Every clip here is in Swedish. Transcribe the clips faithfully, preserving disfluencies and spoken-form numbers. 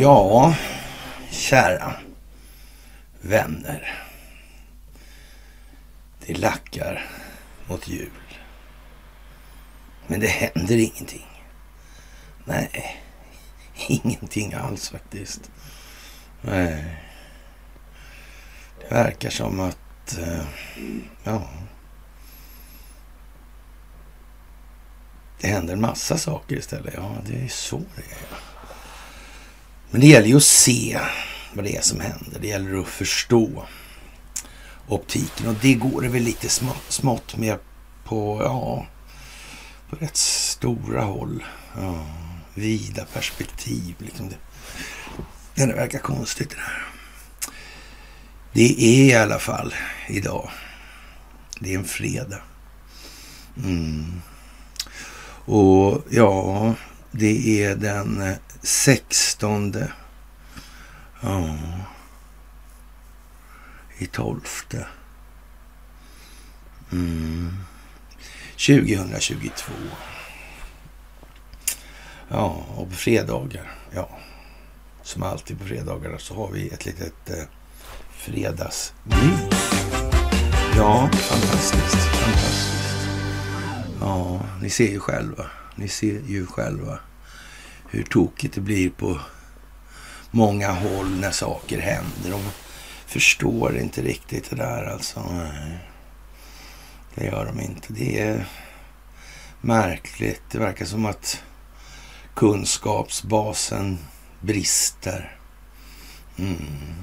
Ja, kära vänner. Det lackar mot jul. Men det händer ingenting. Nej, ingenting alls faktiskt. Nej. Det verkar som att, uh, ja, det händer en massa saker istället. Ja, det är så det är. Men det gäller ju att se vad det är som händer. Det gäller att förstå optiken. Och det går det väl lite smått, smått med på, ja, på rätt stora håll. Ja, vida perspektiv. Liksom det, det verkar konstigt det där. Det är i alla fall idag. Det är en fredag. Mm. Och ja, det är den sextonde ja, i tolfte mm. tjugohundratjugotvå. Ja, och på fredagar, ja, som alltid på fredagar så har vi ett litet eh, fredagsmys. Ja, fantastiskt, fantastiskt. Ja, ni ser ju själva. Ni ser ju själva hur tokigt det blir på många håll när saker händer. De förstår inte riktigt det där alltså. Nej, det gör de inte. Det är märkligt. Det verkar som att kunskapsbasen brister. Mm.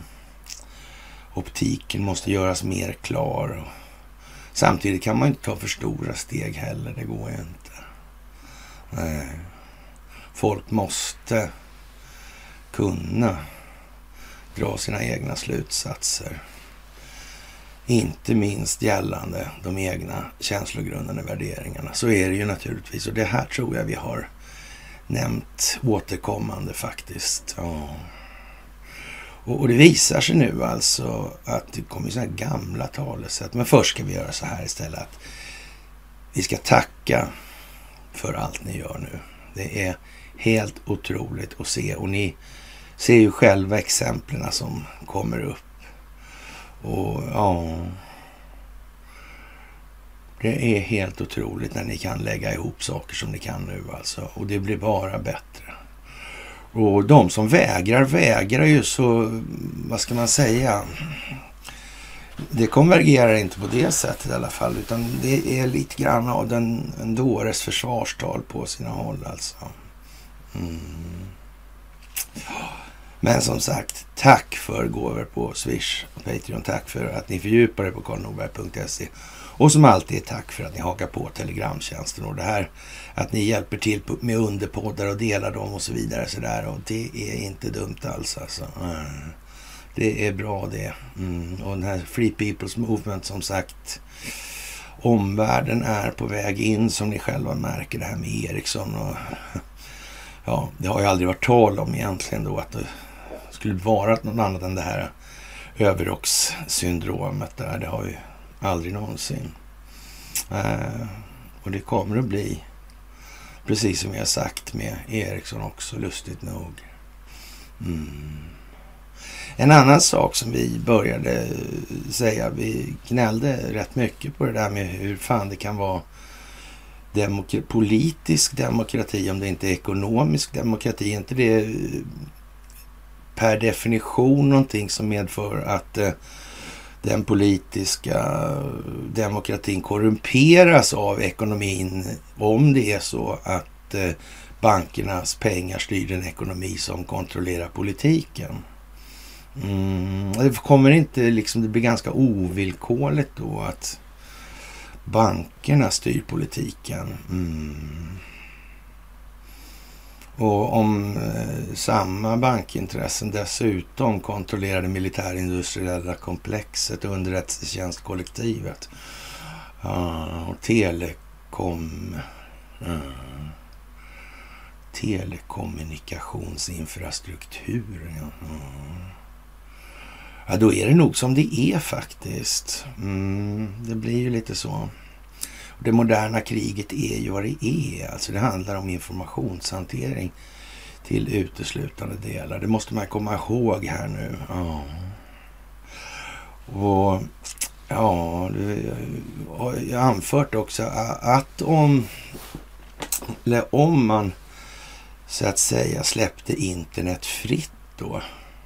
Optiken måste göras mer klar. Och samtidigt kan man inte ta för stora steg heller. Det går ju inte. Nej. Folk måste kunna dra sina egna slutsatser. Inte minst gällande de egna känslogrundande värderingarna. Så är det ju naturligtvis. Och det här tror jag vi har nämnt återkommande faktiskt. Ja. Och, och det visar sig nu alltså att det kommer så här gamla talesätt. Men först ska vi göra så här istället. Att vi ska tacka för allt ni gör nu. Det är helt otroligt att se. Och ni ser ju själva exemplen som kommer upp. Och ja, det är helt otroligt när ni kan lägga ihop saker som ni kan nu alltså. Och det blir bara bättre. Och de som vägrar, vägrar ju så, vad ska man säga? Det konvergerar inte på det sättet i alla fall. Utan det är lite grann av den, en dåres försvarstal på sina håll alltså. Mm. Men som sagt, tack för gåvor på Swish och Patreon. Tack för att ni fördjupar er på karl norberg punkt se. Och som alltid, tack för att ni hakar på telegramtjänsten och det här. Att ni hjälper till med underpoddar och delar dem och så vidare. Så där. Och det är inte dumt alls alltså. Mm. Det är bra det. Mm. Och den här Free People's Movement som sagt. Omvärlden är på väg in som ni själva märker det här med Ericsson. Och ja, det har ju aldrig varit tal om egentligen då att det skulle vara något annat än det här överrockssyndromet där. Det har ju aldrig någonsin. Uh, och det kommer att bli precis som jag sagt med Ericsson också, lustigt nog. Mm. En annan sak som vi började säga, vi gnällde rätt mycket på det där med hur fan det kan vara Demokra- politisk demokrati om det inte är ekonomisk demokrati. Är inte det per definition någonting som medför att eh, den politiska demokratin korrumperas av ekonomin om det är så att eh, bankernas pengar styr den ekonomi som kontrollerar politiken. Mm, det kommer inte liksom, det blir ganska ovillkorligt då att bankerna styr politiken. Mm. Och om eh, samma bankintressen dessutom kontrollerar det militärindustriella komplexet och underrättelsetjänstkollektivet uh, och telekom uh, telekommunikationsinfrastruktur ja. Uh. Ja, då är det nog som det är faktiskt. Mm, det blir ju lite så. Det moderna kriget är ju vad det är. Alltså det handlar om informationshantering. till uteslutande delar. Det måste man komma ihåg här nu. Ja. Och ja, jag har anfört också att om, eller om man så att säga släppte internet fritt då,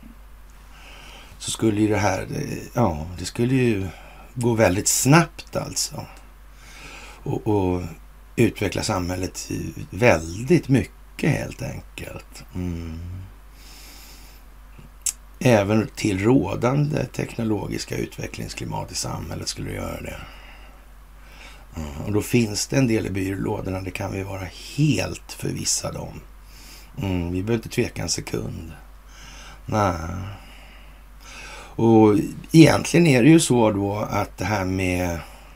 så skulle ju det här, ja, det skulle ju gå väldigt snabbt alltså. Och, och utveckla samhället väldigt mycket helt enkelt. Mm. Även till rådande teknologiska utvecklingsklimat i samhället skulle det göra det. Mm. Och då finns det en del i byrålådorna, det kan vi vara helt förvissade om. Mm. Vi behöver inte tveka en sekund. Nej. Och egentligen är det ju så då att det här med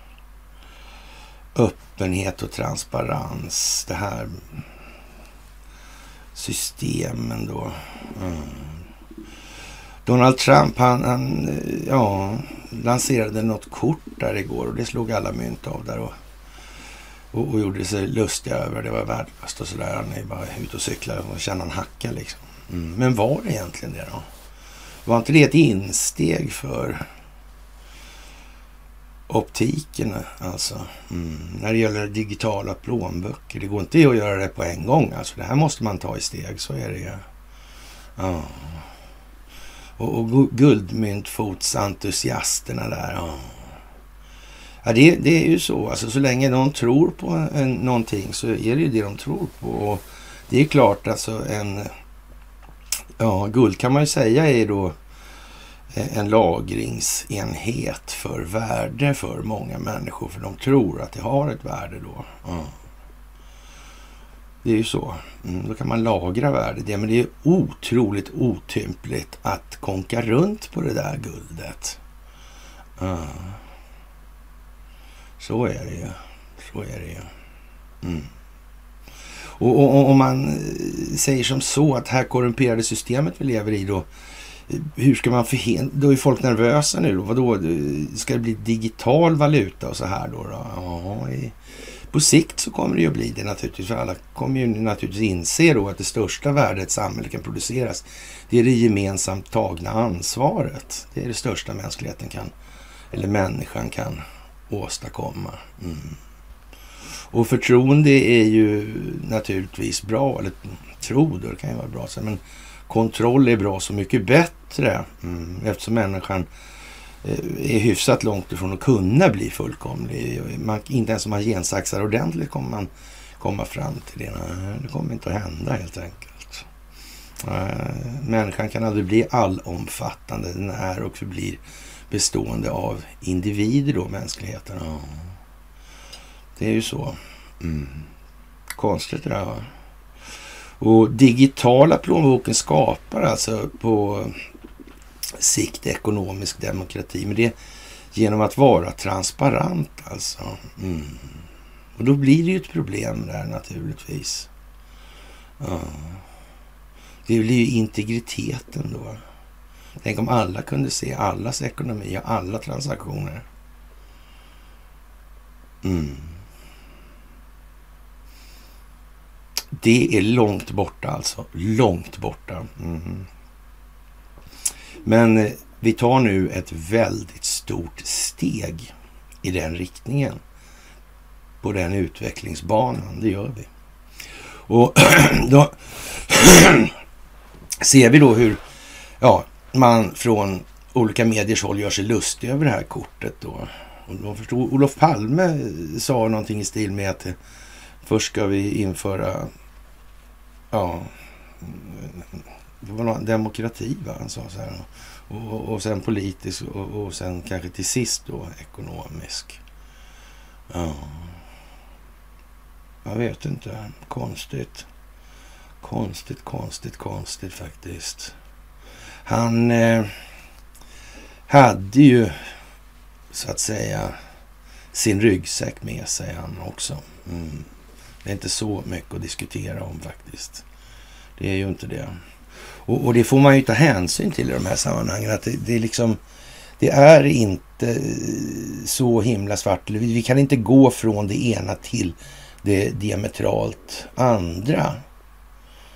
öppenhet och transparens, det här systemen då. Mm. Donald Trump, han, han ja, lanserade något kort där igår och det slog alla mynt av där och, och, och gjorde sig lustiga över. Det var värdelöst och sådär. Han är bara ute och cyklar och känner en hacka liksom. Mm. Men var det egentligen det då? Var inte det ett insteg för optiken alltså? Mm. När det gäller digitala plånböcker. Det går inte att göra det på en gång. Alltså det här måste man ta i steg, så är det ju. Ja. Och, och guldmyntfotsentusiasterna där. Ja. Ja, det, det är ju så. Alltså så länge de tror på en, någonting så är det ju det de tror på. Och det är klart alltså en... Ja, guld kan man ju säga är då en lagringsenhet för värde för många människor. För de tror att det har ett värde då. Ja. Det är ju så. Mm, då kan man lagra värde det. Men det är otroligt otympligt att konka runt på det där guldet. Ja. Så är det ju. Så är det ju. Mm. Och, och, och om man säger som så att här korrumperade systemet vi lever i då, hur ska man förhindra? Då är folk nervösa nu då. Vadå? Ska det bli digital valuta och så här då? då? Ja, i, på sikt så kommer det ju bli det naturligtvis. För alla kommer ju naturligtvis inse då att det största värdet samhället kan produceras, det är det gemensamt tagna ansvaret. Det är det största mänskligheten kan, eller människan kan åstadkomma. Mm. Och förtroende är ju naturligtvis bra, eller tro då, det kan ju vara bra, men kontroll är bra så mycket bättre mm, eftersom människan är hyfsat långt ifrån att kunna bli fullkomlig. Man, inte ens om man gensaxar ordentligt kommer man komma fram till det. Nej, det kommer inte att hända helt enkelt. Människan kan aldrig bli allomfattande. Den är och förblir bestående av individer då, mänskligheten. Ja. Det är ju så. Mm. Konstigt det där. Och digitala plånboken skapar alltså på sikt ekonomisk demokrati. Men det är genom att vara transparent alltså. Mm. Och då blir det ju ett problem där naturligtvis. Ja. Det blir ju integriteten då. Tänk om alla kunde se allas ekonomi och alla transaktioner. Mm. Det är långt borta alltså. Långt borta. Mm. Men vi tar nu ett väldigt stort steg i den riktningen. På den utvecklingsbanan. Det gör vi. Och då ser vi då hur ja, man från olika mediers håll gör sig lustig över det här kortet då. Och då förstod Olof Palme sa någonting i stil med att först ska vi införa ja, det var någon demokrati va, han sa så här. Och, och sen politisk och, och sen kanske till sist då ekonomisk. Ja. Jag vet inte. Konstigt. Konstigt, konstigt, konstigt faktiskt. Han eh, hade ju så att säga sin ryggsäck med sig han också. Mm. Det är inte så mycket att diskutera om faktiskt. Det är ju inte det. Och, och det får man ju ta hänsyn till i de här sammanhangen. Att det, det är liksom, det är inte så himla svart. Vi kan inte gå från det ena till det diametralt andra.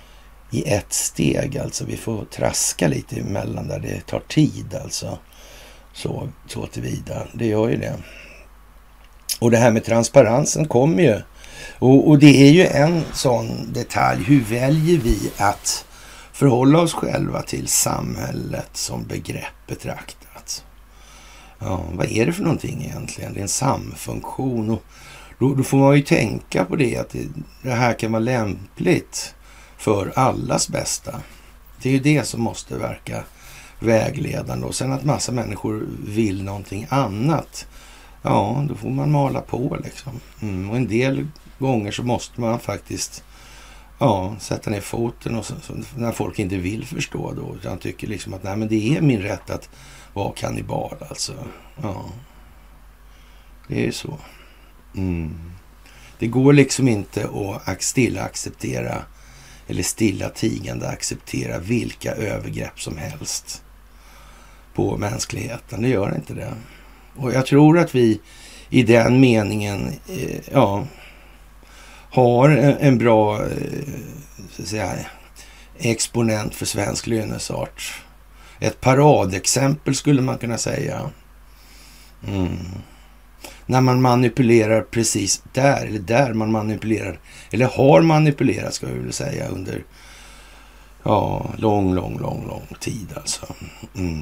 i ett steg. Alltså vi får traska lite emellan där det tar tid alltså. Så, så tillvida. Det gör ju det. Och det här med transparensen kommer ju. Och, och det är ju en sån detalj. Hur väljer vi att förhålla oss själva till samhället som begrepp betraktat? Ja, vad är det för någonting egentligen? Det är en samfunktion. Och då, då får man ju tänka på det. Att det, det här kan vara lämpligt för allas bästa. Det är ju det som måste verka vägledande. Och sen att massa människor vill någonting annat. Ja, då får man mala på liksom. Mm, och en del gånger så måste man faktiskt ja, sätta ner foten och så, så, när folk inte vill förstå då. Utan tycker liksom att nej, men det är min rätt att vara kannibal alltså. Ja, det är ju så. Mm. Det går liksom inte att stilla acceptera eller stilla tigande acceptera vilka övergrepp som helst på mänskligheten. Det gör inte det. Och jag tror att vi i den meningen eh, ja, har en, en bra eh, så att säga, exponent för svensk lönesart. Ett paradexempel skulle man kunna säga. Mm. När man manipulerar precis där, eller där man manipulerar, eller har manipulerat ska vi väl säga under ja, lång, lång, lång, lång tid alltså. Mm.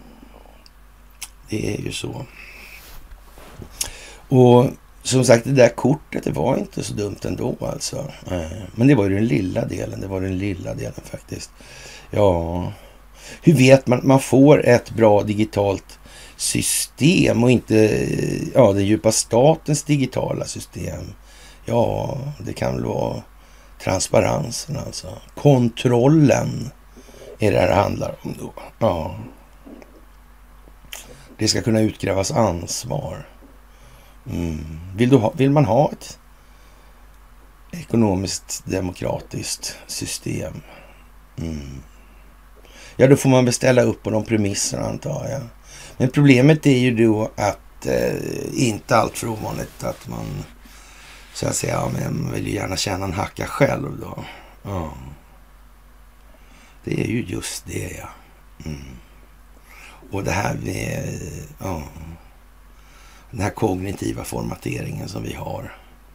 Det är ju så. Och som sagt, det där kortet, det var inte så dumt ändå alltså. Men det var ju den lilla delen, det var den lilla delen faktiskt. Ja, hur vet man, man får ett bra digitalt system och inte ja, den djupa statens digitala system. Ja, det kan väl vara transparensen alltså. Kontrollen är det här handlar om då. Ja. Det ska kunna utkrävas ansvar. Mm. Vill, du ha, vill man ha ett ekonomiskt demokratiskt system? Mm. Ja, då får man beställa upp på de premisserna antar jag. Men problemet är ju då att eh, inte allt för ovanligt att man så att säga, ja, men man vill ju gärna tjäna en hacka själv då. Ja. Det är ju just det, ja. Mm. Och det här med ja, den här kognitiva formateringen som vi har.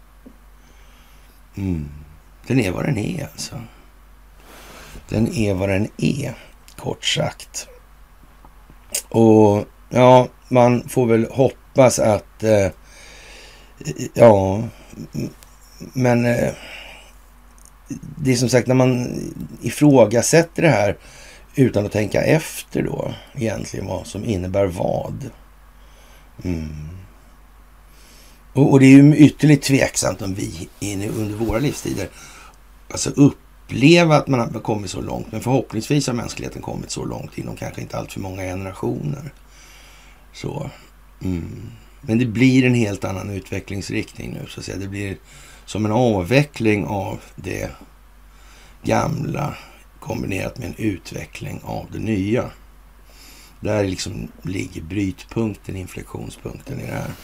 Mm. Den är vad den är alltså. Den är vad den är, kort sagt. Och ja, man får väl hoppas att eh, ja, men eh, det är som sagt när man ifrågasätter det här utan att tänka efter då egentligen vad som innebär vad. Mm. Och, och det är ju ytterligt tveksamt om vi inne under våra livstider alltså uppleva att man har kommit så långt. Men förhoppningsvis har mänskligheten kommit så långt inom kanske inte allt för många generationer. Så. Mm. Men det blir en helt annan utvecklingsriktning nu så att säga. Det blir som en avveckling av det gamla kombinerat med en utveckling av det nya. Där liksom ligger brytpunkten, inflektionspunkten i det här.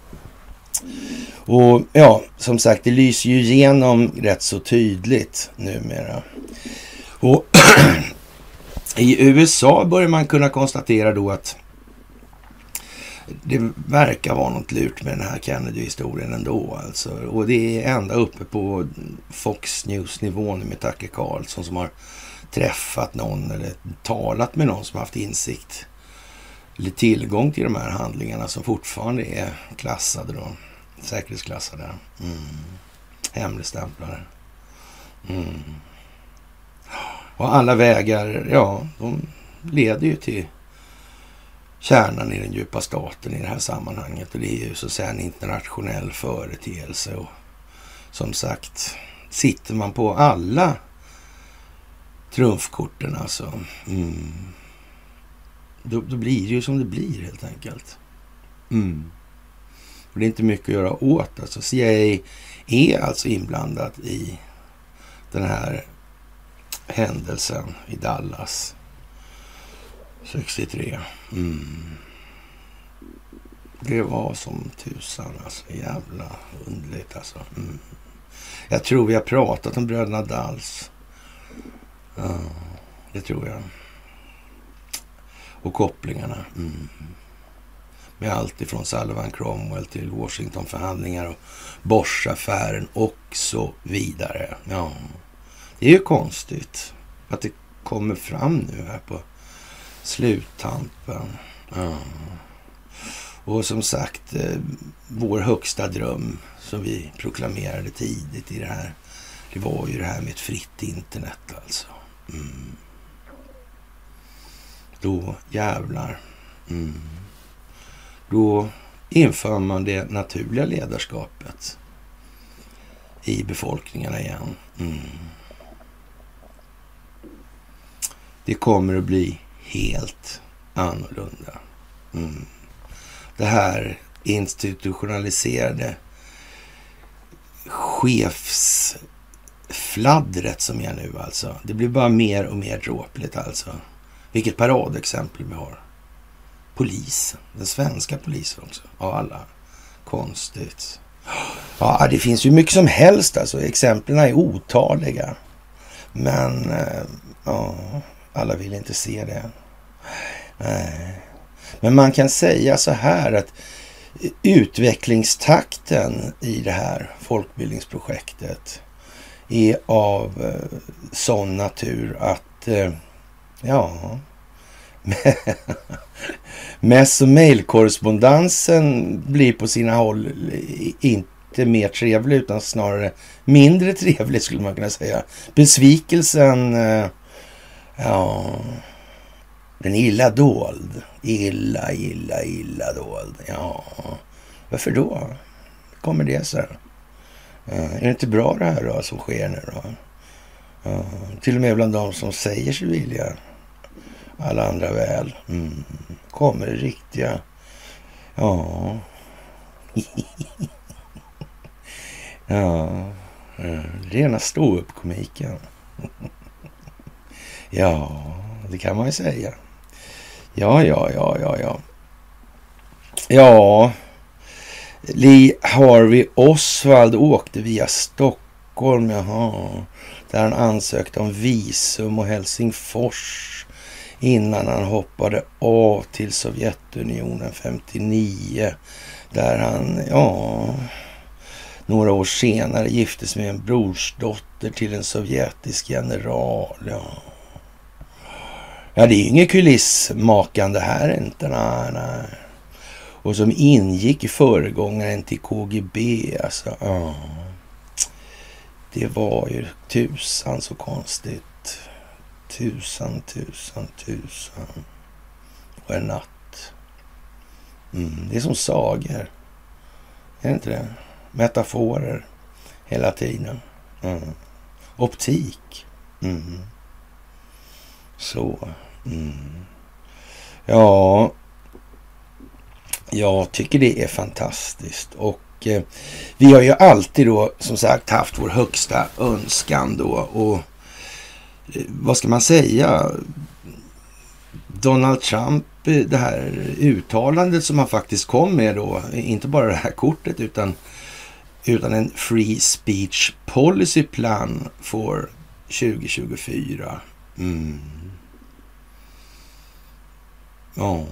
Och ja, som sagt, det lyser ju igenom rätt så tydligt numera. Och i U S A börjar man kunna konstatera då att det verkar vara något lurt med den här Kennedy-historien ändå. Alltså. Och det är ända uppe på Fox News-nivån med Tucker Carlson som har träffat någon eller talat med någon som har haft insikt eller tillgång till de här handlingarna som fortfarande är klassade då. Säkerhetsklassade. Mm. Hemligstämplade. Mm. Och alla vägar, ja, de leder ju till kärnan i den djupa staten i det här sammanhanget. Och det är ju så att säga en internationell företeelse. Och som sagt, sitter man på alla trumfkorten alltså. Mm. Då, då blir det ju som det blir helt enkelt. Mm. Och det är inte mycket att göra åt. Alltså C I A är alltså inblandat i den här händelsen i Dallas sextiotre. Mm. Det var som tusan alltså. Jävla underligt alltså. Mm. Jag tror vi har pratat om bröderna Dals Ja, det tror jag. Och kopplingarna. Mm. Med allt ifrån Sullivan Cromwell till Washingtonförhandlingar och Bosch-affären och så vidare. Ja, det är ju konstigt att det kommer fram nu här på sluttampen. Ja. Och som sagt, eh, vår högsta dröm som vi proklamerade tidigt i det här, det var ju det här med ett fritt internet alltså. Mm. Då jävlar. Mm. Då inför man det naturliga ledarskapet i befolkningarna igen. Mm. Det kommer att bli helt annorlunda. Mm. Det här institutionaliserade chefsfladdret som är nu alltså. Det blir bara mer och mer dråpligt alltså. Vilket paradexempel vi har. Polisen, den svenska polisen också, av alla. Konstigt. Ja, det finns ju mycket som helst alltså. Exemplen är otaliga. Men ja, alla vill inte se det. Nej. Men man kan säga så här att utvecklingstakten i det här folkbildningsprojektet är av eh, sån natur att eh, ja mess- och mejlkorrespondensen blir på sina håll inte mer trevlig utan snarare mindre trevlig skulle man kunna säga. Besvikelsen eh, ja, den är illa dold. Illa, illa, illa dold. Ja, varför då? Kommer det så här? Uh, är det inte bra det här då, som sker nu då? Uh, till och med bland de som säger sig vilja alla andra väl. Mm. Kommer det riktiga? Ja. Ja. Uh, rena ståuppkomiken. Ja, det kan man ju säga. Ja, ja, ja, ja, ja. Ja, Lee Harvey Oswald åkte via Stockholm, jaha, där han ansökte om visum och Helsingfors innan han hoppade av till Sovjetunionen femtionio, där han, ja, några år senare giftes med en brorsdotter till en sovjetisk general, ja. Ja, det är ju ingen kulissmakande här inte, nej, nej. Och som ingick i föregångaren till K G B, alltså, ja. Det var ju tusan så konstigt. Tusan, tusan, tusan. Och en natt. Mm, det är som sagor. Är det inte det? Metaforer hela tiden. Mm. Optik. Mm. Så. Mm. Ja, jag tycker det är fantastiskt. Och eh, vi har ju alltid då som sagt haft vår högsta önskan då. Och eh, vad ska man säga? Donald Trump, det här uttalandet som han faktiskt kom med då, inte bara det här kortet utan, utan en free speech policy plan för tjugo tjugofyra. Mm. Ja.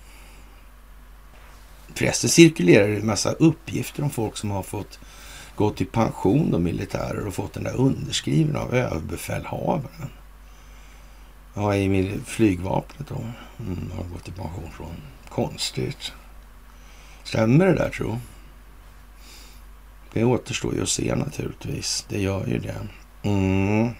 Förresten cirkulerar det en massa uppgifter om folk som har fått gå till pension, de militärer, och fått den där underskriven av överbefälhavaren. Ja, i flygvapnet då. Mm, har gått i pension från. Konstigt. Stämmer det där, tror jag? Det återstår ju att se naturligtvis. Det gör ju det. Mm.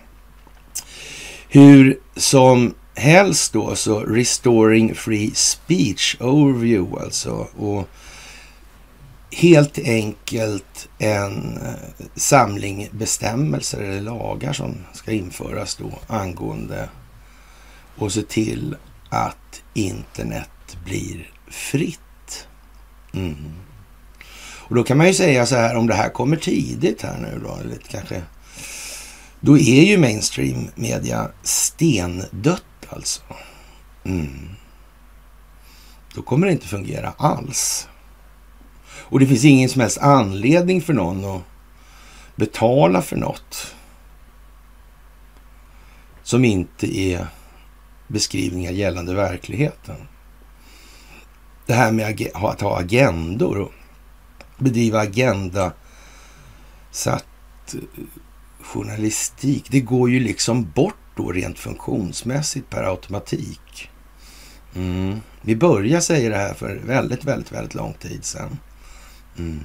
Hur som helst då, så Restoring Free Speech Overview alltså, och helt enkelt en samling bestämmelser eller lagar som ska införas då angående och se till att internet blir fritt. Mm. Och då kan man ju säga så här, om det här kommer tidigt här nu då, eller kanske, då är ju mainstream media stendött alltså. Mm. Då kommer det inte fungera alls. Och det finns ingen som helst anledning för någon att betala för något som inte är beskrivningar gällande verkligheten. Det här med att ha agendor och bedriva agenda satt journalistik, det går ju liksom bort då rent funktionsmässigt per automatik. Mm. Vi började säga det här för väldigt, väldigt, väldigt lång tid sedan. Mm.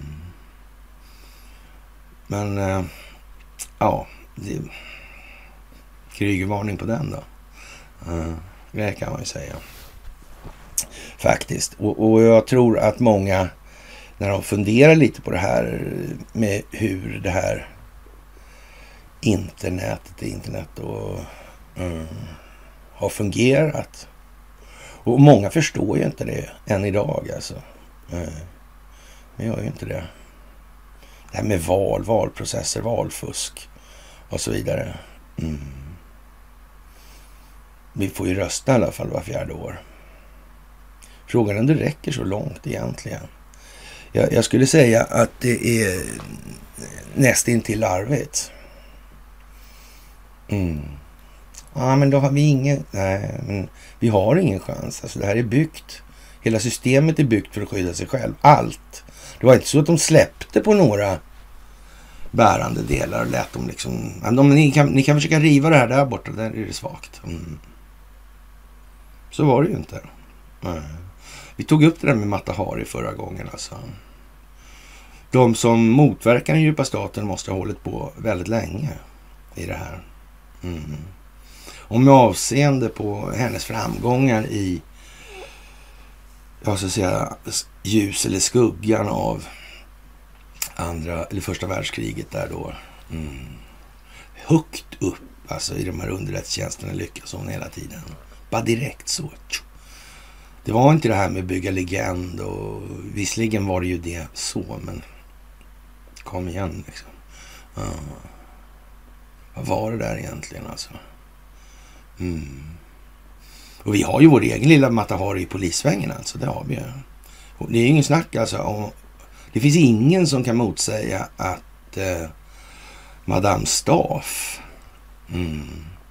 Men äh, ja, det, krygervarning på den då. Uh, det kan man ju säga. Faktiskt. Och, och jag tror att många, när de funderar lite på det här med hur det här internetet, internet och mm, har fungerat. Och många förstår ju inte det än idag alltså. Mm. Men gör ju inte det. Det här med val, valprocesser, valfusk och så vidare. Mm. Vi får ju rösta i alla fall var fjärde år. Frågan är om det räcker så långt egentligen. Jag, jag skulle säga att det är nästintill larvigt. Mm. Ja, men då har vi ingen... Nej, men vi har ingen chans. Alltså det här är byggt. Hela systemet är byggt för att skydda sig själv. Allt. Det var inte så att de släppte på några bärande delar och lät dem liksom... De, ni, kan, ni kan försöka riva det här där borta. Där är det svagt. Mm. Så var det ju inte. Nej. Vi tog upp det där med Mata Hari förra gången alltså. De som motverkar den djupa staten måste ha hållit på väldigt länge i det här. Mm. Och med avseende på hennes framgångar i, jag ska säga, ljus eller skuggan av andra eller första världskriget där då. Mm. Högt upp alltså i de här underrättelsetjänsterna lyckas hon hela tiden. Bara direkt så. Det var inte det här med att bygga legend och visserligen var det ju det så, men kom igen liksom. Uh. Vad var det där egentligen alltså? Mm. Och vi har ju vår egen lilla Mata Hari i polisvängen alltså, det har vi ju. Och det är ju ingen snack alltså. Och det finns ingen som kan motsäga att eh, Madame Staff mm,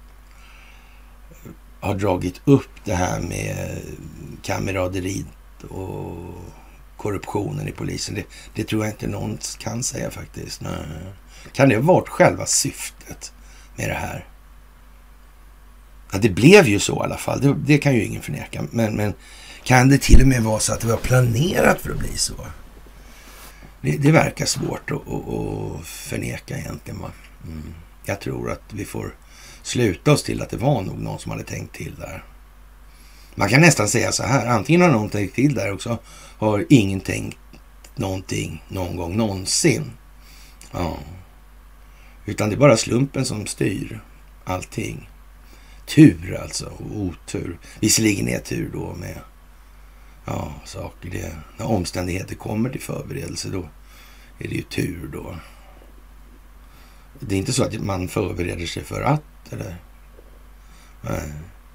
har dragit upp det här med kameraderiet och korruptionen i polisen. Det, det tror jag inte någon kan säga faktiskt. Nej. Kan det ha varit själva syftet med det här? Ja, det blev ju så i alla fall. Det, det kan ju ingen förneka. Men, men kan det till och med vara så att det var planerat för att bli så? Det, det verkar svårt att, att, att förneka egentligen. Va? Mm. Jag tror att vi får sluta oss till att det var nog någon som hade tänkt till där. Man kan nästan säga så här. Antingen har någon tänkt till där också. Har ingen tänkt någonting någon gång någonsin. Ja. Utan det är bara slumpen som styr allting. Tur alltså. Och otur. Visserligen är tur då med ja, saker. Det, när omständigheter kommer till förberedelse då är det ju tur då. Det är inte så att man förbereder sig för att eller? Nej.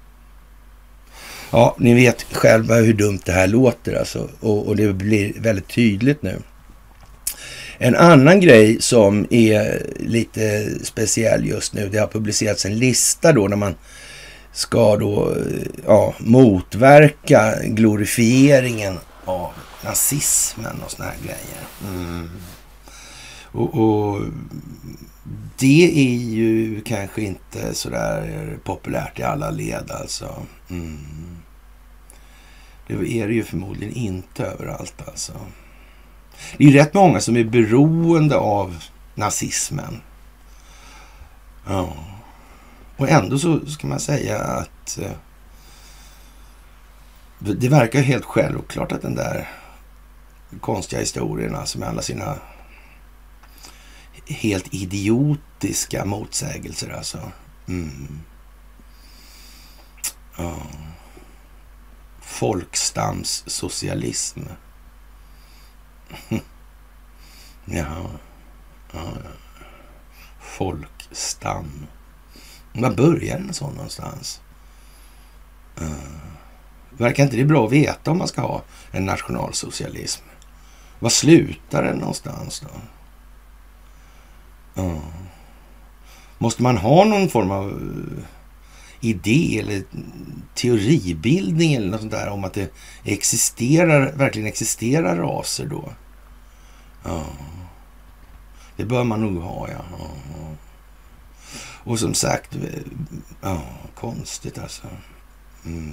Ja, ni vet själva hur dumt det här låter alltså. Och, och det blir väldigt tydligt nu. En annan grej som är lite speciell just nu, det har publicerats en lista då när man ska då ja, motverka glorifieringen av nazismen och såna här grejer. Mm. Och, och det är ju kanske inte sådär populärt i alla led alltså. Mm. Det är det ju förmodligen inte överallt alltså. Det är ju rätt många som är beroende av nazismen. Ja. Och ändå så ska man säga att eh, det verkar helt självklart att den där konstiga historien alltså med alla sina helt idiotiska motsägelser alltså. Mm. Ja. Folkstamssocialism. Ja. Ja. Folkstam. Var börjar en sån någonstans? Uh. Verkar inte det bra att veta om man ska ha en nationalsocialism? Var slutar den någonstans då? Uh. Måste man ha någon form av idé eller teoribildning eller något sånt där om att det existerar, verkligen existerar raser då. Ja. Det bör man nog ha, ja. ja. Och som sagt, ja, konstigt alltså. Mm.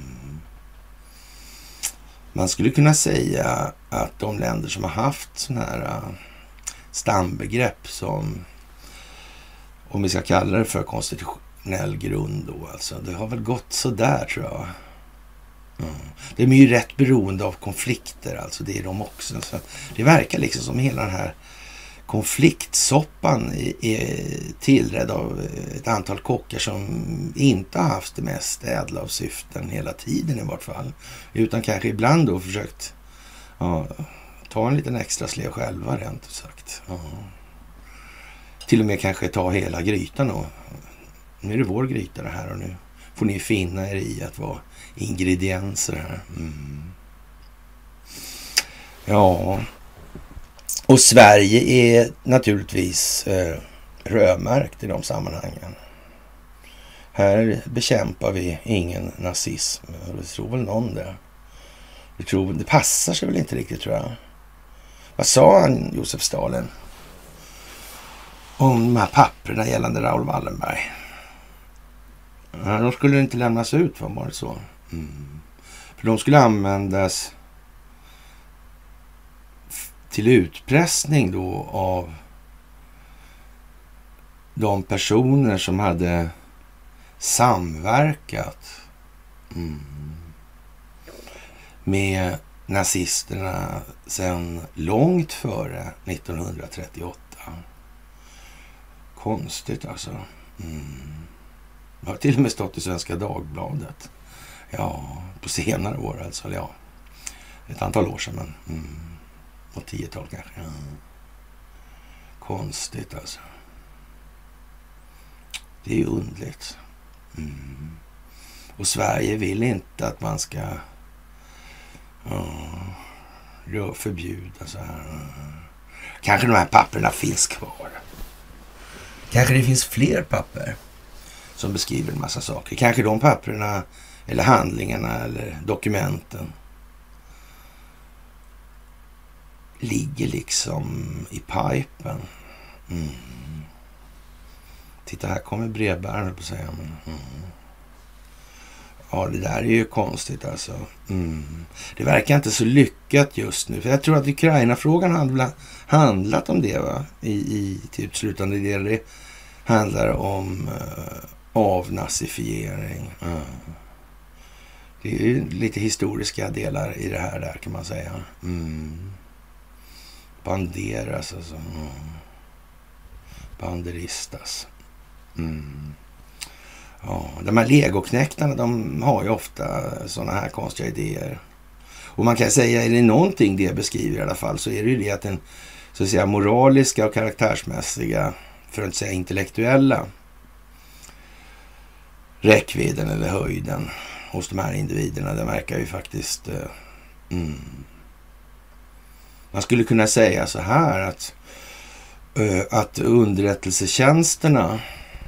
Man skulle kunna säga att de länder som har haft sån här stambegrepp som, om vi ska kalla det för konstitutionell grund då, alltså, det har väl gått så där tror jag. Mm. De är ju rätt beroende av konflikter, alltså det är de också. Så att det verkar liksom som hela den här konfliktsoppan är tillredd av ett antal kockar som inte har haft det mest ädla av syften hela tiden i vart fall. Utan kanske ibland då försökt ja, ta en liten extra slev själva rent sagt. Ja. Till och med kanske ta hela grytan och nu är det vår gryta det här och nu får ni finna er i att vara ingredienser här. Mm. Ja... Och Sverige är naturligtvis eh, rödmärkt i de sammanhangen. Här bekämpar vi ingen nazism. Det tror väl någon det. Det, tror, det passar sig väl inte riktigt tror jag. Vad sa han, Josef Stalin? Om de här papperna gällande Raoul Wallenberg. Ja, de skulle inte lämnas ut, var det så? Mm. För de skulle användas till utpressning då av de personer som hade samverkat mm, med nazisterna sedan långt före nittonhundratrettioåtta. Konstigt alltså. Mm. Det har till och med stått i Svenska Dagbladet. Ja, på senare år alltså. Ja, ett antal år sedan. Men, mm. Och tiotal kanske. Ja. Konstigt alltså. Det är ju undligt. Mm. Och Sverige vill inte att man ska ja, förbjuda så här. Kanske de här papperna finns kvar. Kanske det finns fler papper som beskriver en massa saker. Kanske de papperna eller handlingarna eller dokumenten ligger liksom i pipen. Mm. Titta, här kommer brevbäraren på att säga. Mm. Ja, det där är ju konstigt alltså. Mm. Det verkar inte så lyckat just nu. För jag tror att Ukraina-frågan handla, handlat om det va? I, i till utslutande del. Det handlar om uh, avnazifiering. Mm. Det är ju lite historiska delar i det här där kan man säga. Mm. Banderas alltså. Mm. Banderistas. Mm. Ja, de här legoknäktarna, de har ju ofta sådana här konstiga idéer. Och man kan säga, är det någonting det beskriver i alla fall, så är det ju det att den så att säga moraliska och karaktärsmässiga, för att inte säga intellektuella räckvidden eller höjden hos de här individerna, det verkar ju faktiskt eh, mm. man skulle kunna säga så här att eh, att underrättelsetjänsterna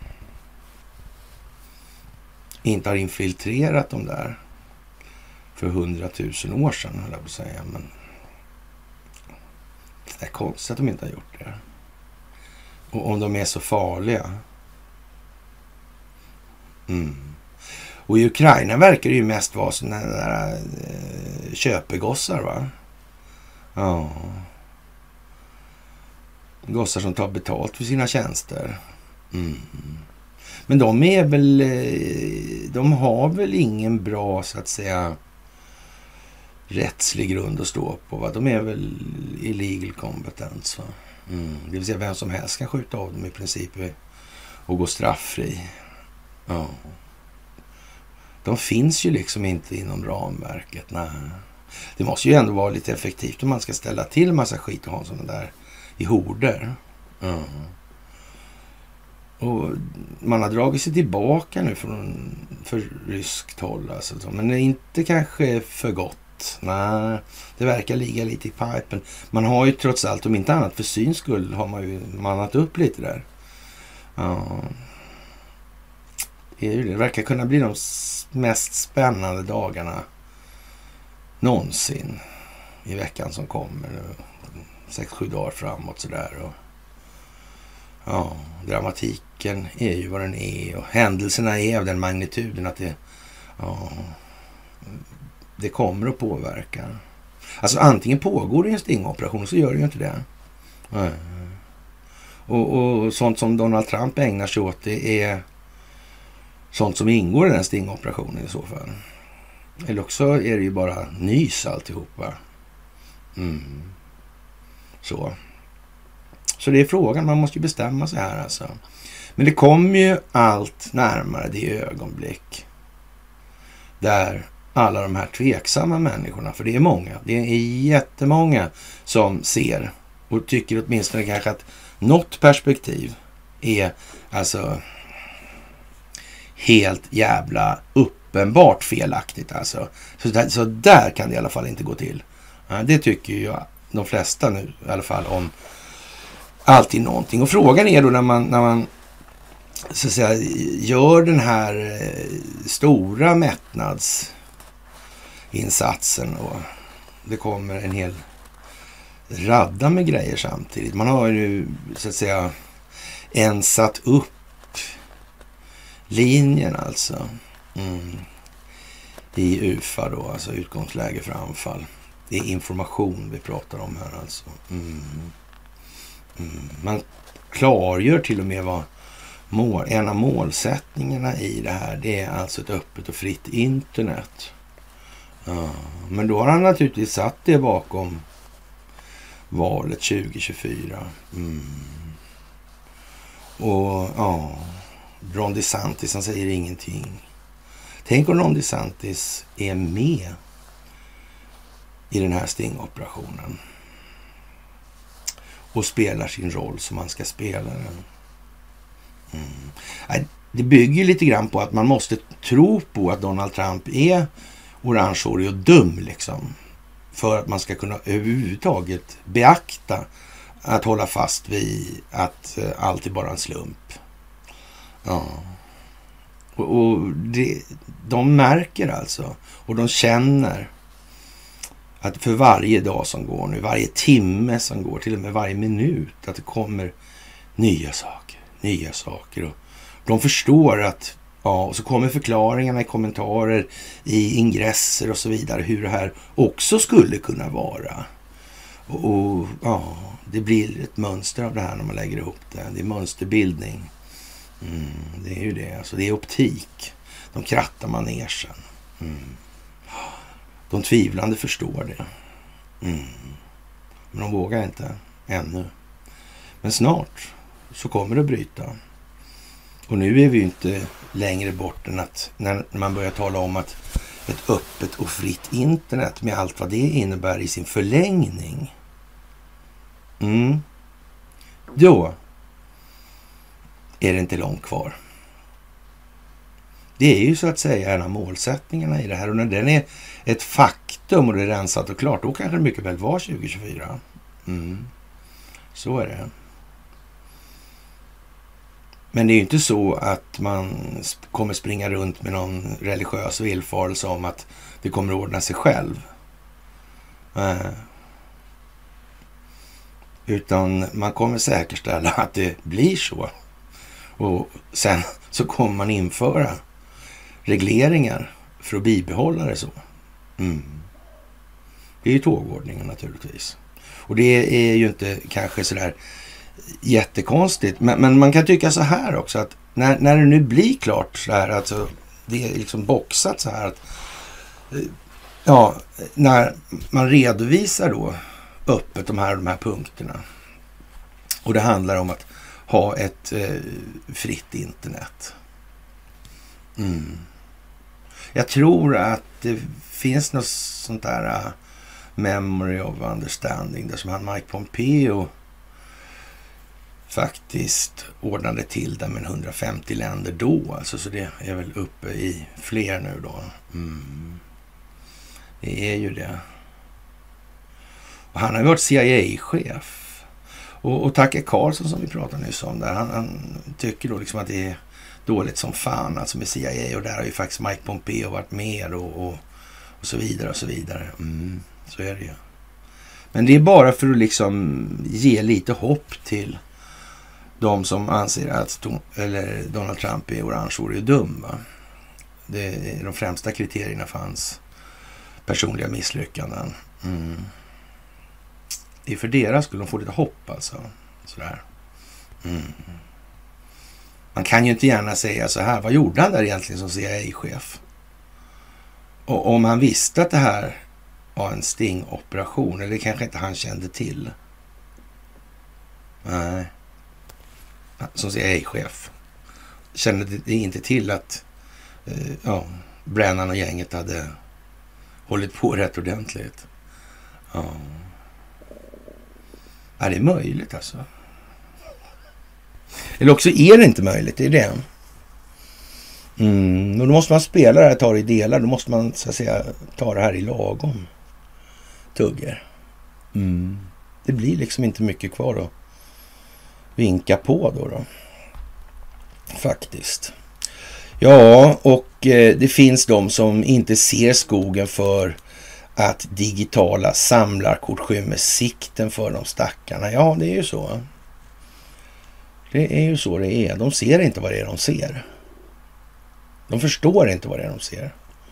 inte har infiltrerat dem där för hundratusen år sedan, höll jag på att säga. Men det är konstigt att de inte har gjort det. Och om de är så farliga. Mm. Och i Ukraina verkar det ju mest vara sådana där äh, köpegossar, va? Ja. Gossar som tar betalt för sina tjänster. Mm. Men de är väl, de har väl ingen bra så att säga rättslig grund att stå på, va? De är väl illegal competence, va? Mm. Det vill säga vem som helst kan skjuta av dem i princip och gå strafffri. Ja. De finns ju liksom inte inom ramverket. Nej. Det måste ju ändå vara lite effektivt om man ska ställa till massa skit och ha sådana där i horder. Ja. Och man har dragit sig tillbaka nu från för ryskt håll alltså, men inte kanske för gott. Nej, det verkar ligga lite i pipen. Man har ju trots allt, om inte annat för syns skull, har man ju mannat upp lite där. Ja. är ju det. Det verkar kunna bli de mest spännande dagarna någonsin i veckan som kommer. Sex, sju dagar framåt sådär. Och ja, dramatiken är ju vad den är. Och händelserna är av den magnituden att det, ja, det kommer att påverka. Alltså antingen pågår det en stingoperation så gör det ju inte det. Nej. Och, och sånt som Donald Trump ägnar sig åt, det är sånt som ingår i den stingoperationen i så fall. Eller också är det ju bara nys alltihopa. Mm. Så. Så det är frågan, man måste ju bestämma sig här alltså. Men det kommer ju allt närmare det ögonblick där alla de här tveksamma människorna, för det är många, det är jättemånga som ser och tycker åtminstone kanske att något perspektiv är alltså helt jävla uppenbart felaktigt alltså. Så där, så där kan det i alla fall inte gå till. Ja, det tycker ju de flesta nu i alla fall om alltid någonting. Och frågan är då när man, när man så att säga gör den här stora mättnadsinsatsen och det kommer en hel radda med grejer samtidigt. Man har ju så att säga ensat upp linjen alltså mm. i U F A då, alltså utgångsläge för anfall. Det är information vi pratar om här alltså. Mm. Mm. Man klargör till och med vad mål, en av målsättningarna i det här, det är alltså ett öppet och fritt internet. Ja. Men då har han naturligtvis satt det bakom valet tjugo tjugofyra. Mm. Och ja, Ron DeSantis, han säger ingenting. Tänk om Ron DeSantis är med i den här stingoperationen och spelar sin roll som man ska spela den. Mm. Det bygger lite grann på att man måste tro på att Donald Trump är orangehårig och dum liksom, för att man ska kunna överhuvudtaget beakta att hålla fast vid att allt är bara en slump. Ja. Och, och det, de märker alltså och de känner att för varje dag som går nu, varje timme som går, till och med varje minut, att det kommer nya saker, nya saker. Och de förstår att, ja, och så kommer förklaringarna i kommentarer, i ingresser och så vidare, hur det här också skulle kunna vara. Och, och ja, det blir ett mönster av det här när man lägger ihop det. Det är mönsterbildning. Mm, det är ju det. Alltså det är optik. De krattar manegen. Mm. De tvivlande förstår det. Mm. Men de vågar inte ännu. Men snart så kommer det bryta. Och nu är vi ju inte längre bort än att när man börjar tala om att ett öppet och fritt internet med allt vad det innebär i sin förlängning. Mm. Då är det inte långt kvar. Det är ju så att säga en av målsättningarna i det här. Och när den är ett faktum och det är rensat och klart, då kanske det mycket väl var tjugo tjugofyra. Mm. Så är det. Men det är ju inte så att man kommer springa runt med någon religiös villfarelse om att det kommer att ordna sig själv. Äh. Utan man kommer säkerställa att det blir så. Och sen så kommer man införa regleringar för att bibehålla det så. Mm. Det är ju tågordningen naturligtvis. Och det är ju inte kanske sådär jättekonstigt. Men, men man kan tycka så här också att när, när det nu blir klart så här, alltså det är liksom boxat så här att ja, när man redovisar då öppet de här, de här punkterna och det handlar om att ha ett eh, fritt internet. Mm. Jag tror att det finns något sånt där uh, memory of understanding där som han Mike Pompeo faktiskt ordnade till det med hundrafemtio länder då. Alltså, så det är väl uppe i fler nu då. Mm. Det är ju det. Och han har varit C I A-chef. Och, och Tucker Carlson som vi pratade nyss om där, han, han tycker då liksom att det är dåligt som fan alltså med C I A, och där har ju faktiskt Mike Pompeo varit med och, och, och så vidare och så vidare. Mm, så är det ju. Men det är bara för att liksom ge lite hopp till de som anser att eller Donald Trump är orange och är dum. Va? Det, de främsta kriterierna fanns personliga misslyckanden. Mm. Det är för deras skulle de få lite hopp alltså. Sådär. Mm. Man kan ju inte gärna säga så här, vad gjorde han där egentligen som C I A-chef? Och om han visste att det här var en stingoperation, eller kanske inte han kände till. Nej. Som C I A-chef. Kände det inte till att eh, ja, Brennan och gänget hade hållit på rätt ordentligt. Ja. Ja, det är möjligt alltså. Eller också är det inte möjligt, det är det. Mm, och då måste man spela det här, ta det i delar. Då måste man så att säga ta det här i lagom tugger. Mm. Det blir liksom inte mycket kvar att vinka på då då. Faktiskt. Ja, och eh, det finns de som inte ser skogen för att digitala samlarkort skymmer sikten för de stackarna. Ja, det är ju så. Det är ju så det är. De ser inte vad det är de ser. De förstår inte vad det är de ser.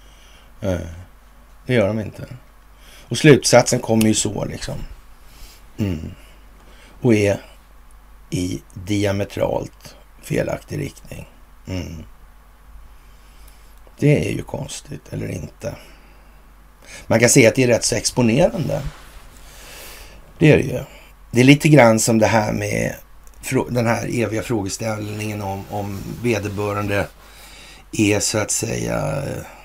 Det gör de inte. Och slutsatsen kommer ju så liksom. Mm. Och är i diametralt felaktig riktning. Mm. Det är ju konstigt, eller inte. Man kan säga att det är rätt så exponerande. Det är det ju. Det är lite grann som det här med den här eviga frågeställningen om, om vederbörande är så att säga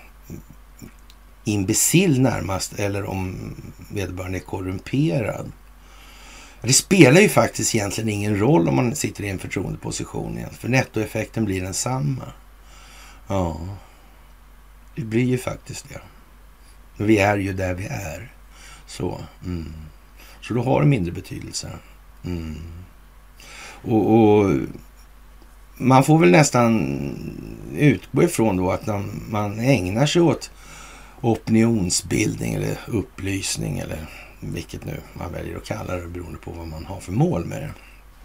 imbecill närmast, eller om vederbörande är korrumperad. Det spelar ju faktiskt egentligen ingen roll om man sitter i en förtroendeposition igen, för nettoeffekten blir densamma. Ja, det blir ju faktiskt det. Vi är ju där vi är. Så, mm. Så då har det mindre betydelse. Mm. Och, och man får väl nästan utgå ifrån då att när man ägnar sig åt opinionsbildning eller upplysning eller vilket nu man väljer att kalla det beroende på vad man har för mål med det.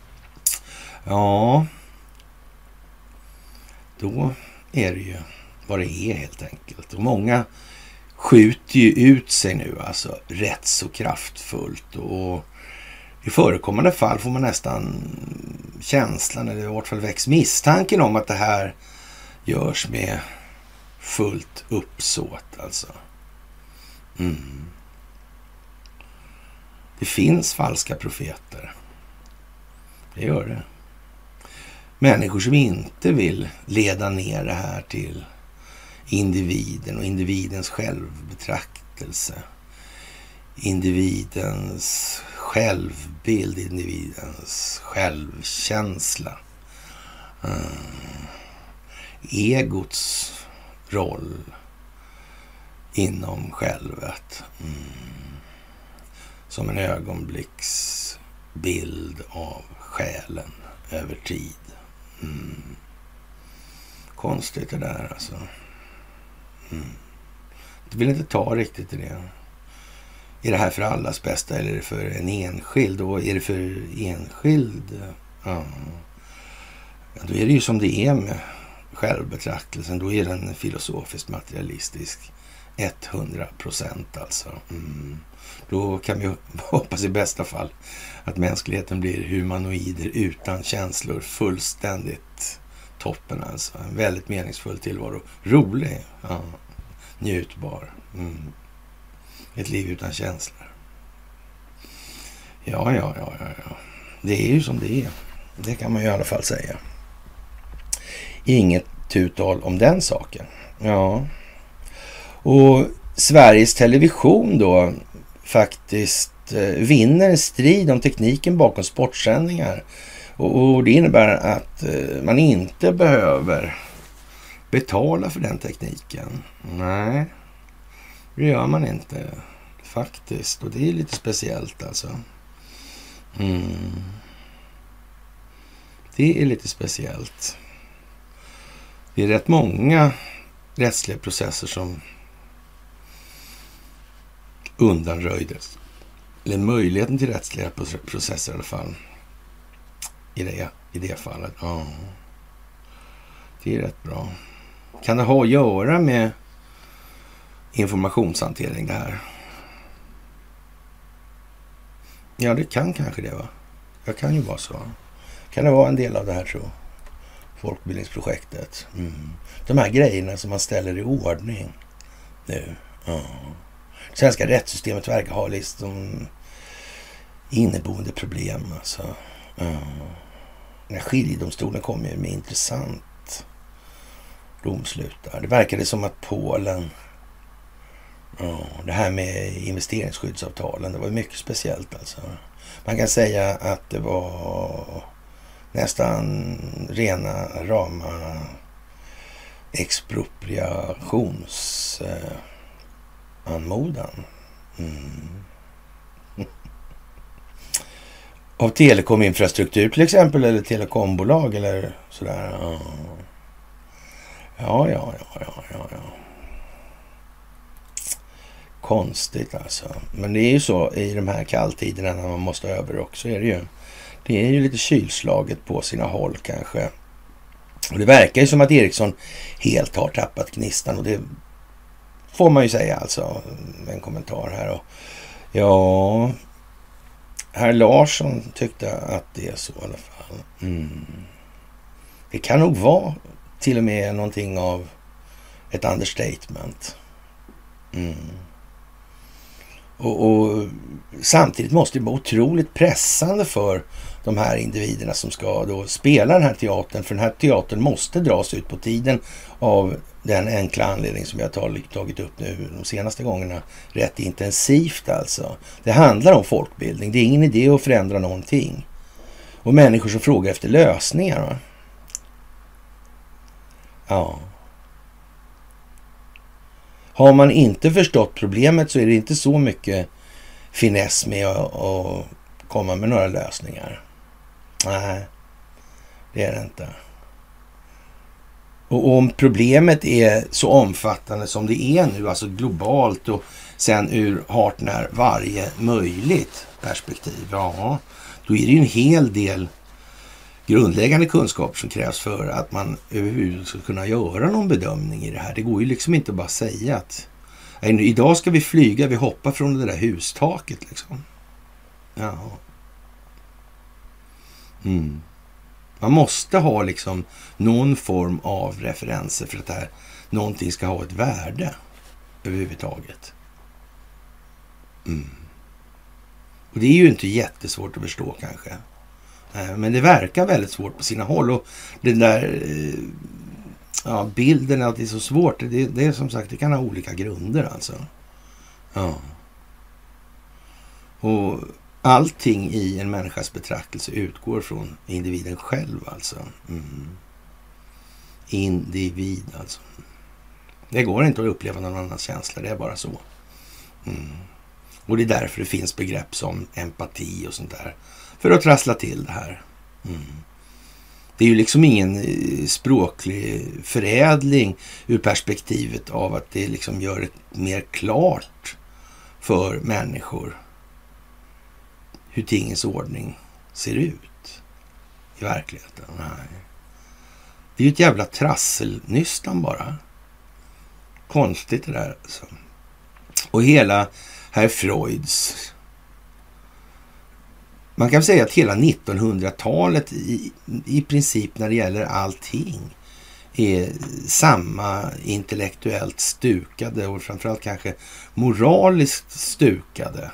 Ja, då är det ju vad det är helt enkelt. Och många skjuter ju ut sig nu alltså rätt så kraftfullt, och i förekommande fall får man nästan känslan, eller i vart fall väcks misstanken om att det här görs med fullt uppsåt alltså. Mm. Det finns falska profeter. Det gör det. Människor som inte vill leda ner det här till individen och individens självbetraktelse. Individens självbild, individens självkänsla. Mm. Egots roll inom självet. Mm. Som en ögonblicksbild av själen över tid. Mm. Konstigt det där alltså. Mm. Du vill inte ta riktigt i det. Är det här för allas bästa eller är det för en enskild? Och är det för enskild? Ja. Då är det ju som det är med självbetraktelsen. Då är den filosofiskt materialistisk. hundra procent alltså. Mm. Då kan vi hoppas i bästa fall att mänskligheten blir humanoider utan känslor. Fullständigt toppen alltså. En väldigt meningsfull tillvaro. Rolig. Ja. Njutbar. Mm. Ett liv utan känslor. Ja, ja, ja, ja, ja. Det är ju som det är. Det kan man ju i alla fall säga. Inget tutal om den saken. Ja. Och Sveriges Television då faktiskt eh, vinner en strid om tekniken bakom sportsändningar. Och, och det innebär att eh, man inte behöver betala för den tekniken. Nej, det gör man inte faktiskt. Och det är lite speciellt alltså. Mm. Det är lite speciellt. det är rätt många rättsliga processer som undanröjdes. Eller möjligheten till rättsliga processer i alla fall. I det, i det fallet. Ja. Det är rätt bra. Kan det ha att göra med informationshantering det här? Ja, det kan kanske det, va? Det kan ju vara så. Kan det vara en del av det här, tror jag? Folkbildningsprojektet. Mm. De här grejerna som man ställer i ordning nu. Ja. Svenska rättssystemet verkar ha liksom inneboende problem. Alltså. Ja. När skiljedomstolen kommer ju med intressant domslut där. Det verkade som att Polen, ja, det här med investeringsskyddsavtalen, det var mycket speciellt alltså. Man kan säga att det var nästan rena rama expropriationsanmodan. Mm. Av telekominfrastruktur till exempel, eller telekombolag eller sådär. Ja, ja, ja, ja, ja, ja. Konstigt alltså. Men det är ju så i de här kalltiderna när man måste över också, är det ju. Det är ju lite kylslaget på sina håll kanske. Och det verkar ju som att Ericsson helt har tappat gnistan, och det får man ju säga alltså. En kommentar här. Och ja, herr Larsson tyckte att det är så i alla fall. Mm. Det kan nog vara till och med någonting av ett understatement. Mm. Och, och samtidigt måste det vara otroligt pressande för de här individerna som ska då spela den här teatern. För den här teatern måste dras ut på tiden av den enkla anledning som jag har tagit upp nu de senaste gångerna rätt intensivt alltså. Det handlar om folkbildning. Det är ingen idé att förändra någonting. Och människor som frågar efter lösningar, va? Ja. Har man inte förstått problemet så är det inte så mycket finess med att, att komma med några lösningar. Nej, det är det inte. Och om problemet är så omfattande som det är nu, alltså globalt och sen ur hart när varje möjligt perspektiv, ja, då är det ju en hel del grundläggande kunskap som krävs för att man överhuvudtaget ska kunna göra någon bedömning i det här. Det går ju liksom inte bara säga att idag ska vi flyga, vi hoppar från det där hustaket liksom. Ja. Mm. Man måste ha liksom någon form av referenser för att det här, någonting ska ha ett värde överhuvudtaget. Mm. Och det är ju inte jättesvårt att förstå kanske. Men det verkar väldigt svårt på sina håll, och den där ja, bilden att det är så svårt, det, det är som sagt, det kan ha olika grunder alltså. Ja. Och allting i en människas betraktelse utgår från individen själv alltså. Mm. Individ alltså. Det går inte att uppleva någon annans känsla, det är bara så. Mm. Och det är därför det finns begrepp som empati och sånt där. För att trassla till det här. Mm. Det är ju liksom ingen språklig förädling ur perspektivet av att det liksom gör det mer klart för människor hur tingens ordning ser ut i verkligheten. Nej. Det är ju ett jävla trasselnystan bara. Konstigt det där alltså. Och hela herr Freuds, man kan säga att hela nittonhundratalet i, i princip när det gäller allting är samma intellektuellt stukade och framförallt kanske moraliskt stukade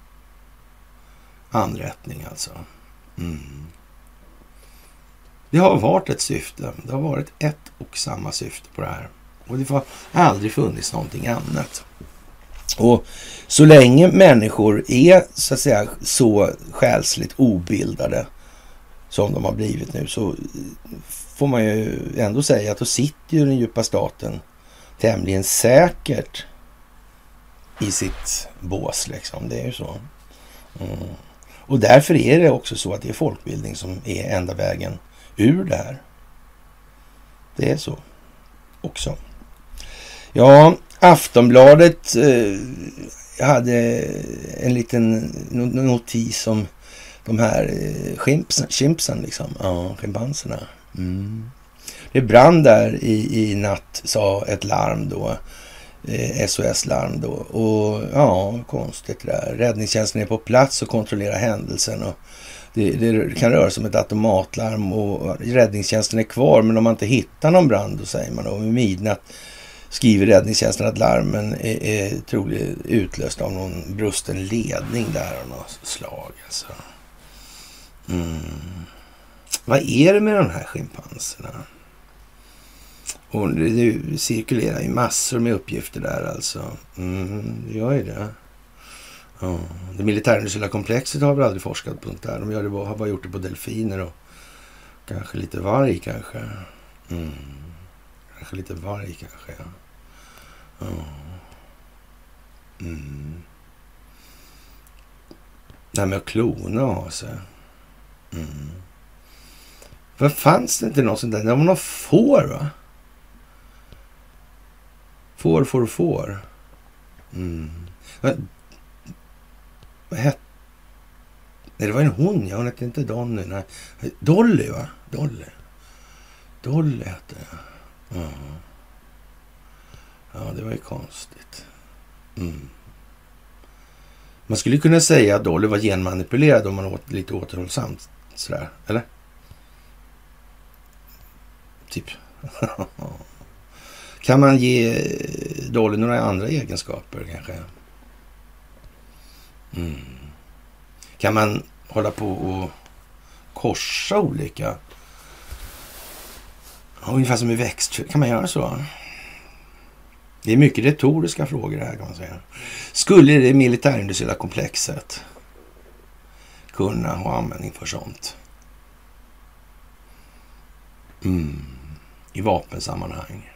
anrättning alltså. Mm. Det har varit ett syfte. Det har varit ett och samma syfte på det här. Och det har aldrig funnits någonting annat. Och så länge människor är så att säga så själsligt obildade som de har blivit nu, så får man ju ändå säga att då sitter ju den djupa staten tämligen säkert i sitt bås liksom. Det är ju så. Mm. Och därför är det också så att det är folkbildning som är enda vägen ur det här. Det är så. också. Ja, Aftonbladet eh, hade en liten notis om de här eh, chimpsen, chimpsen liksom. Ja, schimpanserna. Mm. Det brann där i, i natt, sa ett larm då. Eh, S O S-larm då. Och ja, konstigt det där. Räddningstjänsten är på plats och kontrollerar händelsen. Och det, det kan röra sig om ett automatlarm och räddningstjänsten är kvar. Men om man inte hittar någon brand, då säger man då vid midnatt skriver räddningstjänsten att larmen är, är troligen utlöst av någon brusten ledning där av något slag. Alltså. Mm. Vad är det med de här schimpanserna? Och det, det cirkulerar ju massor med uppgifter där alltså. Mm, det gör ju det. Ja. Det militärindustriella komplexet har väl aldrig forskat på sånt där. De gör det bara, har bara gjort det på delfiner och kanske lite varg kanske. Mm. Kanske lite varg kanske, ja. Ja. Mm. Det här med att klona och ha sig. Mm. Vad fanns det inte något sånt där? Det var något får, va? Får, får, får. Mm. Vad, vad hette... Nej, det var en hon, ja. Hon hette inte Donny. Nej. Dolly, va? Dolly. Dolly hette jag. Ja. Ja, det var ju konstigt. Mm. Man skulle kunna säga att Dolly var genmanipulerad om man åt lite återhållsamt. Sådär, eller? Typ. Kan man ge Dolly några andra egenskaper kanske? Mm. Kan man hålla på och korsa olika? Ungefär som i växt. Kan man göra så? Det är mycket retoriska frågor här kan man säga. Skulle det militärindustriella komplexet kunna ha användning för sånt? Mm. I vapensammanhang.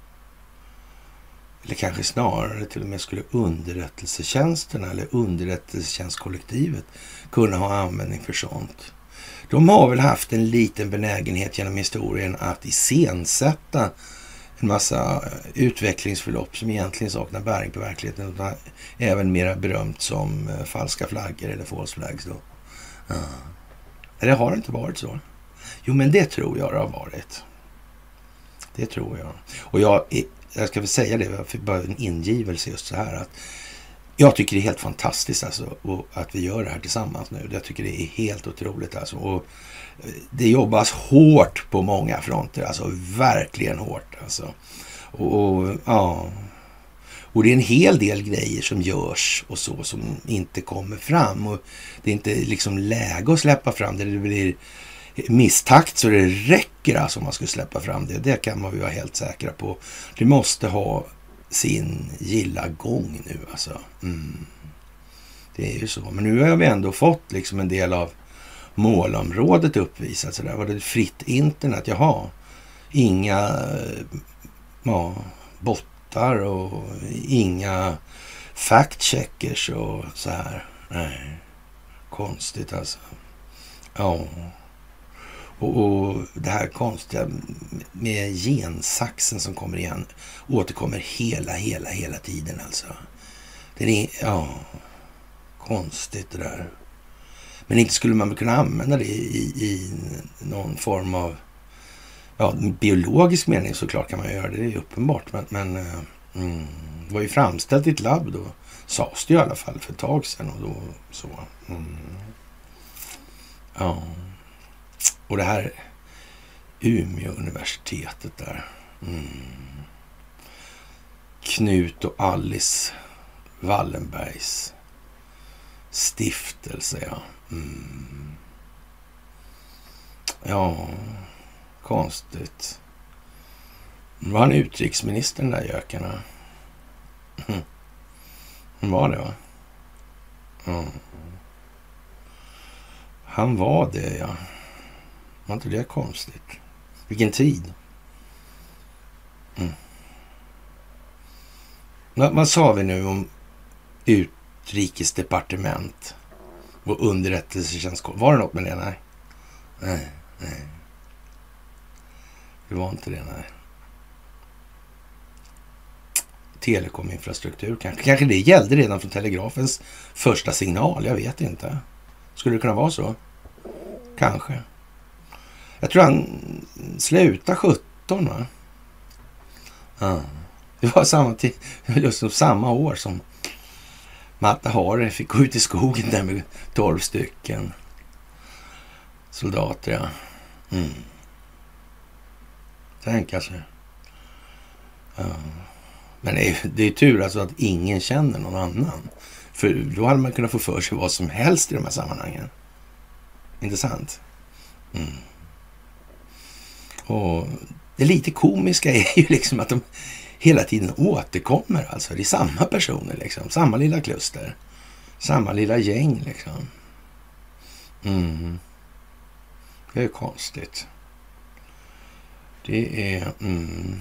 Eller kanske snarare till och med skulle underrättelsetjänsterna eller underrättelsetjänstkollektivet kunna ha användning för sånt. De har väl haft en liten benägenhet genom historien att iscensätta en massa utvecklingsförlopp som egentligen saknar bäring på verkligheten. Och även mera berömt som falska flaggor eller false flags då. Ja. Eller har det inte varit så? Jo, men det tror jag det har varit. Det tror jag. Och jag, jag ska väl säga det, jag fick bara en ingivelse just så här att jag tycker det är helt fantastiskt alltså, och att vi gör det här tillsammans nu. Jag tycker det är helt otroligt alltså. Och det jobbas hårt på många fronter, alltså verkligen hårt alltså. Och, och ja, och det är en hel del grejer som görs och så som inte kommer fram. Och det är inte liksom läge att släppa fram det. Det blir misstakt så det räcker alltså om man ska släppa fram det. Det kan man ju vara helt säkra på. Det måste ha sin gilla gång nu alltså. Mm. Det är ju så. Men nu har vi ändå fått liksom en del av målområdet uppvisat. Så där var det fritt internet. Jaha. Inga ja, bottar och inga fact-checkers och så här. Nej. Konstigt alltså. Ja. Och, och det här konstiga med gensaxen som kommer igen återkommer hela, hela, hela tiden alltså. Det är, ja, konstigt det där. Men inte skulle man kunna använda det i, i någon form av ja, biologisk mening såklart kan man göra det, det är uppenbart. Men, men mm, det var ju framställt i ett labb då, sades det i alla fall för ett tag sedan och då så. Mm. Ja. Och det här Umeå-universitetet där. Mm. Knut och Alice Wallenbergs stiftelse, ja. Mm. Ja, konstigt. Var han utrikesministern där gökarna? Mm. Var det, va? Mm. Han var det, ja. Var inte det konstigt? Vilken tid. Mm. Vad, vad sa vi nu om utrikesdepartement och underrättelsetjänst? Var det något med det? Nej. Nej, nej. Det var inte det, nej. telekominfrastruktur. Kanske, kanske det gällde redan från telegrafens första signal. Jag vet inte. Skulle det kunna vara så? Kanske. Jag tror han slutade sjutton, va? Ja. Det var samma, tid, just samma år som Mata Hari fick gå ut i skogen där med tolv stycken soldater, ja. Mm. Tänka sig. Ja. Men det är, det är tur alltså att ingen känner någon annan. För då hade man kunnat få för sig vad som helst i de här sammanhangen. Intressant. Mm. Och det lite komiska är ju liksom att de hela tiden återkommer. Alltså det är samma personer liksom. Samma lilla kluster. Samma lilla gäng liksom. Mm. Det är konstigt. Det är mm,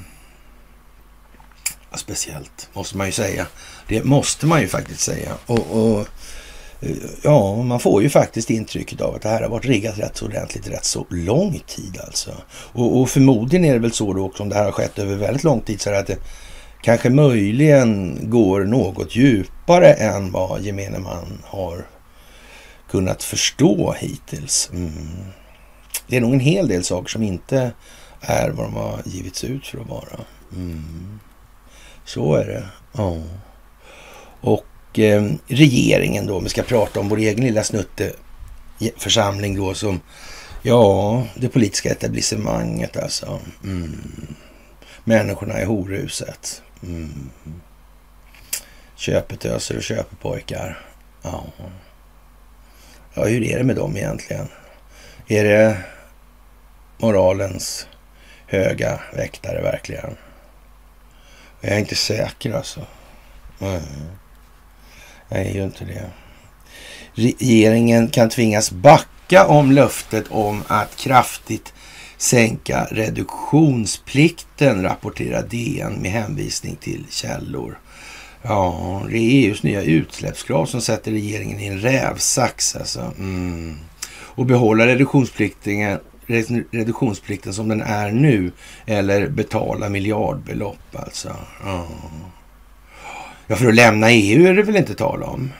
speciellt, måste man ju säga. Det måste man ju faktiskt säga. Och, och ja, man får ju faktiskt intrycket av att det här har varit riggat rätt så ordentligt rätt så lång tid alltså. Och, och förmodligen är det väl så då också, om det här har skett över väldigt lång tid, så är det att det kanske möjligen går något djupare än vad gemene man har kunnat förstå hittills. Mm. Det är nog en hel del saker som inte är vad de har givits ut för att vara. Mm. Så är det. Ja. Och eh, regeringen då, om vi ska prata om vår egen lilla snutte församling då, som, ja, det politiska etablissemanget alltså. Mm. Människorna i horhuset. Mm. Köpetöser och köpepojkar. Ja. Ja, hur är det med dem egentligen? Är det moralens höga väktare verkligen? Jag är inte säker alltså. Nej. Jag är ju inte det. Regeringen kan tvingas backa om löftet om att kraftigt sänka reduktionsplikten, rapporterar D N med hänvisning till källor. Ja, det är E U:s nya utsläppskrav som sätter regeringen i en rävsax alltså. Mm. Och behålla reduktionsplikten, reduktionsplikten som den är nu, eller betala miljardbelopp alltså. Ja. Ja, för att lämna E U är det väl inte tala om.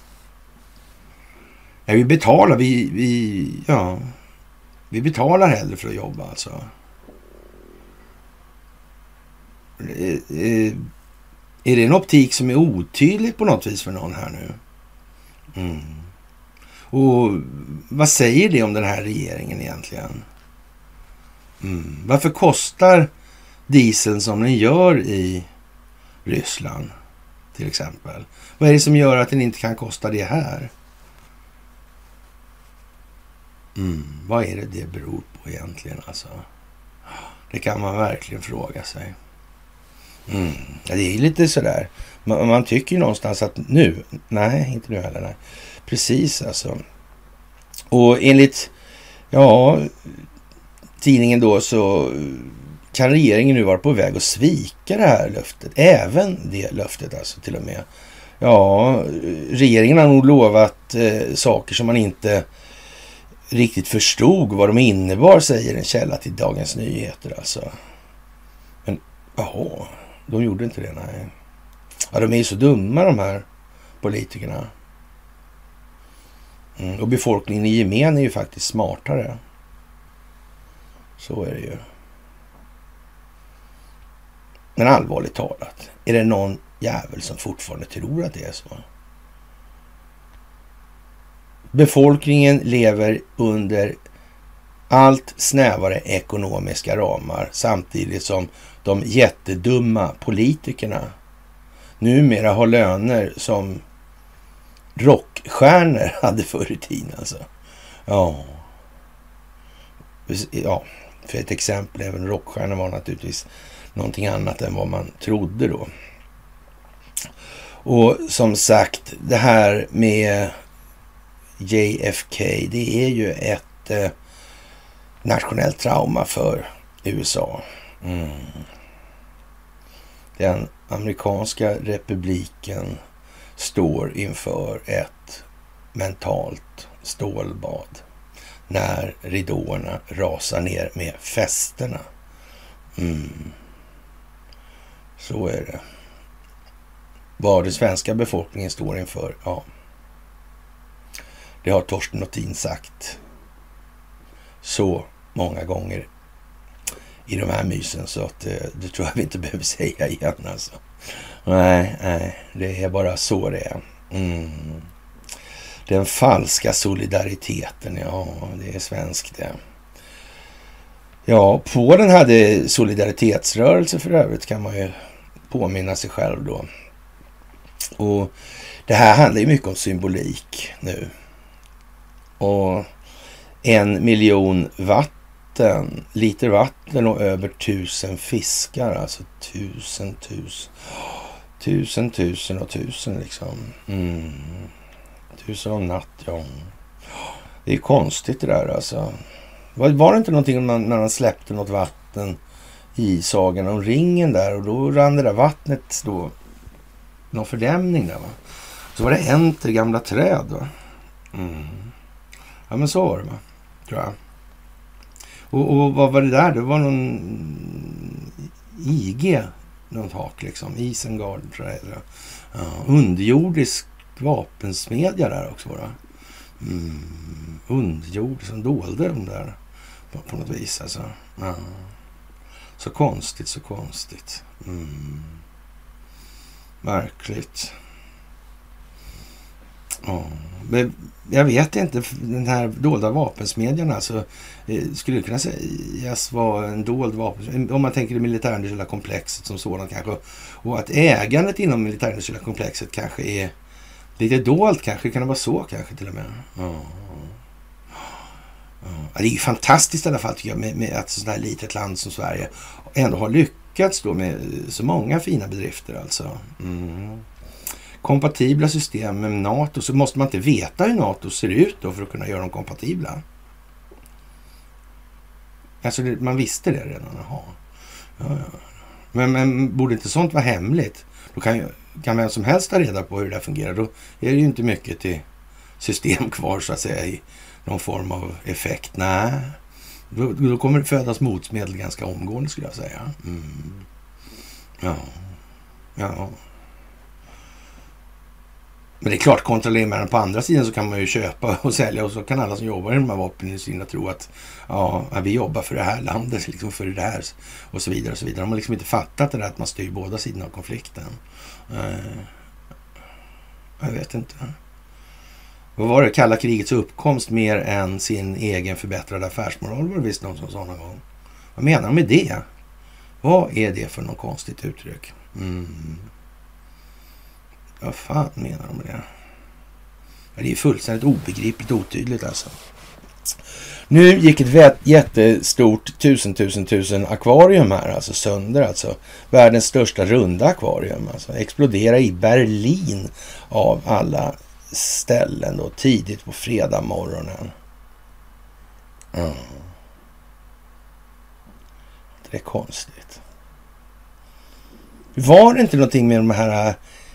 Ja, vi betalar, vi, vi, ja, vi betalar hellre för att jobba alltså. Är, är det en optik som är otydlig på något vis för någon här nu? Mm. Och vad säger det om den här regeringen egentligen? Mm. Varför kostar dieseln som den gör i Ryssland till exempel? Vad är det som gör att den inte kan kosta det här? Mm. Vad är det det beror på egentligen alltså? Det kan man verkligen fråga sig. Mm. Ja, det är lite sådär. Man, man tycker ju någonstans att nu, nej, inte nu heller, nej. Precis alltså. Och enligt, ja, tidningen då, så kan regeringen nu vara på väg att svika det här löftet. Även det löftet alltså till och med. Ja, regeringen har nog lovat eh, saker som man inte riktigt förstod vad de innebar, säger en källa till Dagens Nyheter alltså. Men, jaha, de gjorde inte det, nej. Ja, de är ju så dumma de här politikerna. Mm, och befolkningen i gemen är ju faktiskt smartare. Så är det ju. Men allvarligt talat, är det någon jävel som fortfarande tror att det är så? Befolkningen lever under allt snävare ekonomiska ramar, samtidigt som de jättedumma politikerna numera har löner som rockstjärnor hade förr i tiden alltså. Ja. Ja, för ett exempel, även rockstjärnor var naturligtvis någonting annat än vad man trodde då. Och som sagt, det här med J F K, det är ju ett eh, nationellt trauma för U S A. Mm. Den amerikanska republiken står inför ett mentalt stålbad när ridåerna rasar ner med festerna. Mm. Så är det. vad den svenska befolkningen står inför, ja. Det har Torsten Nothin sagt så många gånger i de här mysen så att det, det tror jag vi inte behöver säga igen alltså. Nej, nej, det är bara så det är. Mm. Den falska solidariteten, ja, det är svenskt det. Ja, på den här solidaritetsrörelse för övrigt kan man ju påminna sig själv då. Och det här handlar ju mycket om symbolik nu. Och en miljon vatten, liter vatten och över tusen fiskar, alltså tusen, tusen, tusen, tusen och tusen liksom. Mm. Tusen och natt, ja. Det är konstigt det där alltså. Var det inte någonting när man släppte något vatten i Sagan om ringen där och då rann det där vattnet då någon fördämning där va. Så var det enter gamla träd va. Mm. Ja men så var det va, tror jag. Och, och vad var det där? Det var någon I G, något hak liksom, Isengard tror jag. Ja, underjordisk vapensmedja där också var det. Mm, underjord som dolde de där på, på något vis alltså. Ja. Så konstigt, så konstigt. Mm. Märkligt. Ja. Men jag vet inte, den här dolda vapensmedjan alltså, skulle kunna sägas vara en dold vapen, om man tänker det militärindustriella komplexet som sådant kanske, och att ägandet inom militärindustriella komplexet kanske är lite dolt, kanske kan det vara så kanske till och med. Ja. Ja. Det är ju fantastiskt i alla fall tycker jag med, med att sådant här litet land som Sverige ändå har lyckats då med så många fina bedrifter alltså. Mm. Kompatibla system med NATO, så måste man inte veta hur NATO ser ut då för att kunna göra dem kompatibla. Alltså det, man visste det redan. Jaha. Ja, ja. Men, men borde inte sånt vara hemligt? Då kan, kan vem som helst ta reda på hur det fungerar. Då är det ju inte mycket till system kvar så att säga i någon form av effekt. Nej, då, då kommer det födas motmedel ganska omgående skulle jag säga. Mm. Ja, ja. Men det är klart, kontrollerar man på andra sidan så kan man ju köpa och sälja och så kan alla som jobbar i de här vapenindustrierna tro att ja, vi jobbar för det här landet, liksom för det här och så vidare och så vidare. De har liksom inte fattat det där att man styr båda sidorna av konflikten. Uh, jag vet inte. Vad var det? Kalla krigets uppkomst mer än sin egen förbättrade affärsmoral var det visst någon som sa någon gång. Vad menar de med det? Vad är det för något konstigt uttryck? Mm. Vad fan menar de med det? Ja, det är fullständigt obegripligt otydligt alltså. Nu gick ett jättestort tusen tusen tusen akvarium här alltså sönder alltså. Världens största runda akvarium alltså. Explodera i Berlin av alla ställen då tidigt på fredag morgonen. Mm. Det är konstigt. Var det inte någonting med de här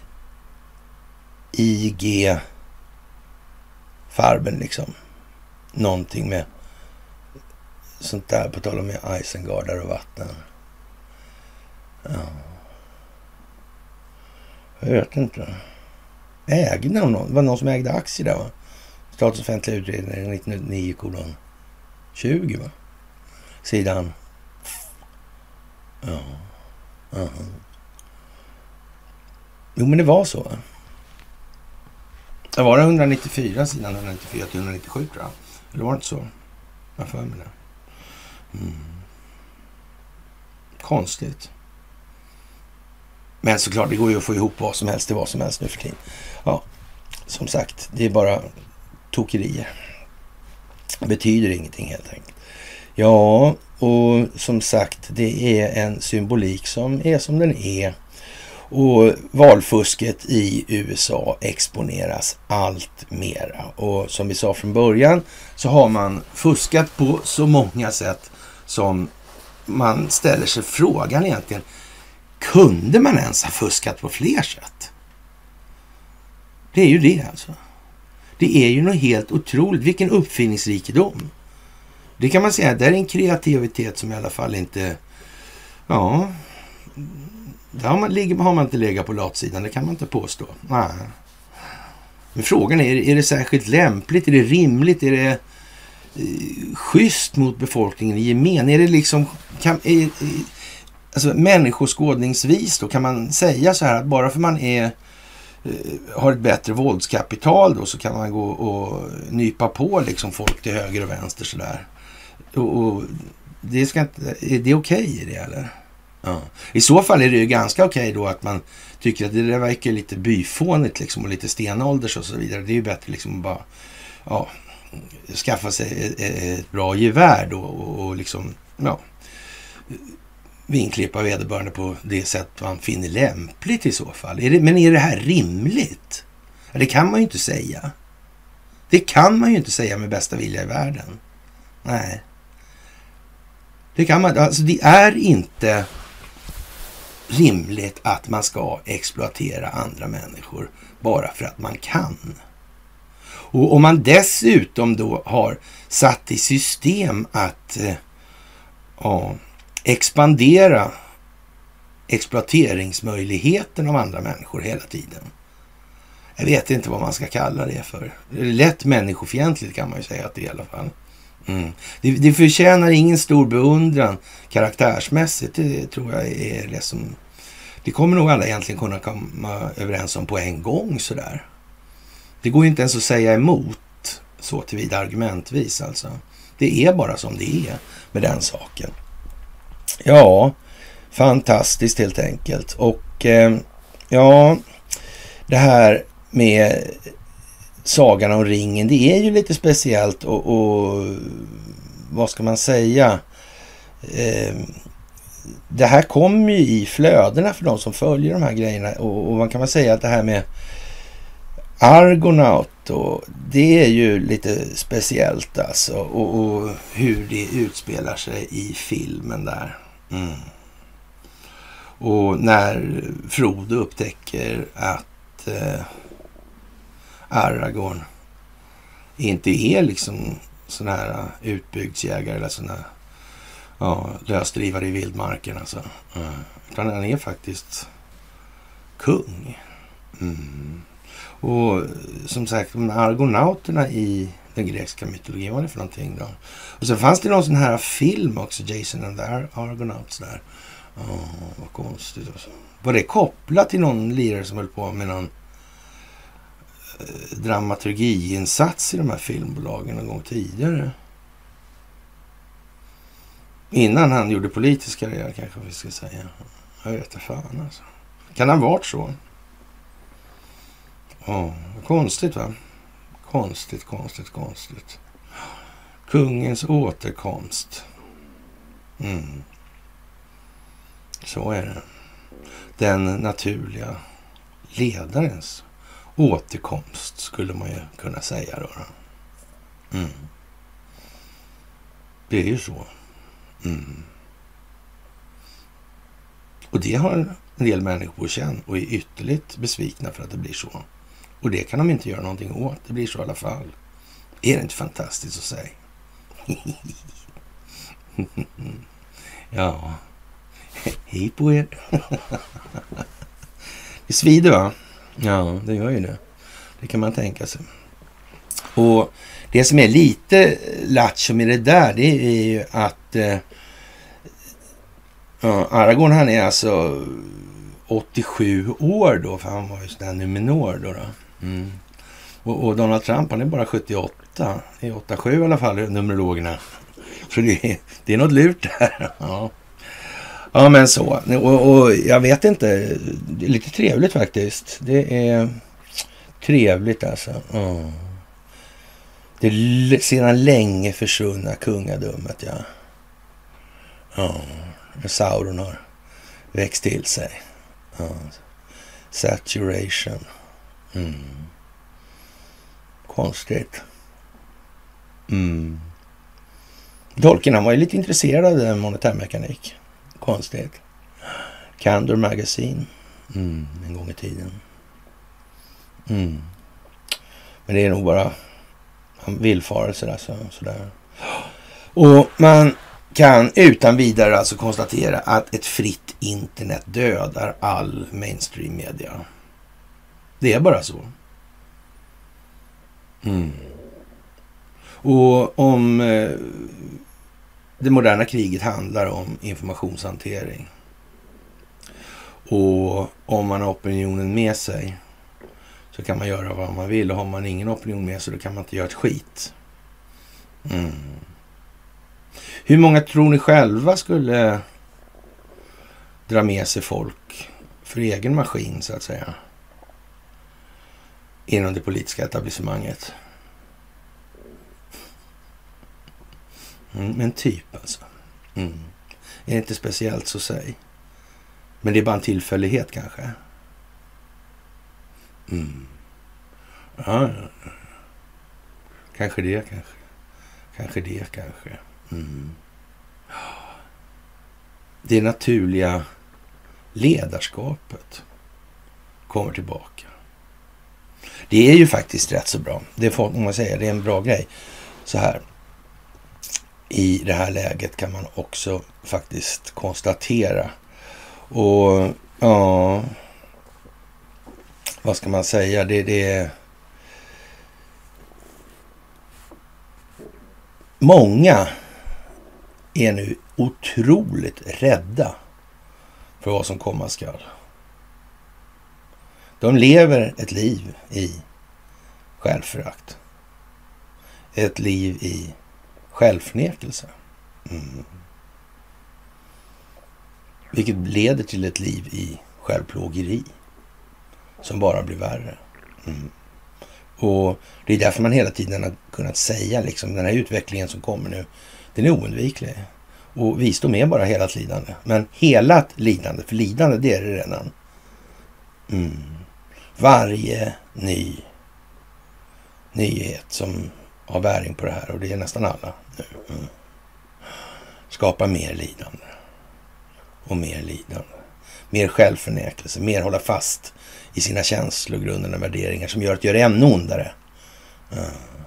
I G-farben liksom? Någonting med sånt där på tal om med Isengardar och vatten. Ja. Jag vet inte. Ägde någon? Var någon som ägde aktier där va? Statens offentliga utredning nittonhundranittionio kolon tjugo va? Sidan. Ja. Uh-huh. Jo men det var så va? Det var det etthundranittiofyra sidan etthundranittiofyra till etthundranittiosju tror jag. Eller var det inte så? Jag får med det. Mm. Konstigt. Men såklart, det går ju att få ihop vad som helst till vad som helst nu för tiden. Ja, som sagt, det är bara tokerier. Betyder ingenting helt enkelt. Ja, och som sagt, det är en symbolik som är som den är. Och valfusket i U S A exponeras allt mera. Och som vi sa från början så har man fuskat på så många sätt som man ställer sig frågan egentligen. Kunde man ens ha fuskat på fler sätt? Det är ju det alltså. Det är ju något helt otroligt. Vilken uppfinningsrikedom. Det kan man säga. Det är en kreativitet som i alla fall inte... Ja... där har man, ligger, har man inte legat på latsidan, det kan man inte påstå. Nej. Men frågan är, är det särskilt lämpligt? Är det rimligt? Är det eh, schysst mot befolkningen i gemen? Är det liksom, kan, är, är, alltså människoskådningsvis då kan man säga så här att bara för man är har ett bättre våldskapital då så kan man gå och nypa på liksom folk till höger och vänster sådär. Och, och det ska inte, är det okej i det eller? Ja. I så fall är det ju ganska okej då att man tycker att det där verkar lite byfånigt liksom och lite stenålders och så vidare. Det är ju bättre liksom att bara ja, skaffa sig ett, ett bra gevär då och, och liksom ja vinklippa vederbörande på det sätt man finner lämpligt i så fall. Är det, men är det här rimligt? Det kan man ju inte säga. Det kan man ju inte säga med bästa vilja i världen. Nej. Det kan man, alltså det är inte rimligt att man ska exploatera andra människor bara för att man kan. Och om man dessutom då har satt i system att eh, ja, expandera exploateringsmöjligheten av andra människor hela tiden. Jag vet inte vad man ska kalla det för. Det är lätt människofientligt kan man ju säga att det i alla fall. Mm. Det, det förtjänar ingen stor beundran karaktärsmässigt. Det tror jag är det som... Det kommer nog alla egentligen kunna komma överens om på en gång sådär. Det går ju inte ens att säga emot så tillvida argumentvis alltså. Det är bara som det är med den saken. Ja, fantastiskt helt enkelt. Och eh, ja, det här med Sagan om ringen, det är ju lite speciellt och, och vad ska man säga? Eh, det här kommer ju i flödena för de som följer de här grejerna och, och man kan väl säga att det här med Argonaut och det är ju lite speciellt alltså och, och hur det utspelar sig i filmen där. Mm. Och när Frodo upptäcker att eh, Aragorn inte är liksom sån här utbygdsjägare eller sån här ja, lösdrivare i vildmarken alltså. Mm. Utan han är faktiskt kung. Mm. Och som sagt, de argonauterna i den grekiska mytologin, vad är det för någonting då? Och så fanns det någon sån här film också, Jason and the Argonauts där. Oh, vad konstigt också. Var det kopplat till någon lirare som höll på med någon eh, dramaturgiinsats i de här filmbolagen någon gång tidigare? Innan han gjorde politisk karriär kanske vi ska säga. Jag vet inte fan alltså. Kan han ha varit så? Ja, oh, konstigt va? Konstigt, konstigt, konstigt. Kungens återkomst. Mm. Så är det. Den naturliga ledarens återkomst skulle man ju kunna säga då. Mm. Det är ju så. Mm. Och det har en del människor på känn och är ytterligt besvikna för att det blir så. Och det kan de inte göra någonting åt. Det blir så i alla fall. Är det inte fantastiskt att säga? Ja. Hej på er. Det svider va? Ja, det gör ju det. Det kan man tänka sig. Och det som är lite lattjo med det där, det är ju att eh, ja, Aragorn han är alltså åttiosju år då, för han var ju sådär Numenor då. då. Mm. Och, och Donald Trump han är bara sjuttioåtta. Det är åttiosju i alla fall, numerologerna. Så det är, det är något lurt där. Ja. Ja men så. Och, och jag vet inte, det är lite trevligt faktiskt. Det är trevligt alltså. Ja. Det är sedan länge försvunna kungadömet, ja. Ja, Sauron har växt till sig. Ja. Saturation. Mm. Konstigt. Mm. Tolkien han var ju lite intresserad av monetärmekanik. Konstigt. Candor Magazine. Mm, en gång i tiden. Mm. Men det är nog bara villfarelser alltså, sådär. Och man kan utan vidare alltså konstatera att ett fritt internet dödar all mainstream media. Det är bara så. Mm. Och om eh, det moderna kriget handlar om informationshantering, och om man har opinionen med sig så kan man göra vad man vill, och har man ingen opinion med sig då kan man inte göra ett skit. Mm. Hur många tror ni själva skulle dra med sig folk för egen maskin så att säga inom det politiska etablissemanget? Mm, men typ alltså. Mm. Är det inte speciellt så säg. Men det är bara en tillfällighet kanske. Mm. Ja, ja. Kanske det kanske. Kanske det kanske. Mm. Det naturliga ledarskapet kommer tillbaka. Det är ju faktiskt rätt så bra. Det får man säga, det är en bra grej. Så här. I det här läget kan man också faktiskt konstatera. Och ja, vad ska man säga? Det, det är många är nu otroligt rädda för vad som komma skall. De lever ett liv i självförakt. Ett liv i självförnekelse. Mm. Vilket leder till ett liv i självplågeri som bara blir värre. Mm. Och det är därför man hela tiden har kunnat säga liksom, den här utvecklingen som kommer nu, den är oundviklig. Och visdom är bara hela lidande. Men hela lidande, för lidande det är det redan. Mm. Varje ny nyhet som har bäring på det här, och det är nästan alla nu, mm. skapar mer lidande. Och mer lidande. Mer självförnekelse. Mer hålla fast i sina känslogrunder och värderingar som gör att göra det ännu ondare. Mm.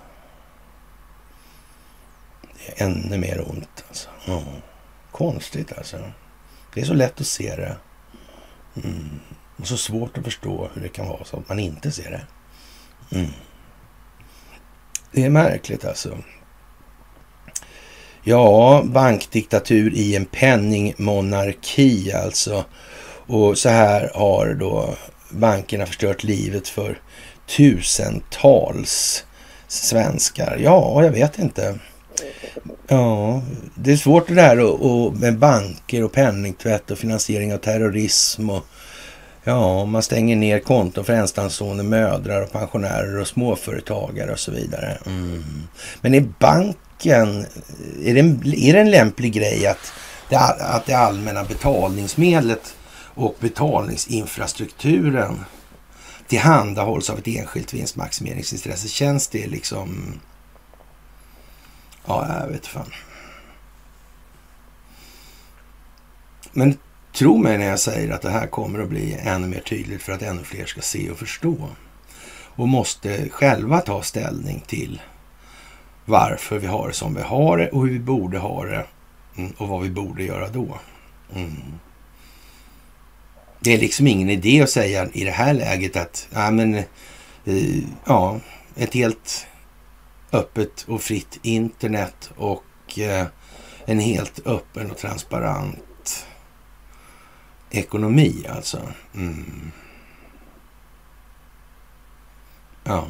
Det är ännu mer ont alltså. Mm. Konstigt alltså. Det är så lätt att se det. Mm. Och så svårt att förstå hur det kan vara så att man inte ser det. Mm. Det är märkligt alltså. Ja, bankdiktatur i en penningmonarki alltså. Och så här har då bankerna förstört livet för tusentals svenskar. Ja, jag vet inte. Ja, det är svårt det där och, och med banker och penningtvätt och finansiering av terrorism och ja, man stänger ner konton för ensamstående mödrar och pensionärer och småföretagare och så vidare. Mm. Men är banken, är det, en, är det en lämplig grej att det, att det allmänna betalningsmedlet och betalningsinfrastrukturen tillhandahålls av ett enskilt vinstmaximeringsintresse? Känns det liksom... Ja, jag vet fan. Men tro mig när jag säger att det här kommer att bli ännu mer tydligt för att ännu fler ska se och förstå. Och måste själva ta ställning till varför vi har det som vi har det och hur vi borde ha det och vad vi borde göra då. Mm. Det är liksom ingen idé att säga i det här läget att ja, men, ja, ett helt öppet och fritt internet och eh, en helt öppen och transparent ekonomi alltså. Mm. Ja.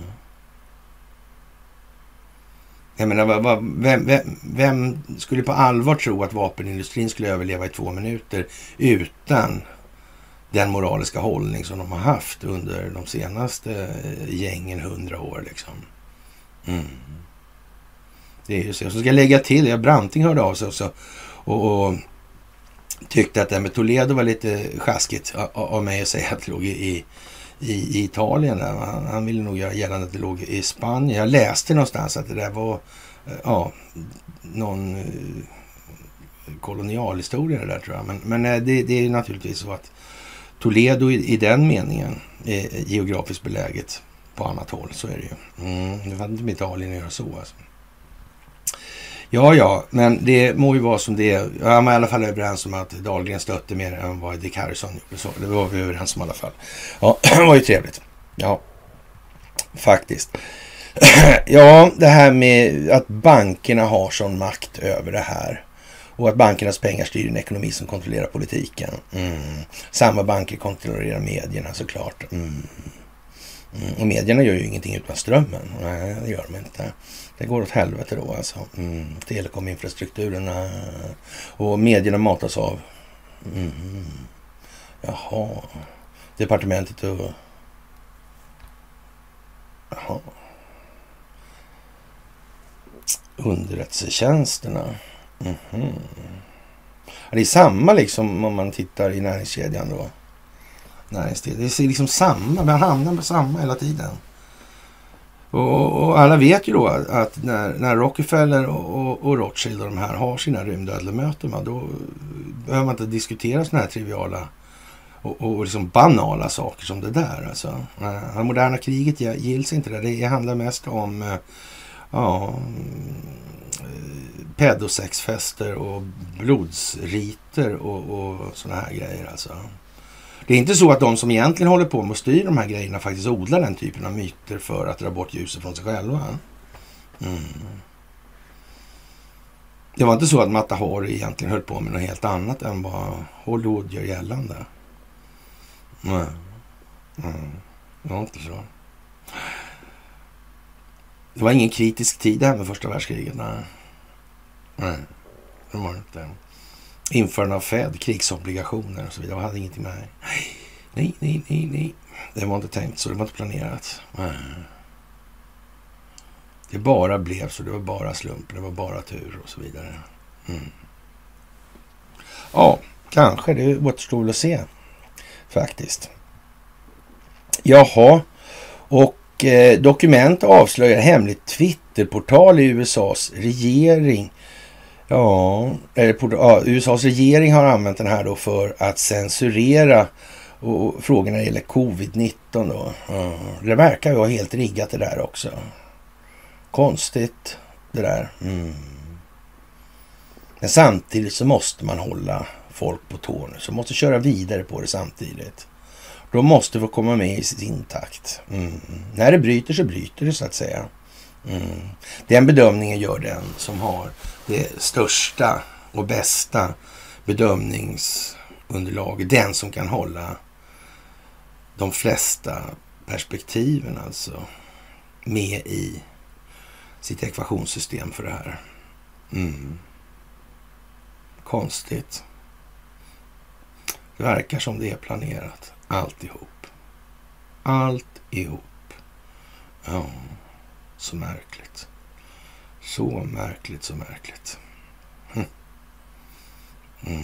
Jag menar, vad, vad, vem, vem, vem skulle på allvar tro att vapenindustrin skulle överleva i två minuter utan den moraliska hållning som de har haft under de senaste gängen hundra år liksom. Mm. Det är ju så. Så ska jag lägga till, jag Branting hörde av sig också och, och tyckte att det med Toledo var lite sjaskigt av mig att säga att det låg i, i, i Italien. Han, han ville nog göra gällande att det låg i Spanien. Jag läste någonstans att det där var ja, någon kolonialhistoria där tror jag. Men, men det, det är naturligtvis så att Toledo i, i den meningen är geografiskt beläget på annat håll, så är det ju. Mm, det var inte med Italien att göra så alltså. Ja, ja, men det må ju vara som det är. Ja, man är i alla fall överens om att Dahlgren stötte mer än vad Dick Harrison gjorde. Så det var vi överens om i alla fall. Ja, det var ju trevligt. Ja, faktiskt. Ja, det här med att bankerna har sån makt över det här. Och att bankernas pengar styr en ekonomi som kontrollerar politiken. Mm. Samma banker kontrollerar medierna såklart. Mm. Mm. Och medierna gör ju ingenting utan strömmen. Nej, det gör de inte. Det går åt helvete då alltså. Mm. Telekominfrastrukturen. Och medierna matas av. Mm. Jaha. Departementet och... Jaha. Underrättelsetjänsterna. Mm-hmm. Det är samma liksom om man tittar i näringskedjan då. Näringskedjan. Det är liksom samma. Man hamnar på samma hela tiden. Och, och alla vet ju då att när, när Rockefeller och, och, och Rothschild och de här har sina rymdödlemöten, då behöver man inte diskutera såna här triviala och, och liksom banala saker som det där. Alltså. Det moderna kriget gills inte det. Det handlar mest om ja, pedosexfester och blodsriter och, och såna här grejer. Alltså. Det är inte så att de som egentligen håller på med att styra de här grejerna faktiskt odlar den typen av myter för att dra bort ljuset från sig själva. Mm. Det var inte så att Mata Hari egentligen höll på med något helt annat än vad Hollywood gör gällande. Nej. Mm. Det var inte så. Det var ingen kritisk tid det här med första världskriget. Nej. Nej, det var inte. Införande av Fed, krigsobligationer och så vidare. Jag hade ingenting med. Nej, nej, nej, nej. Det var inte tänkt så. Det var inte planerat. Nej. Det bara blev så. Det var bara slump. Det var bara tur och så vidare. Mm. Ja, kanske. Det återstår att se. Faktiskt. Jaha. Och eh, dokument avslöjar hemligt Twitterportal i U S A:s regering. Ja, ja, U S A:s regering har använt den här då för att censurera och, och frågorna när det gäller covid nitton då. Ja, det verkar ju vara helt riggat det där också. Konstigt det där. Mm. Men samtidigt så måste man hålla folk på tå nu. Så måste köra vidare på det samtidigt. De måste få komma med i sin takt. Mm. När det bryter så bryter det så att säga. Mm. Den bedömningen gör den som har det största och bästa bedömningsunderlaget. Den som kan hålla de flesta perspektiven alltså med i sitt ekvationssystem för det här. Mm. Konstigt. Det verkar som det är planerat. Alltihop. Allt ihop. Ja, så märkligt. Så märkligt, så märkligt. Hm. Mm.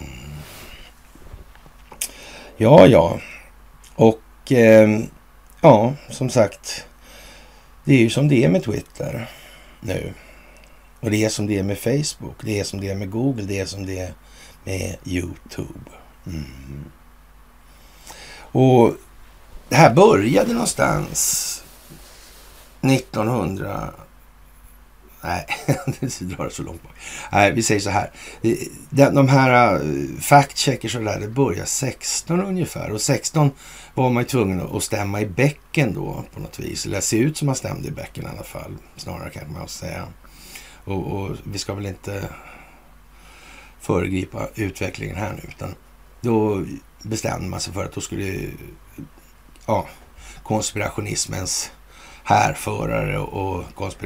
Ja, ja. Och eh, ja, som sagt, det är ju som det är med Twitter nu. Och det är som det är med Facebook. Det är som det är med Google. Det är som det är med YouTube. Mm. Och det här började någonstans nittonhundra... Nej, det drar så långt bak. Nej, vi säger så här. De här fact-checkers och där, det började sexton ungefär. Och sexton var man ju tvungen att stämma i bäcken då på något vis. Eller se ut som man stämde i bäcken i alla fall. Snarare kan man säga. Och, och vi ska väl inte föregripa utvecklingen här nu. Utan då bestämde man sig för att då skulle ja, konspirationismens härförare och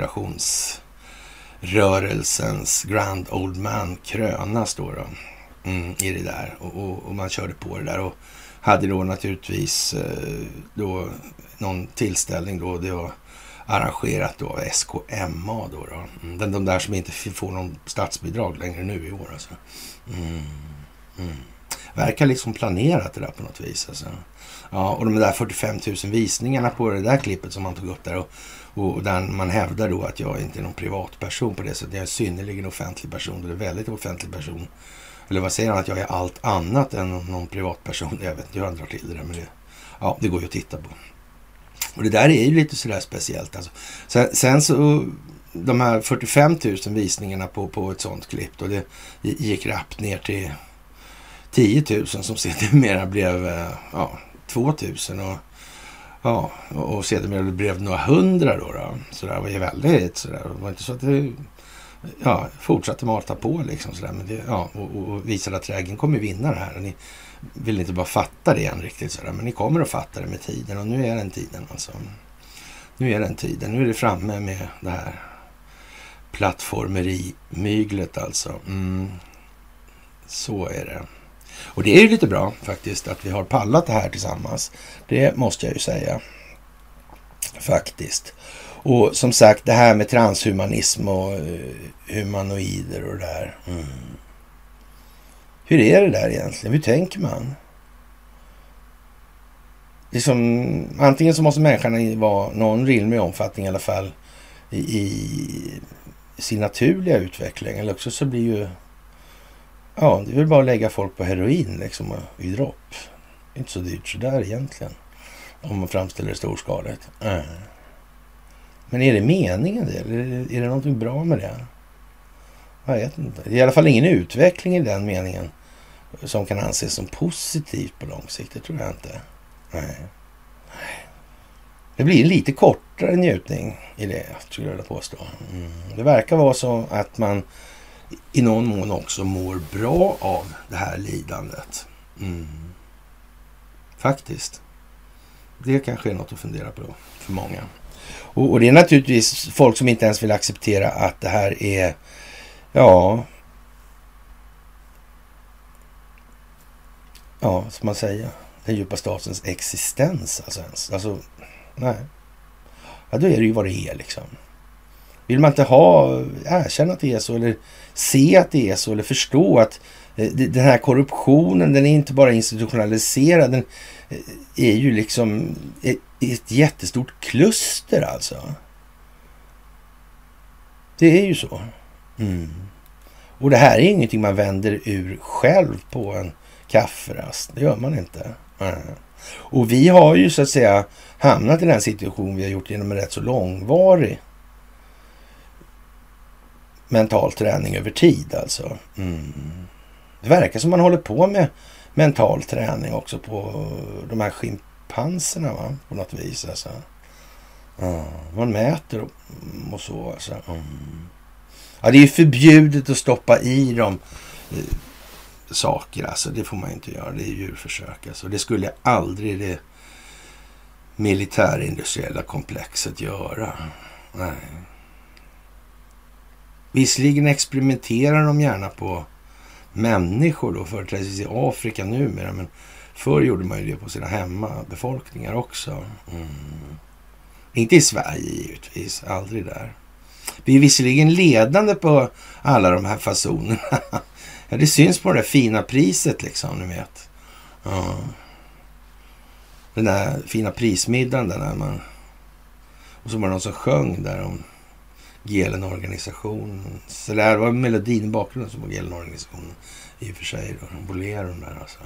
konspirationsrörelsens grand old man krönas då, då mm, i det där. Och, och, och man körde på det där och hade då naturligtvis eh, då någon tillställning då det var arrangerat då av S K M A då. då. Mm, de där som inte får någon statsbidrag längre nu i år alltså. Mm, mm. Verkar liksom planerat det där på något vis alltså. Ja, och de där fyrtiofem tusen visningarna på det där klippet som man tog upp där och, och där man hävdar då att jag inte är någon privatperson på det sättet. Jag är en synnerligen offentlig person. Det är väldigt offentlig person. Eller vad säger han? Att jag är allt annat än någon privatperson. Jag vet inte hur han drar till det där, men det, ja, det går ju att titta på. Och det där är ju lite sådär speciellt alltså. Sen, sen så de här fyrtiofem tusen visningarna på, på ett sånt klipp då, det gick rappt ner till tio tusen som sedermera blev ja, två tusen och ja, och sedermera blev några hundra då. då. Så det var ju väldigt sådär. Det var inte så att det ja, fortsatte mata på liksom sådär. Men det, ja, och, och visade att Trägen kommer vinna det här. Och ni vill inte bara fatta det än riktigt sådär. Men ni kommer att fatta det med tiden. Och nu är den tiden alltså. Nu är den tiden. Nu är det framme med det här plattformeri-myglet alltså. Mm. Så är det. Och det är ju lite bra faktiskt att vi har pallat det här tillsammans. Det måste jag ju säga. Faktiskt. Och som sagt, det här med transhumanism och uh, humanoider och det där. Mm. Hur är det där egentligen? Hur tänker man? Liksom, antingen så måste människan vara någon rimlig omfattning i alla fall i, i sin naturliga utveckling. Eller också så blir ju ja, det är väl bara att lägga folk på heroin liksom i dropp. Inte så dyrt så där egentligen. Om man framställer det storskaligt. Mm. Men är det meningen det? Eller är det någonting bra med det? Jag vet inte. Det är i alla fall ingen utveckling i den meningen som kan anses som positivt på lång sikt. Det tror jag inte. Nej. Det blir en lite kortare njutning i det, skulle jag påstå. Mm. Det verkar vara så att man i någon mån också mår bra av det här lidandet. Mm. Faktiskt. Det kanske är något att fundera på för många. Och, och det är naturligtvis folk som inte ens vill acceptera att det här är, ja, ja, som man säger, den djupa statens existens. Alltså, ens. alltså nej. Ja, då är det ju vad det är liksom. Vill man inte ha, erkänna att det är så eller se att det är så eller förstå att eh, den här korruptionen, den är inte bara institutionaliserad, den eh, är ju liksom ett, ett jättestort kluster alltså. Det är ju så. Mm. Och det här är ingenting man vänder ur själv på en kafferast. Det gör man inte. Mm. Och vi har ju så att säga hamnat i den situation vi har gjort genom en rätt så långvarig mental träning över tid alltså. Mm. Det verkar som man håller på med mental träning också på de här schimpanserna va? På något vis alltså. Ja, man mäter och, och så alltså. Mm. Ja, det är ju förbjudet att stoppa i dem eh, saker alltså. Det får man inte göra. Det är djurförsök alltså. Det skulle aldrig det militärindustriella komplexet göra. Nej. Visserligen experimenterar de gärna på människor då, företrädesvis i Afrika numera, men förr gjorde man ju det på sina hemmabefolkningar också. Mm. Inte i Sverige givetvis, aldrig där. Vi är visserligen ledande på alla de här fasonerna. Ja, det syns på det fina priset liksom, ni vet. Ja. Den där fina prismiddagen där när man... Och så var det någon som sjöng där om Gelen-organisationen. Så det var melodin i bakgrunden som var Gelen-organisationen i och för sig. Då. Boleron där alltså.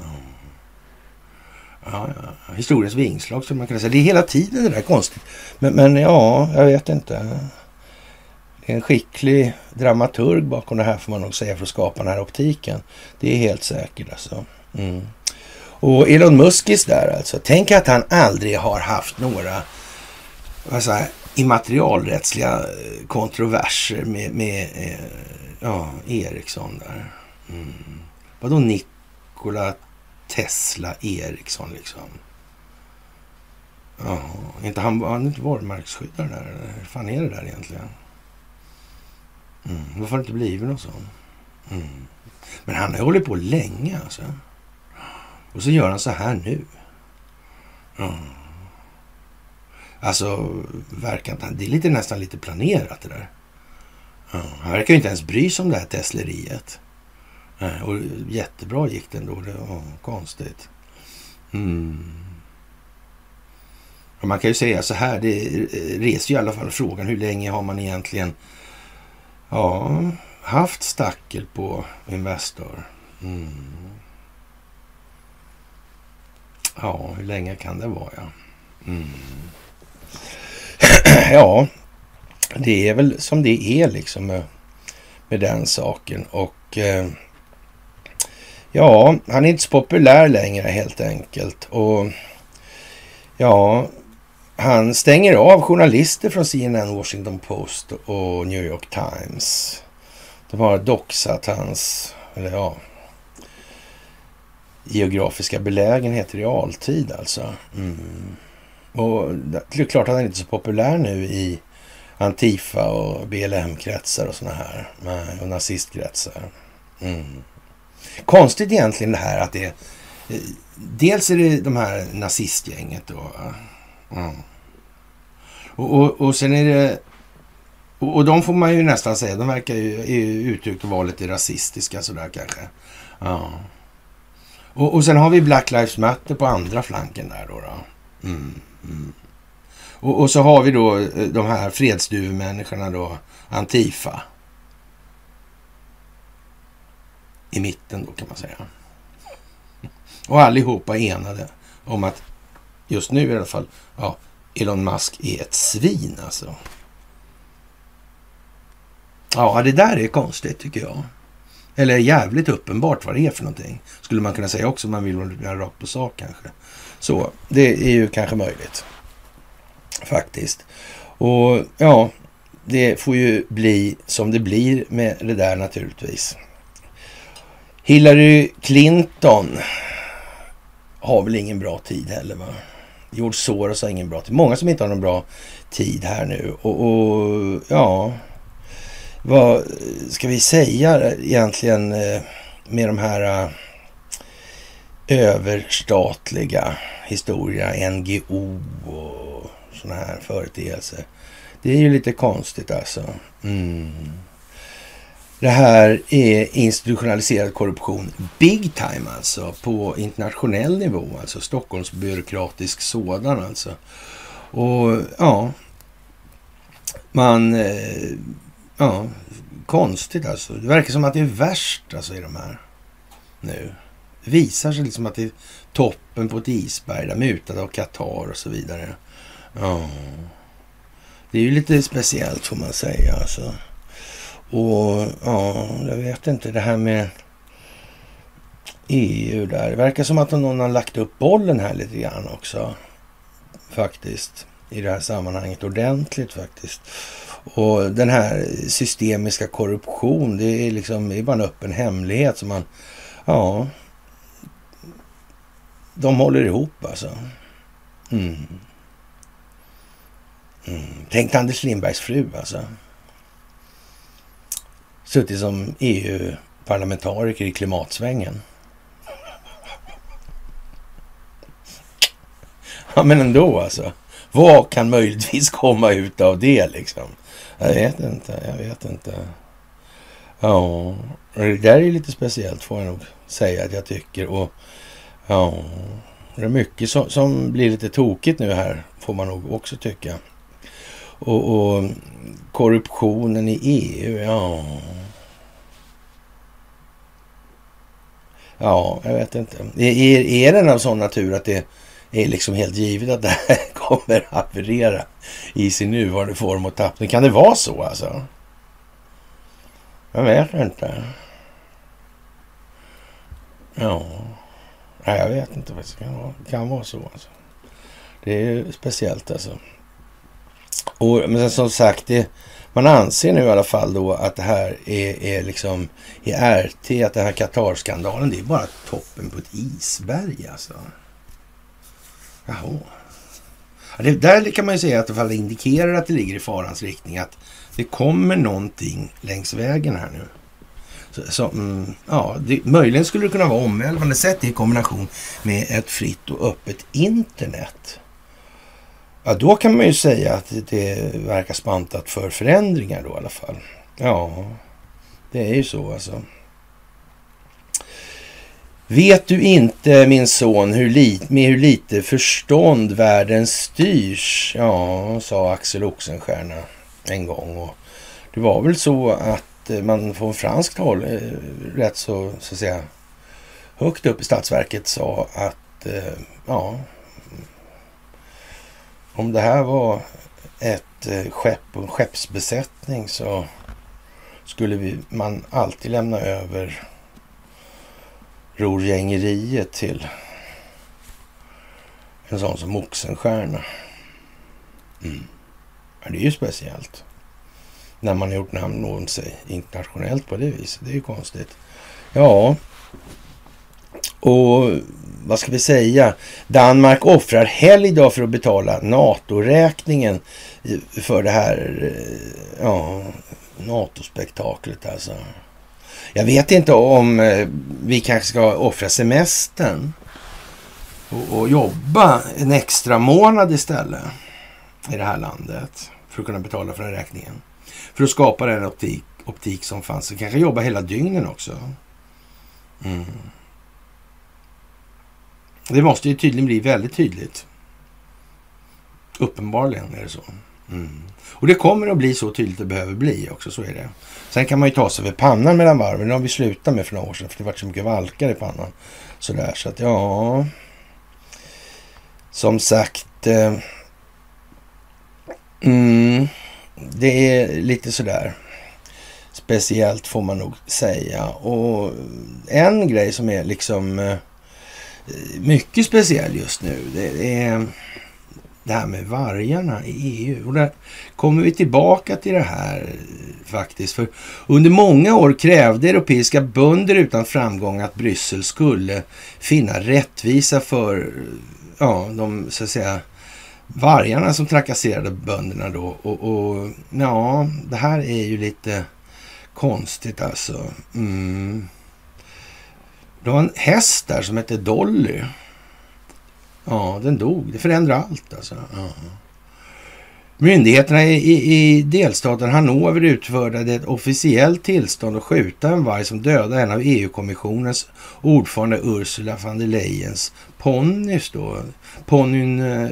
Ja, ja. Historiens vingslag som man kan säga. Det är hela tiden det där konstigt. Men, men ja, jag vet inte. En skicklig dramaturg bakom det här får man nog säga för att skapa den här optiken. Det är helt säkert alltså. Mm. Och Elon Muskis där alltså. Tänk att han aldrig har haft några vad säger, immaterialrättsliga kontroverser med, med eh, ja, Ericsson där. Mm. Vadå Nikola Tesla Ericsson liksom? Ja, inte han, han inte varumärkesskyddare där. Hur fan är det där egentligen? Mm. Varför har det inte blivit något sånt? Mm. Men han har ju hållit på länge alltså. Och så gör han så här nu. Mm. Alltså, verkar inte, det är lite, nästan lite planerat det där. Mm. Han verkar ju inte ens bry sig om det här Tesleriet. Mm. Och jättebra gick det ändå. Det var konstigt. Mm. Och man kan ju säga så här, det reser ju i alla fall frågan hur länge har man egentligen ja, haft stackel på Investor. Mm. Ja, hur länge kan det vara? Ja, mm. Ja, det är väl som det är liksom med, med den saken. Och eh, ja, han är inte så populär längre helt enkelt. Och ja, han stänger av journalister från C N N, Washington Post och New York Times. De har doxat hans, eller ja, geografiska belägenhet i realtid alltså. Mm. Och det är klart att han inte är så populär nu i Antifa och B L M-kretsar och såna här, och nazistkretsar. Mm. Konstigt egentligen det här att det dels är det de här nazistgänget då. Mm. Och, och, och sen är det och, och de får man ju nästan säga, de verkar ju, ju uttryckt att vara lite rasistiska sådär kanske. Ja. Och, och sen har vi Black Lives Matter på andra flanken där då. då. Mm, mm. Och, och så har vi då de här fredsduvmänniskorna då, Antifa. I mitten då kan man säga. Och allihopa enade om att just nu i alla fall, ja, Elon Musk är ett svin alltså. Ja, det där är konstigt tycker jag. Eller jävligt uppenbart vad det är för någonting. Skulle man kunna säga också om man vill vara rakt på sak kanske. Så, det är ju kanske möjligt. Faktiskt. Och ja, det får ju bli som det blir med det där naturligtvis. Hillary Clinton har väl ingen bra tid heller va? George Soros har ingen bra tid. Många som inte har någon bra tid här nu. Och, och ja, vad ska vi säga egentligen med de här överstatliga historia, N G O och såna här företeelser. Det är ju lite konstigt alltså. Mm. Det här är institutionaliserad korruption big time alltså på internationell nivå, alltså Stockholms byråkratisk sådan alltså. Och ja, man ja, konstigt alltså. Det verkar som att det är värst alltså i de här nu. Det visar sig liksom att det är toppen på ett isberg där, mutade av Qatar och så vidare. Ja. Det är ju lite speciellt får man säga alltså. Och ja, jag vet inte, det här med E U där. Det verkar som att någon har lagt upp bollen här lite grann också. Faktiskt. I det här sammanhanget ordentligt faktiskt. Och den här systemiska korruption, det är liksom det är bara en öppen hemlighet som man, ja, de håller ihop alltså. Mm. Mm. Tänk Anders Lindbergs fru alltså. Suttit som E U-parlamentariker i klimatsvängen. Ja men ändå alltså. Vad kan möjligtvis komma ut av det liksom? Jag vet inte, jag vet inte. Ja, det där är lite speciellt får jag nog säga att jag tycker. Och ja, det är mycket som, som blir lite tokigt nu här får man nog också tycka. Och, och korruptionen i E U, ja. Ja, jag vet inte. Är, är den av sån natur att det är liksom helt givet att det här kommer att haverera i sin nuvarande form och tappning? Kan det vara så alltså? Jag vet inte. Ja. Nej, jag vet inte vad det kan vara. Det kan vara så alltså. Det är ju speciellt alltså. Och, men som sagt, det, man anser nu i alla fall då att det här är, är liksom i R T, att den här Qatar-skandalen, det är bara toppen på ett isberg alltså. Jaha. Ja, det, där kan man ju säga att det fall indikerar att det ligger i farans riktning, att det kommer någonting längs vägen här nu. Så, så, mm, ja, det, möjligen skulle det kunna vara omvälvande sätt i kombination med ett fritt och öppet internet. Ja, då kan man ju säga att det verkar spantat för förändringar då i alla fall. Ja, det är ju så alltså. Vet du inte, min son, hur lit, med hur lite förstånd världen styrs? Ja, sa Axel Oxenstierna en gång. Och det var väl så att man från franskt håll rätt så, så att säga, högt upp i statsverket sa att ja, om det här var ett ett eh, skepp och en skeppsbesättning så skulle vi, man alltid lämna över rorgängeriet till en sån som Oxenstierna. Mm. Ja, det är ju speciellt. När man har gjort namn om sig internationellt på det viset. Det är ju konstigt. Ja. Och vad ska vi säga? Danmark offrar helgdag för att betala NATO-räkningen för det här ja, NATO-spektaklet alltså. Jag vet inte om vi kanske ska offra semestern och, och jobba en extra månad istället i det här landet för att kunna betala för den räkningen. För att skapa den optik, optik som fanns. Så kanske jobba hela dygnen också. Mm. Det måste ju tydligen bli väldigt tydligt. Uppenbarligen är det så. Mm. Och det kommer att bli så tydligt det behöver bli också, så är det. Sen kan man ju ta sig vid pannan mellan varven. Det har vi slutat med för några år sedan, för det var så mycket valkar i pannan. Sådär, så att ja... Som sagt... Eh, mm, det är lite sådär... Speciellt får man nog säga. Och en grej som är liksom... Eh, mycket speciell just nu, det är det här med vargarna i E U. Och där kommer vi tillbaka till det här faktiskt. För under många år krävde europeiska bönder utan framgång att Bryssel skulle finna rättvisa för ja, de så att säga vargarna som trakasserade bönderna då. Och, och ja, det här är ju lite konstigt alltså. Mm. Det var en häst där som hette Dolly. Ja, den dog. Det förändrar allt alltså. Ja. Myndigheterna i, i, i delstaten Hannover utfärdade ett officiellt tillstånd att skjuta en varg som dödade en av E U-kommissionens ordförande Ursula von der Leyens ponnys då. Ponnyn eh,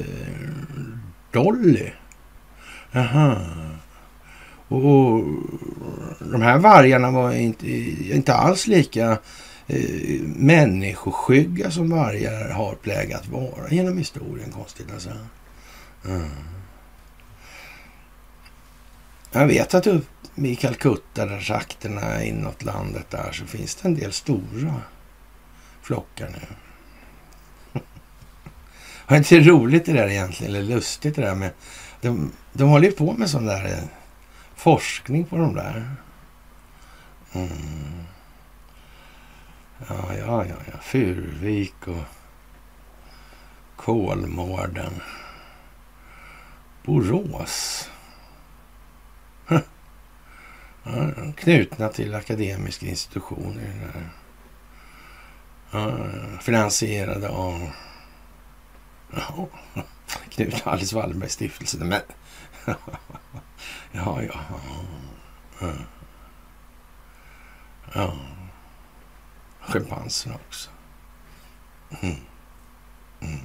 Dolly. Aha. Och, och de här vargarna var inte, inte alls lika eh, människoskygga som vargar har plägat vara genom historien, konstigt alltså. Mm. Jag vet att upp i Calcutta, där trakterna inåt landet där, så finns det en del stora flockar nu. Var inte roligt det där egentligen, eller lustigt det där med... De, de håller ju på med sån där forskning på de där. Mm. Ja, ja, ja, ja. Furvik och Kolmården. Borås. Ja, knutna till akademiska institutioner. Där. Ja, finansierade av ja, Knut Alice Wallberg stiftelsen. Men ja, ja, ja. Ja. Ja. Schimpanserna också. Mm. Mm.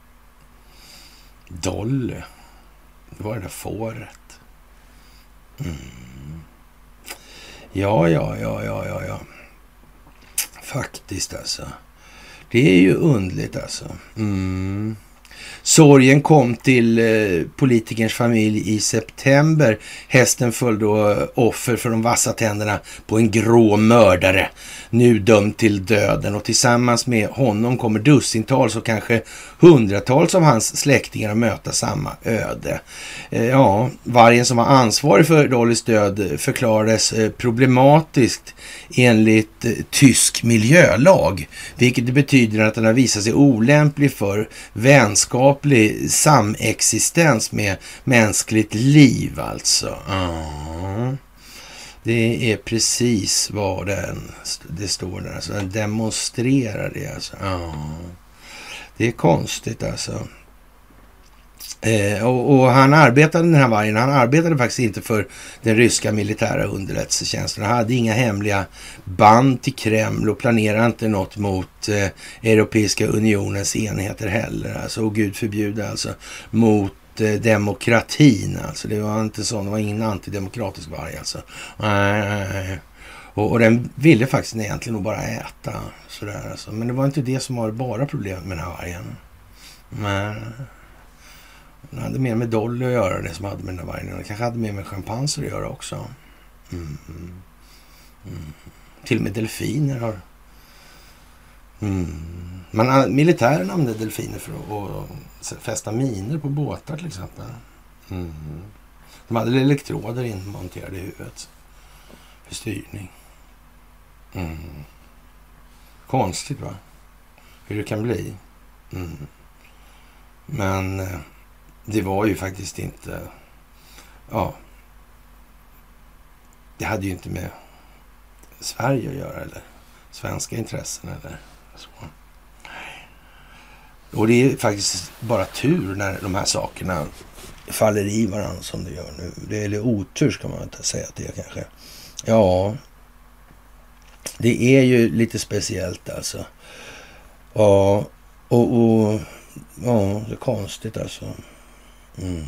Dolly. Det var det där fåret. Mm. Ja, ja, ja, ja, ja, ja. Faktiskt alltså. Det är ju undligt alltså. Mm. Sorgen kom till eh, politikerns familj i september. Hästen föll då offer för de vassa tänderna på en grå mördare. Nu dömd till döden. Och tillsammans med honom kommer dussintals och kanske hundratals av hans släktingar att möta samma öde. Eh, ja, vargen som var ansvarig för Dollys död förklarades eh, problematiskt enligt eh, tysk miljölag. Vilket det betyder att den har visat sig olämplig för vänskap samexistens med mänskligt liv alltså. Ja. Det är precis vad den, det står där. Alltså, den demonstrerar det alltså. Ja. Det är konstigt alltså. Eh, och, och han arbetade, den här vargen, han arbetade faktiskt inte för den ryska militära underrättelsetjänsten. Han hade inga hemliga band till Kreml och planerade inte något mot eh, Europeiska unionens enheter heller. Alltså, och Gud förbjude alltså, mot eh, demokratin. Alltså, det var inte så, det var ingen antidemokratisk varg alltså. Eh, och, och den ville faktiskt egentligen nog bara äta. Sådär, alltså. Men det var inte det som var bara problemet med den här vargen. Men... Det hade mer med Dolly att göra, det som hade med den där vargen. Det kanske hade mer med schimpanser att göra också. Mm. Mm. Till och med delfiner har... Mm. Man, militären använde delfiner för att, att fästa miner på båtar till exempel. Mm. De hade elektroder inmonterade i huvudet för styrning. Mm. Konstigt, va? Hur det kan bli. Mm. Men det var ju faktiskt inte... Ja. Det hade ju inte med Sverige att göra, eller svenska intressen eller så. Och det är faktiskt bara tur när de här sakerna faller i varandra som det gör nu. Det är eller otur ska man inte säga att det är kanske. Ja, det är ju lite speciellt alltså. Ja, och, och ja, det är konstigt alltså. Mm.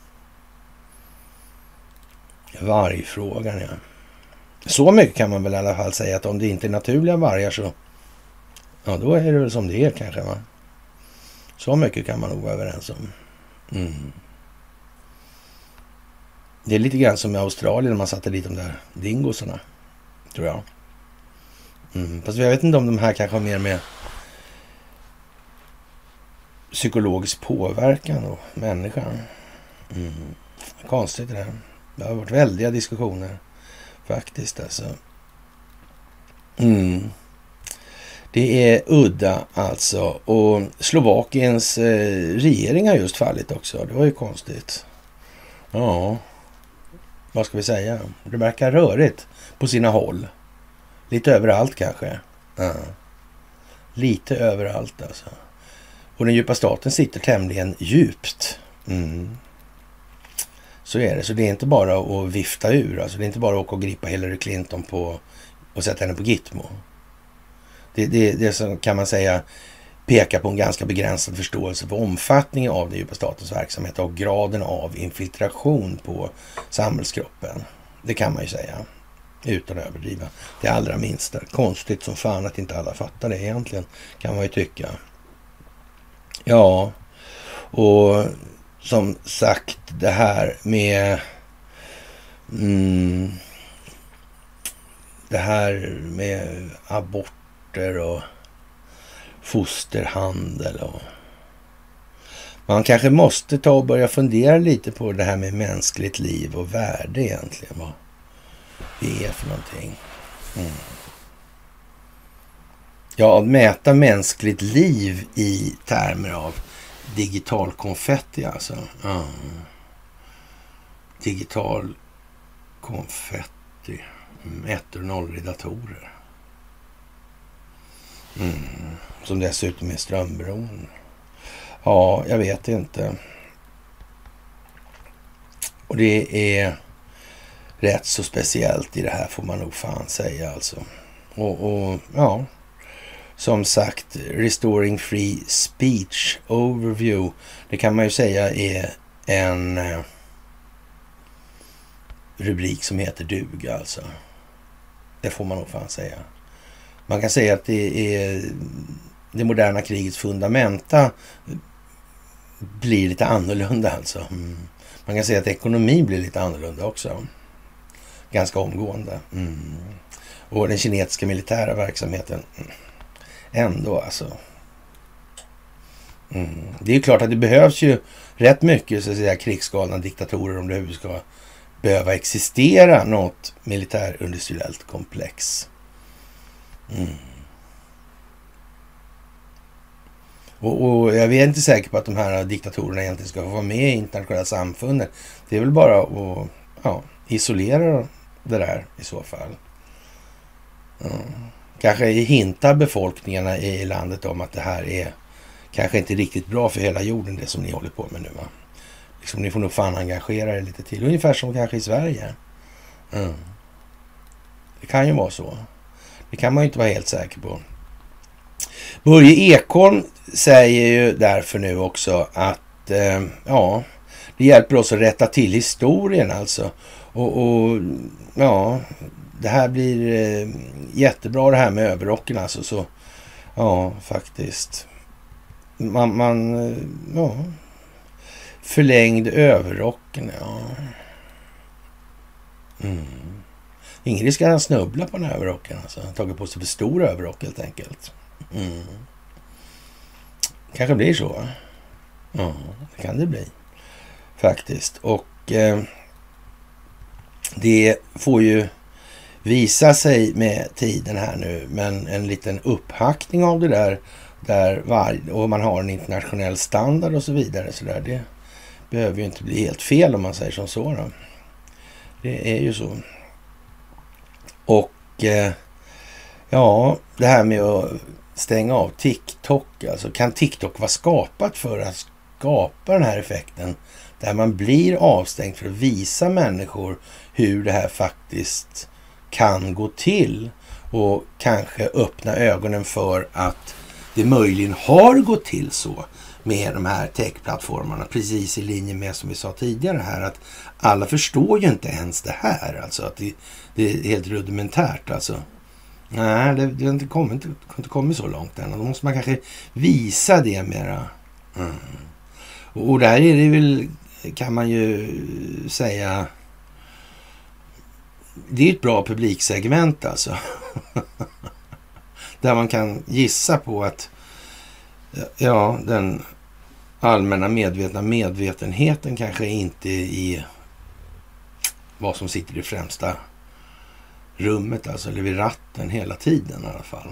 Vargfrågan, ja. Så mycket kan man väl i alla fall säga att om det inte är naturliga vargar så ja, då är det väl som det är kanske, va? Så mycket kan man nog vara överens om. Mm. Det är lite grann som i Australien när man satte dit de där dingosarna, tror jag. Mm. Fast jag vet inte om de här kanske har mer med psykologisk påverkan och människan. Mm. Konstigt det där. Det har varit väldiga diskussioner faktiskt alltså. Mm. Det är udda alltså. Och Slovakiens eh, regering har just fallit också. Det var ju konstigt. Ja. Vad ska vi säga? Det verkar rörigt på sina håll. Lite överallt kanske. Ja. Lite överallt alltså. Och den djupa staten sitter tämligen djupt. Mm. Så är det. Så det är inte bara att vifta ur. Alltså det är inte bara att åka och gripa Hillary Clinton på och sätta henne på Gitmo. Det, det, det som kan man säga pekar på en ganska begränsad förståelse för omfattningen av den djupa statens verksamhet och graden av infiltration på samhällskroppen. Det kan man ju säga. Utan att överdriva. Det allra minsta. Konstigt som fan att inte alla fattar det egentligen. Kan man ju tycka. Ja. Och som sagt det här med mm, det här med aborter och fosterhandel och man kanske måste ta och börja fundera lite på det här med mänskligt liv och värde egentligen, vad det är för någonting. Mm. Ja, att mäta mänskligt liv i termer av digital konfetti alltså. Mm. Digital konfetti. Mm. Ettor och nollor i datorer. Mm. Som dessutom är strömberoende. Ja, jag vet inte. Och det är rätt så speciellt i det här får man nog fan säga alltså. Och, och ja, som sagt, Restoring Free Speech Overview. Det kan man ju säga är en eh, rubrik som heter duga alltså. Det får man nog fan säga. Man kan säga att det är det moderna krigets fundamenta blir lite annorlunda alltså. Mm. Man kan säga att ekonomin blir lite annorlunda också. Ganska omgående. Mm. Och den kinesiska militära verksamheten ändå alltså. Mm. Det är ju klart att det behövs ju rätt mycket så att säga krigsgalna diktatorer om det hur ska behöva existera något militärindustriellt komplex. Mm. Och, och jag är inte säker på att de här diktatorerna egentligen ska få vara med i internationella samfundet. Det är väl bara att ja, isolera det där i så fall. Mm. Kanske hintar befolkningarna i landet om att det här är kanske inte riktigt bra för hela jorden det som ni håller på med nu, va? Liksom, ni får nog fan engagera er lite till. Ungefär som kanske i Sverige. Mm. Det kan ju vara så. Det kan man ju inte vara helt säker på. Börje Ekholm säger ju därför nu också att eh, ja, det hjälper oss att rätta till historien alltså. Och, och ja, det här blir eh, jättebra det här med överrocken alltså. Så ja, faktiskt. Man, man ja, Förlängd överrocken, ja. Mm. Ingen risk att han snubblar på den här överrocken. Alltså. Han tagit på sig för stor överrock helt enkelt. Mm. Kanske blir så. Ja, det kan det bli. Faktiskt. Och eh, det får ju visa sig med tiden här nu. Men en liten upphackning av det där. där var, och man har en internationell standard och så vidare. Så där, det behöver ju inte bli helt fel om man säger som så. Då. Det är ju så. Och eh, ja, det här med att stänga av TikTok. Alltså kan TikTok vara skapat för att skapa den här effekten där man blir avstängd för att visa människor hur det här faktiskt kan gå till och kanske öppna ögonen för att det möjligen har gått till så med de här tech-plattformarna, precis i linje med som vi sa tidigare här, att alla förstår ju inte ens det här, alltså att det, det är helt rudimentärt alltså. Nej, det, det har inte kommit, inte, inte kommit så långt än, och då måste man kanske visa det mera. Mm. Och, och där är det väl, kan man ju säga, det är ett bra publiksegment alltså. Där man kan gissa på att ja, den allmänna medvetna medvetenheten kanske inte i vad som sitter i främsta rummet, alltså, eller vid ratten hela tiden i alla fall.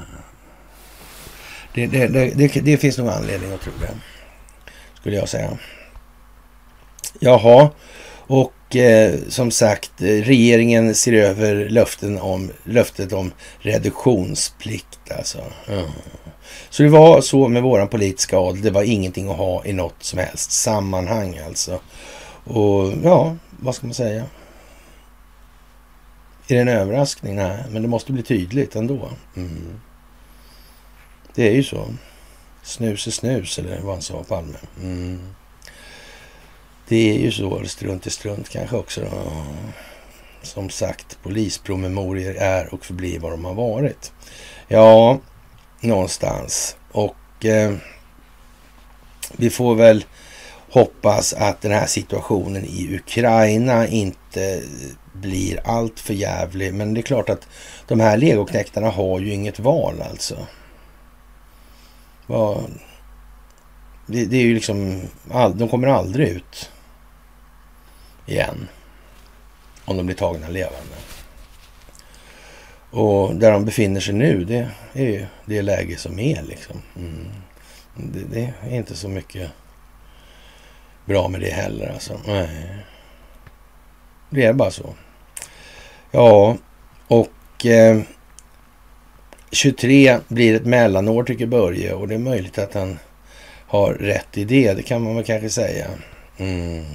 Det, det, det, det, det finns nog anledning att tro det, skulle jag säga. Jaha, och eh, som sagt, regeringen ser över löften om, löftet om reduktionsplikt. Alltså. Mm. Så det var så med våran politiska adel, det var ingenting att ha i något som helst sammanhang alltså. Och ja, vad ska man säga? Är det en överraskning? Nej, men det måste bli tydligt ändå. Mm. Det är ju så. Snus är snus, eller vad han sa, Palme. Mm. Det är ju så, strunt är strunt kanske också då. Som sagt, polispromemorier är och förblir vad de har varit. Ja, någonstans. Och eh, vi får väl hoppas att den här situationen i Ukraina inte blir allt för jävlig. Men det är klart att de här legoknäktarna har ju inget val alltså. Ja, det, det är ju liksom, all, de kommer aldrig ut igen om de blir tagna levande. Och där de befinner sig nu, det är ju det läge som är liksom. Mm. Det, det är inte så mycket bra med det heller alltså. Nej. Det är bara så. Ja, och eh, tjugotre blir ett mellanår tycker Börje, och det är möjligt att han har rätt i det. Det kan man väl kanske säga. Mm.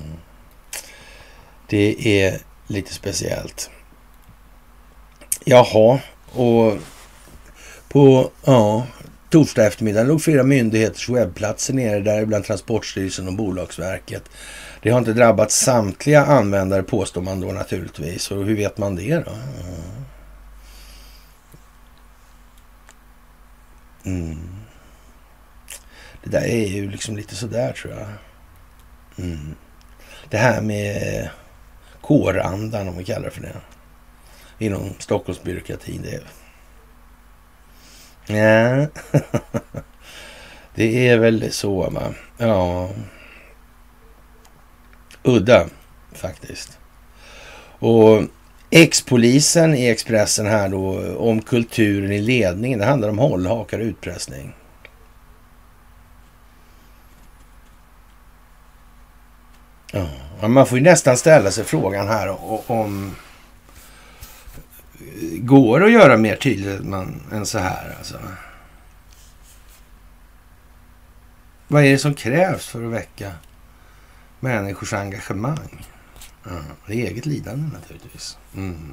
Det är lite speciellt. Jaha, och på ja, torsdag eftermiddag låg flera myndigheters webbplatser nere, där bland Transportstyrelsen och Bolagsverket. Det har inte drabbat samtliga användare, påstår man då naturligtvis. Och hur vet man det då? Mm. Det där är ju liksom lite sådär, tror jag. Mm. Det här med kårandan, om vi kallar det för det, inom Stockholmsbyråkratin, det är ja. Det är väl så, va? Ja. Udda, faktiskt. Och ex-polisen i Expressen här då, om kulturen i ledningen. Det handlar om hållhakar och utpressning. Ja, man får ju nästan ställa sig frågan här om går att göra mer tydligt man, än så här alltså. Vad är det som krävs för att väcka människors engagemang? Ja, det är eget lidande naturligtvis. Mm.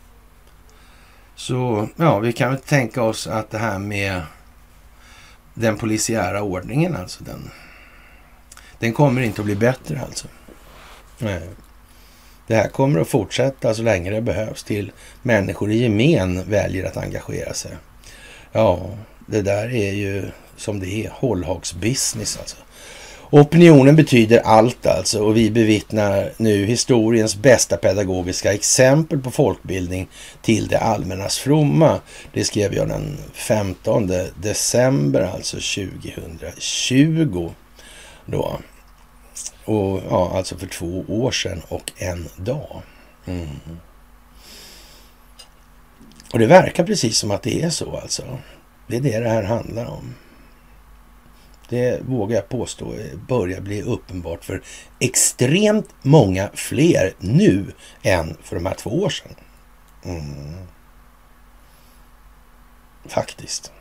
Så ja, vi kan väl tänka oss att det här med den polisiära ordningen, alltså den, den kommer inte att bli bättre alltså. Nej. Det här kommer att fortsätta så länge det behövs, till människor i gemen väljer att engagera sig. Ja, det där är ju som det är, hållhaksbusiness alltså. Opinionen betyder allt alltså, och vi bevittnar nu historiens bästa pedagogiska exempel på folkbildning till det allmännas fromma. Det skrev jag den femtonde december, alltså tjugohundratjugo då. Och ja, alltså för två år sedan och en dag. Mm. Och det verkar precis som att det är så alltså. Det är det det här handlar om. Det vågar jag påstå börjar bli uppenbart för extremt många fler nu än för de här två år sedan. Mm. Faktiskt.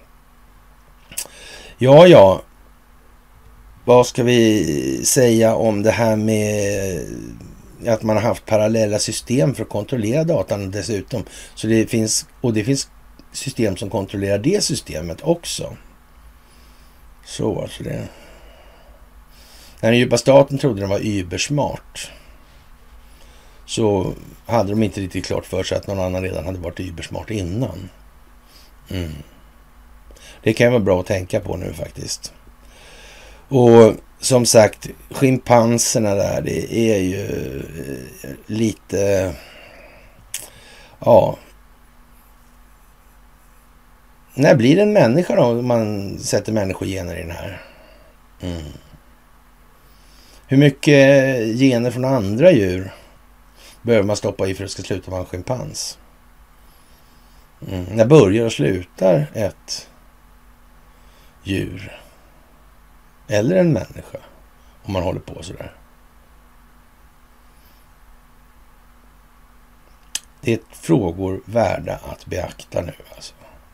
Ja, ja. Vad ska vi säga om det här med att man har haft parallella system för att kontrollera datan dessutom. Så det finns, och det finns system som kontrollerar det systemet också. Så alltså det. När den djupa staten trodde den var übersmart, så hade de inte riktigt klart för sig att någon annan redan hade varit übersmart innan. Mm. Det kan vara bra att tänka på nu faktiskt. Och som sagt, schimpanserna där, det är ju lite, ja, när blir det en människa då om man sätter människogener i den här? Mm. Hur mycket gener från andra djur behöver man stoppa i för att det ska sluta vara en schimpans? Mm. När börjar och slutar ett djur? Eller en människa, om man håller på sådär. Det är frågor värda att beakta nu alltså.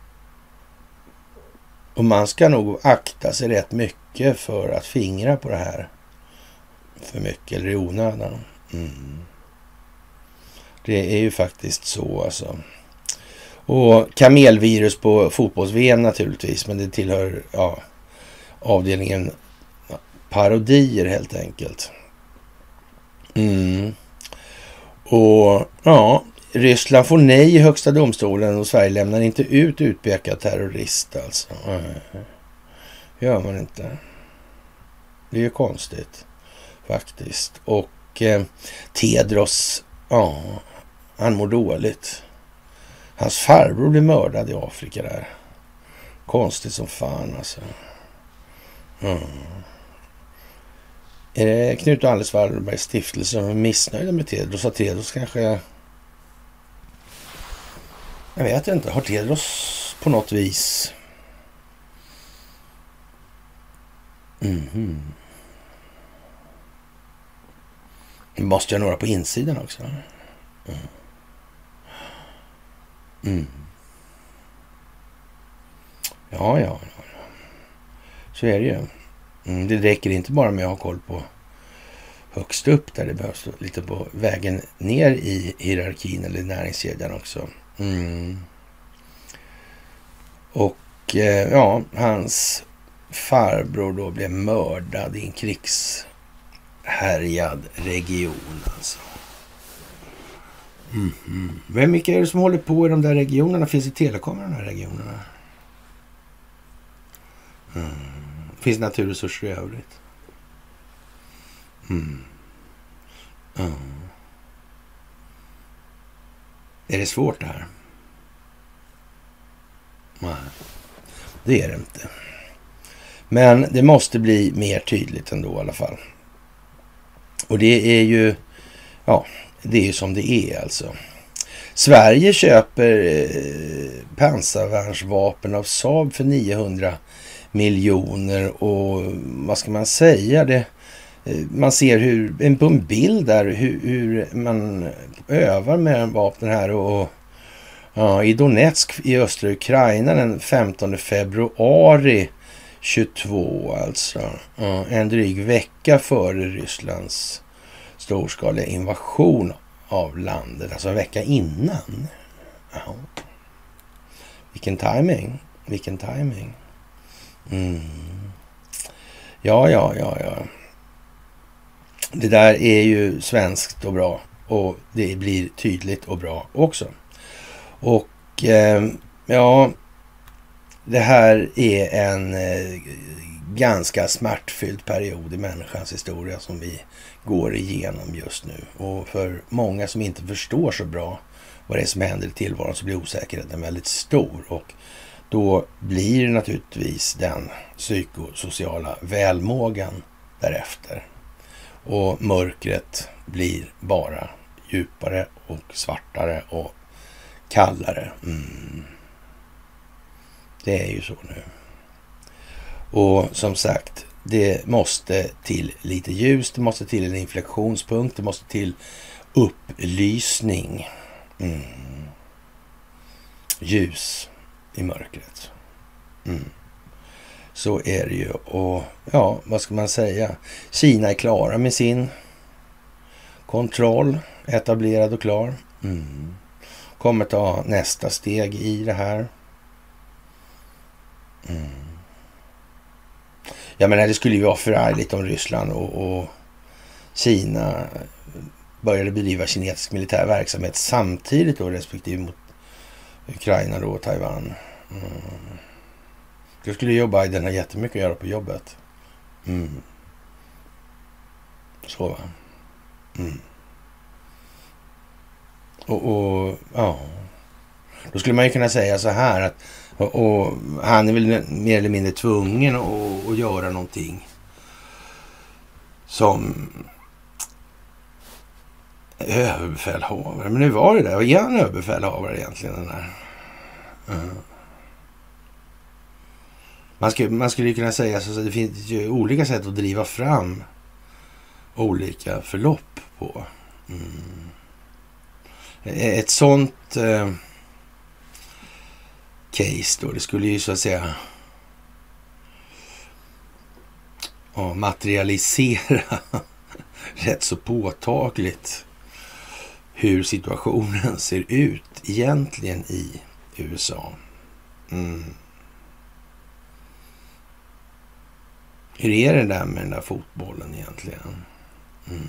Och man ska nog akta sig rätt mycket för att fingra på det här för mycket eller i onödan. Mm. Det är ju faktiskt så alltså. Och kamelvirus på fotbolls-V M naturligtvis, men det tillhör ja, avdelningen parodier helt enkelt. Mm. Och ja, Ryssland får nej i högsta domstolen och Sverige lämnar inte ut utpekad terrorist alltså. Nej. Gör man inte. Det är ju konstigt faktiskt. Och eh, Tedros, ja, han mår dåligt. Hans farbror blev mördad i Afrika där. Konstigt som fan alltså. Mm. Är det Knut och Alice Wallenbergs stiftelse som är missnöjda med Tedros? Så Tedros kanske... Jag vet inte. Har Tedros på något vis... Mm-hmm. Måste jag några på insidan också? Mm. Mm. Ja, ja, ja. Så är det ju. Mm, det räcker inte bara med att ha koll på högst upp där, det behövs lite på vägen ner i hierarkin eller näringskedjan också. Mm. Och eh, ja, hans farbror då blev mördad i en krigshärjad region alltså. Mm-hmm. Vem mycket är det som håller på i de där regionerna? Finns det telekom i de här regionerna? Mm. Finns naturresurser i övrigt? Mm. Mm. Är det svårt det här? Nej, det är det inte. Men det måste bli mer tydligt ändå i alla fall. Och det är ju, ja, det är ju som det är alltså. Sverige köper eh, pansarvärnsvapen av Saab för niohundra miljoner och vad ska man säga, det, man ser hur, en, på en bild där hur, hur man övar med vapnen här och ja, i Donetsk i östra Ukraina den femtonde februari tjugotvå alltså, ja, en dryg vecka före Rysslands storskaliga invasion av landet, alltså en vecka innan. Ja. Vilken timing, vilken timing. Mm. Ja, ja, ja, ja. Det där är ju svenskt och bra och det blir tydligt och bra också. Och eh, ja, det här är en eh, ganska smärtfylld period i människans historia som vi går igenom just nu. Och för många som inte förstår så bra vad det är som händer i tillvaron så blir osäkerheten väldigt stor. Och då blir naturligtvis den psykosociala välmågan därefter. Och mörkret blir bara djupare och svartare och kallare. Mm. Det är ju så nu. Och som sagt, det måste till lite ljus, det måste till en inflektionspunkt, det måste till upplysning. Mm. Ljus i mörkret. Mm. Så är det ju. Och ja, vad ska man säga? Kina är klara med sin kontroll, etablerad och klar. Mm. Kommer ta nästa steg i det här. Mm. Jag menar, det skulle ju vara förargligt om Ryssland och, och Kina började bedriva kinesisk militär verksamhet samtidigt då, respektive mot Ukraina då och Taiwan. Mm. Då skulle Joe Biden ha jättemycket att göra på jobbet. Mm. Så va. Mm. Och, och ja, då skulle man ju kunna säga så här att och, och han är väl mer eller mindre tvungen att, att göra någonting som överbefälhavare. Men nu var det där. Vad är han överbefälhavare egentligen, den där? Mm. Man skulle, man skulle kunna säga så att det finns ju olika sätt att driva fram olika förlopp på. Mm. Ett sånt eh, case då, det skulle ju så att säga ja, materialisera rätt så påtagligt hur situationen ser ut egentligen i U S A. Mm. Hur är det där med den där fotbollen egentligen? Mm.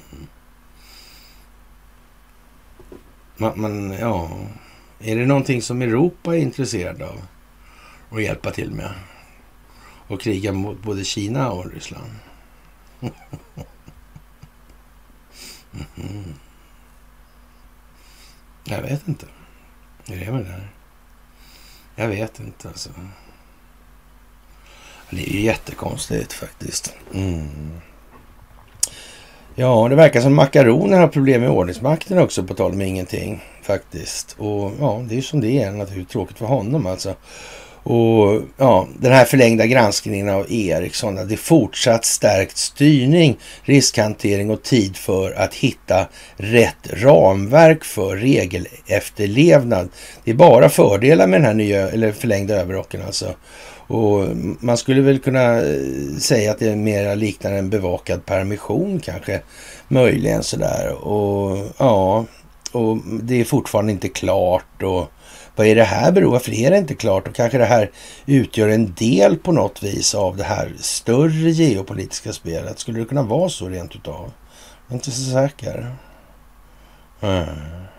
Man, man, ja, är det någonting som Europa är intresserad av att hjälpa till med? Och kriga mot både Kina och Ryssland? Mm. Jag vet inte. Hur är det där? Jag vet inte alltså. Det är ju jättekonstigt faktiskt. Mm. Ja, det verkar som makaroner har problem med ordningsmakten också, på tal om ingenting faktiskt. Och ja, det är ju som det är, naturligtvis tråkigt för honom alltså. Och ja, den här förlängda granskningen av Ericsson, det är fortsatt stärkt styrning, riskhantering och tid för att hitta rätt ramverk för regelefterlevnad. Det är bara fördelar med den här nya eller förlängda överrocken alltså. Och man skulle väl kunna säga att det är mer liknar en bevakad permission kanske, möjligen sådär. Och ja, och det är fortfarande inte klart. Och vad är det här beror? Varför är det inte klart? Och kanske det här utgör en del på något vis av det här större geopolitiska spelet. Skulle det kunna vara så rent utav? Jag är inte så säker. Mm.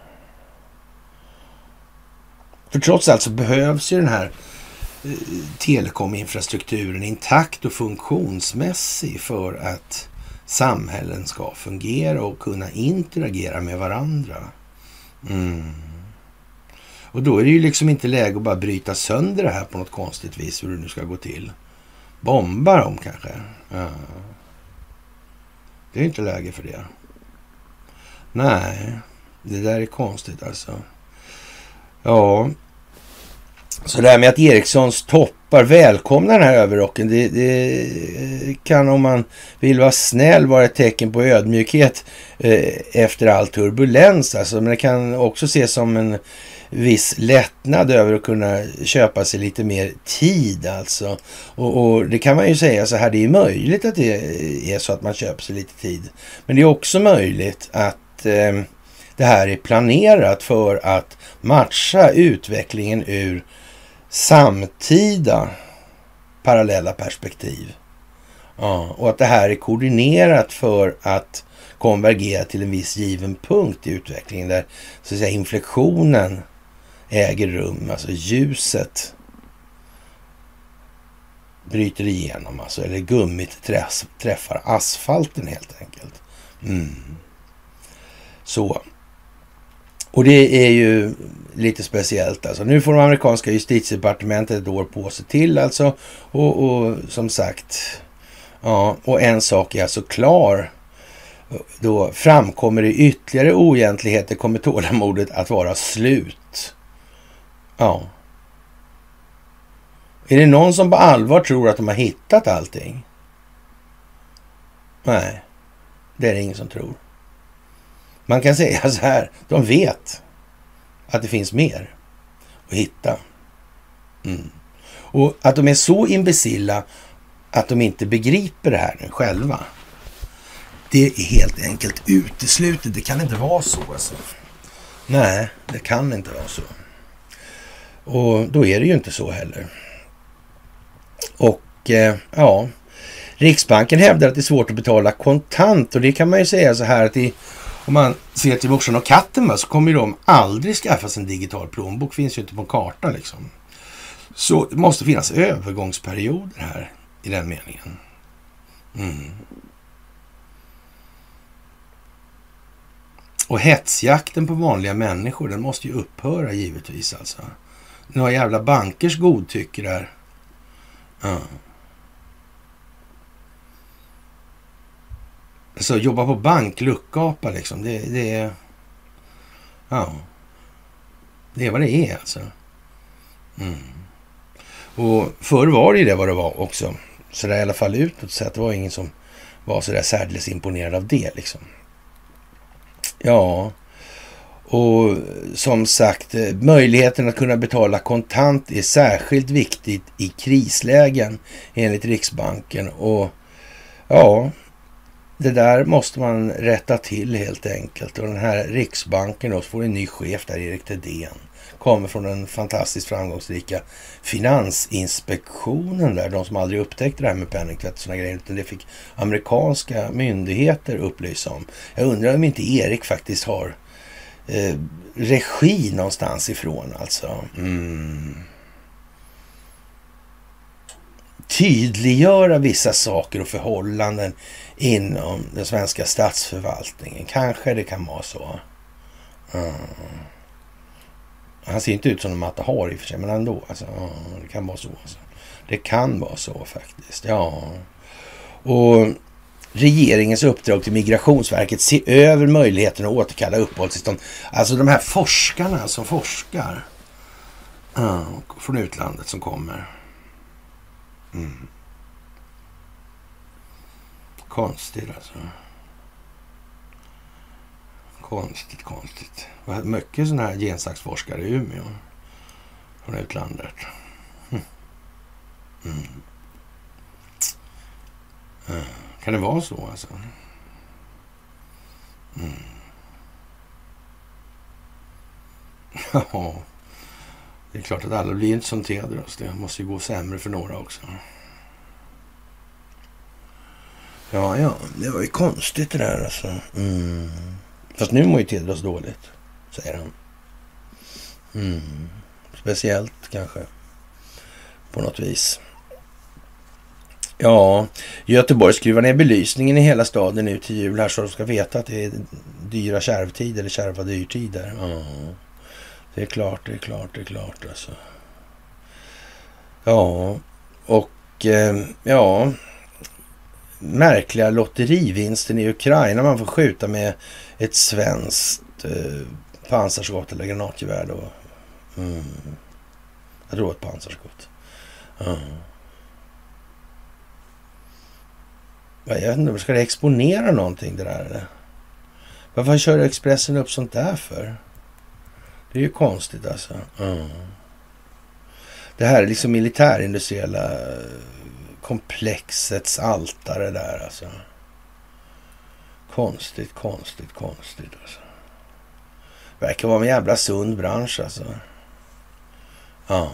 För trots allt så behövs ju den här telekominfrastrukturen intakt och funktionsmässig för att samhällen ska fungera och kunna interagera med varandra. Mm. Och då är det ju liksom inte läge att bara bryta sönder det här på något konstigt vis, hur det nu ska gå till. Bomba dem kanske. Ja. Det är inte läge för det. Nej, det där är konstigt alltså. Ja. Så det här med att Ericssons toppar välkomnar den här överrocken, det, det kan, om man vill vara snäll, vara ett tecken på ödmjukhet eh, efter all turbulens. Alltså, men det kan också ses som en viss lättnad över att kunna köpa sig lite mer tid alltså. Och, och det kan man ju säga så här, det är möjligt att det är så att man köper sig lite tid. Men det är också möjligt att eh, det här är planerat för att matcha utvecklingen ur samtida parallella perspektiv. Ja, och att det här är koordinerat för att konvergera till en viss given punkt i utvecklingen där så att säga inflektionen äger rum, alltså ljuset bryter igenom alltså, eller gummit träff, träffar asfalten helt enkelt. Mm. Så. Och det är ju lite speciellt alltså. Nu får de amerikanska justitiedepartementet ett år på sig till alltså. Och, och som sagt, ja, och en sak är alltså klar. Då framkommer det ytterligare oegentligheter, kommer tålamodet att vara slut. Ja. Är det någon som på allvar tror att de har hittat allting? Nej, det är det ingen som tror. Man kan säga så här, de vet att det finns mer att hitta. Mm. Och att de är så imbecilla att de inte begriper det här nu själva. Det är helt enkelt uteslutet. Det kan inte vara så alltså. Nej, det kan inte vara så. Och då är det ju inte så heller. Och eh, ja, Riksbanken hävdar att det är svårt att betala kontant. Och det kan man ju säga så här att i, om man ser till morsan och katten så kommer ju de aldrig skaffa sig en digital plånbok. Finns ju inte på kartan liksom. Så det måste finnas övergångsperioder här i den meningen. Mm. Och hetsjakten på vanliga människor, den måste ju upphöra givetvis alltså. Några jävla bankers godtycke där. Ja. Så jobba på bank, luckapa liksom. Det, det är... Ja. Det är vad det är alltså. Mm. Och förr var det det vad det var också. Så det är i alla fall utåt så att det var ingen som var så där särdeles imponerad av det liksom. Ja, och som sagt, möjligheten att kunna betala kontant är särskilt viktigt i krislägen enligt Riksbanken. Och ja, det där måste man rätta till helt enkelt. Och den här Riksbanken då får en ny chef där, Erik Thedéen. Kommer från den fantastiskt framgångsrika Finansinspektionen där. De som aldrig upptäckte det här med penningtvätt och såna grejer. Utan det fick amerikanska myndigheter upplysa om. Jag undrar om inte Erik faktiskt har eh, regi någonstans ifrån alltså. Mm. Tydliggöra vissa saker och förhållanden inom den svenska statsförvaltningen. Kanske det kan vara så. Mm. Han ser inte ut som en Mata Hari i och för sig, men ändå. Alltså, det kan vara så. Alltså. Det kan vara så faktiskt, ja. Och regeringens uppdrag till Migrationsverket se över möjligheten att återkalla uppehållstillstånd. Alltså de här forskarna som forskar ja, från utlandet som kommer. Mm. Konstigt alltså. Konstigt, konstigt. Vi har mycket sådana här gensaxforskare i Umeå från utlandet. Mm. Mm. Mm. Kan det vara så alltså? Mm. Ja, det är klart att alla blir inte som Tedros. Det måste ju gå sämre för några också. Ja, ja, det var ju konstigt det där alltså. Mm. Fast nu mår ju Tedros dåligt, säger han. Mm. Speciellt kanske. På något vis. Ja, Göteborg skruvar ner belysningen i hela staden nu till jul här så de ska veta att det är dyra kärvtider eller kärva dyrtider. Ja, det är klart, det är klart, det är klart alltså. Ja, och eh, ja... märkliga lotterivinsten i Ukraina. Man får skjuta med ett svenskt eh, pansarskott eller granatgevär då. Mm. Jag tror ett pansarskott. Mm. Jag vet inte, ska det exponera någonting det där eller? Varför kör Expressen upp sånt där för? Det är ju konstigt alltså. Mm. Det här är liksom militärindustriella komplexets altare där alltså. Konstigt, konstigt, konstigt alltså. Verkar vara en jävla sund bransch alltså. Ja.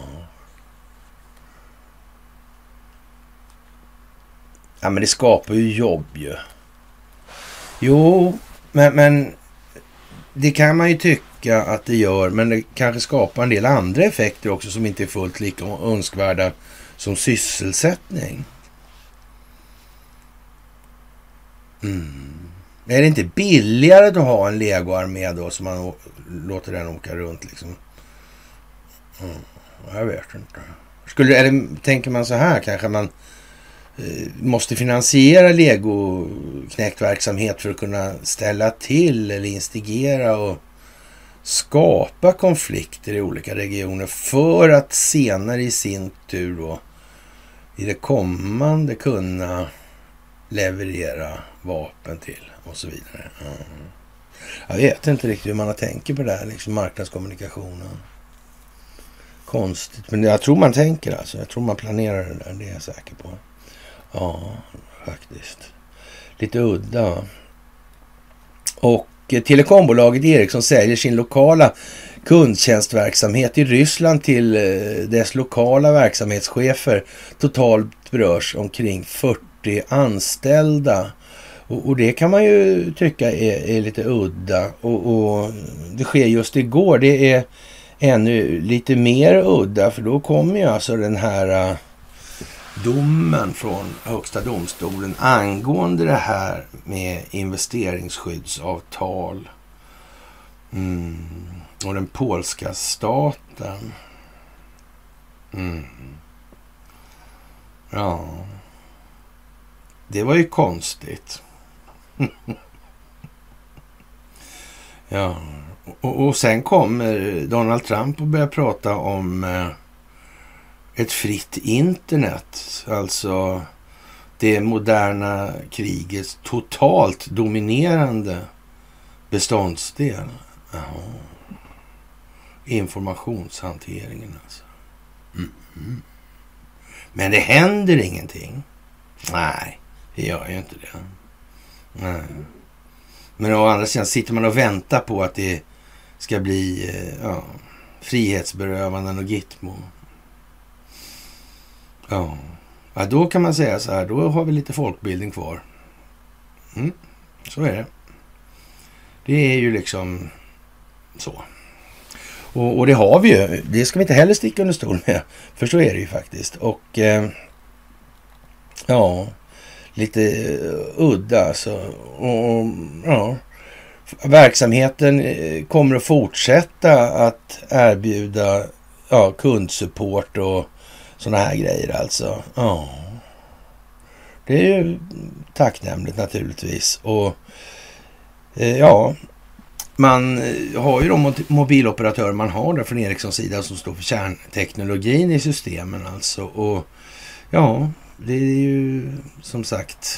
Ja, men det skapar ju jobb ju. Jo, men, men det kan man ju tycka att det gör, men det kanske skapar en del andra effekter också som inte är fullt lika önskvärda som sysselsättning. Mm. Är det inte billigare att ha en legoarmé då som man låter den åka runt liksom? Mm. Jag vet inte. Skulle, eller tänker man så här, kanske man eh, måste finansiera Lego-knäktverksamhet för att kunna ställa till eller instigera och skapa konflikter i olika regioner för att senare i sin tur då i det kommande kunna leverera vapen till och så vidare. Mm. Jag vet inte riktigt hur man har tänkt på det här, liksom marknadskommunikationen. Konstigt, men jag tror man tänker alltså. Jag tror man planerar det där, det är jag säker på. Ja, faktiskt. Lite udda. Och telekombolaget Ericsson säljer sin lokala kundtjänstverksamhet i Ryssland till dess lokala verksamhetschefer. Totalt berörs omkring fyrtio anställda. Och, och det kan man ju tycka är, är lite udda. Och, och det sker just igår. Det är ännu lite mer udda, för då kommer ju alltså den här uh, domen från högsta domstolen angående det här med investeringsskyddsavtal mm. och den polska staten. Mm. Ja, det var ju konstigt. Ja. Och, och sen kommer Donald Trump och börjar prata om eh, ett fritt internet. Alltså det moderna krigets totalt dominerande beståndsdel. Jaha. Informationshanteringen alltså. Mm-hmm. Men det händer ingenting. Nej, det gör ju inte det. Nej. Men å andra sidan sitter man och väntar på att det ska bli ja, frihetsberövanden och gitmo. Ja. Ja, då kan man säga så här, då har vi lite folkbildning kvar. Mm, så är det. Det är ju liksom så. Och, och det har vi ju. Det ska vi inte heller sticka under stol med. För så är det ju faktiskt. Och eh, ja, lite udda alltså. Och, och ja, verksamheten kommer att fortsätta att erbjuda ja, kundsupport och såna här grejer alltså. Ja. Det är ju tacknämligt naturligtvis. Och eh, ja, man har ju de mobiloperatörer man har där från Ericssons sida som står för kärnteknologin i systemen alltså. Och ja, det är ju som sagt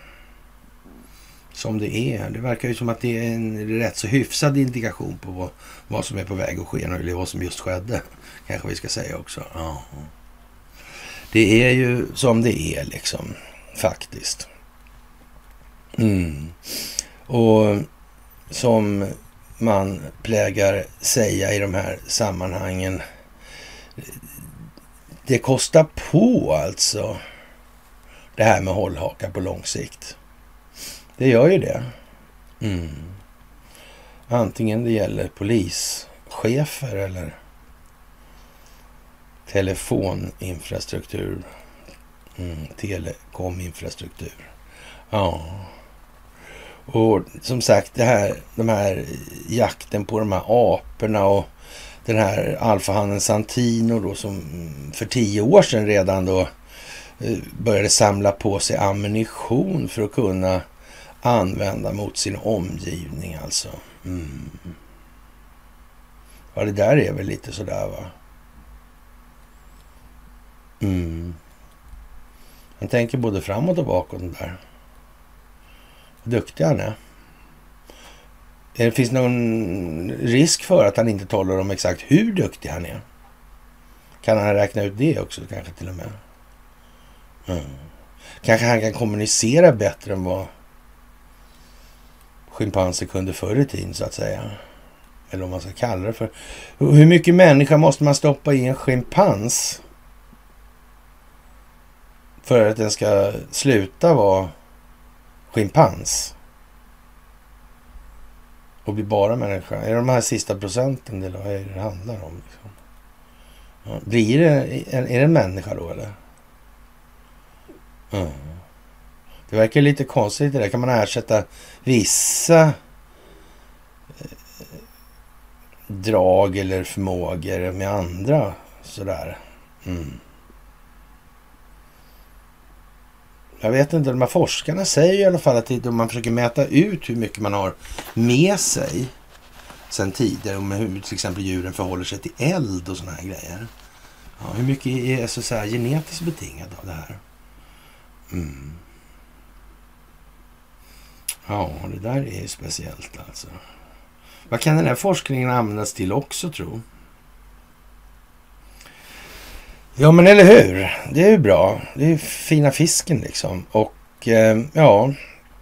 som det är. Det verkar ju som att det är en rätt så hyfsad indikation på vad, vad som är på väg att ske eller vad som just skedde. Kanske vi ska säga också. Ja. Det är ju som det är liksom faktiskt. Mm. Och som man plägar säga i de här sammanhangen, det kostar på alltså det här med hållhaka på lång sikt. Det gör ju det. Mm. Antingen det gäller polischefer eller telefoninfrastruktur, mm, telekominfrastruktur. Ja. Och som sagt, det här, de här jakten på de här aporna och den här alfahannen Santino då som för tio år sedan redan då började samla på sig ammunition för att kunna använda mot sin omgivning alltså. Mm. Ja, det där är väl lite sådär va. Mm. Han tänker både framåt och bakåt där. Duktig han är. Det finns någon risk för att han inte talar om exakt hur duktig han är. Kan han räkna ut det också kanske till och med? Mm. Kanske han kan kommunicera bättre än vad schimpanser kunde förr i tiden så att säga. Eller om man ska kalla det för. Hur mycket människa måste man stoppa i en schimpans för att den ska sluta vara schimpans och bli bara människa? Är det de här sista procenten det, är det handlar om? Liksom? Ja, blir det, är det en människa då eller? Mm. Det verkar lite konstigt det där. Kan man ersätta vissa drag eller förmågor med andra sådär? Mm. Jag vet inte, de här forskarna säger i alla fall att man försöker mäta ut hur mycket man har med sig sen tidigare, om hur till exempel djuren förhåller sig till eld och såna här grejer. Ja, hur mycket är så, så här genetiskt betingat av det här? Mm. Ja, det där är ju speciellt alltså. Vad kan den här forskningen användas till också, tro? Ja, men eller hur? Det är ju bra. Det är ju fina fisken liksom. Och eh, ja,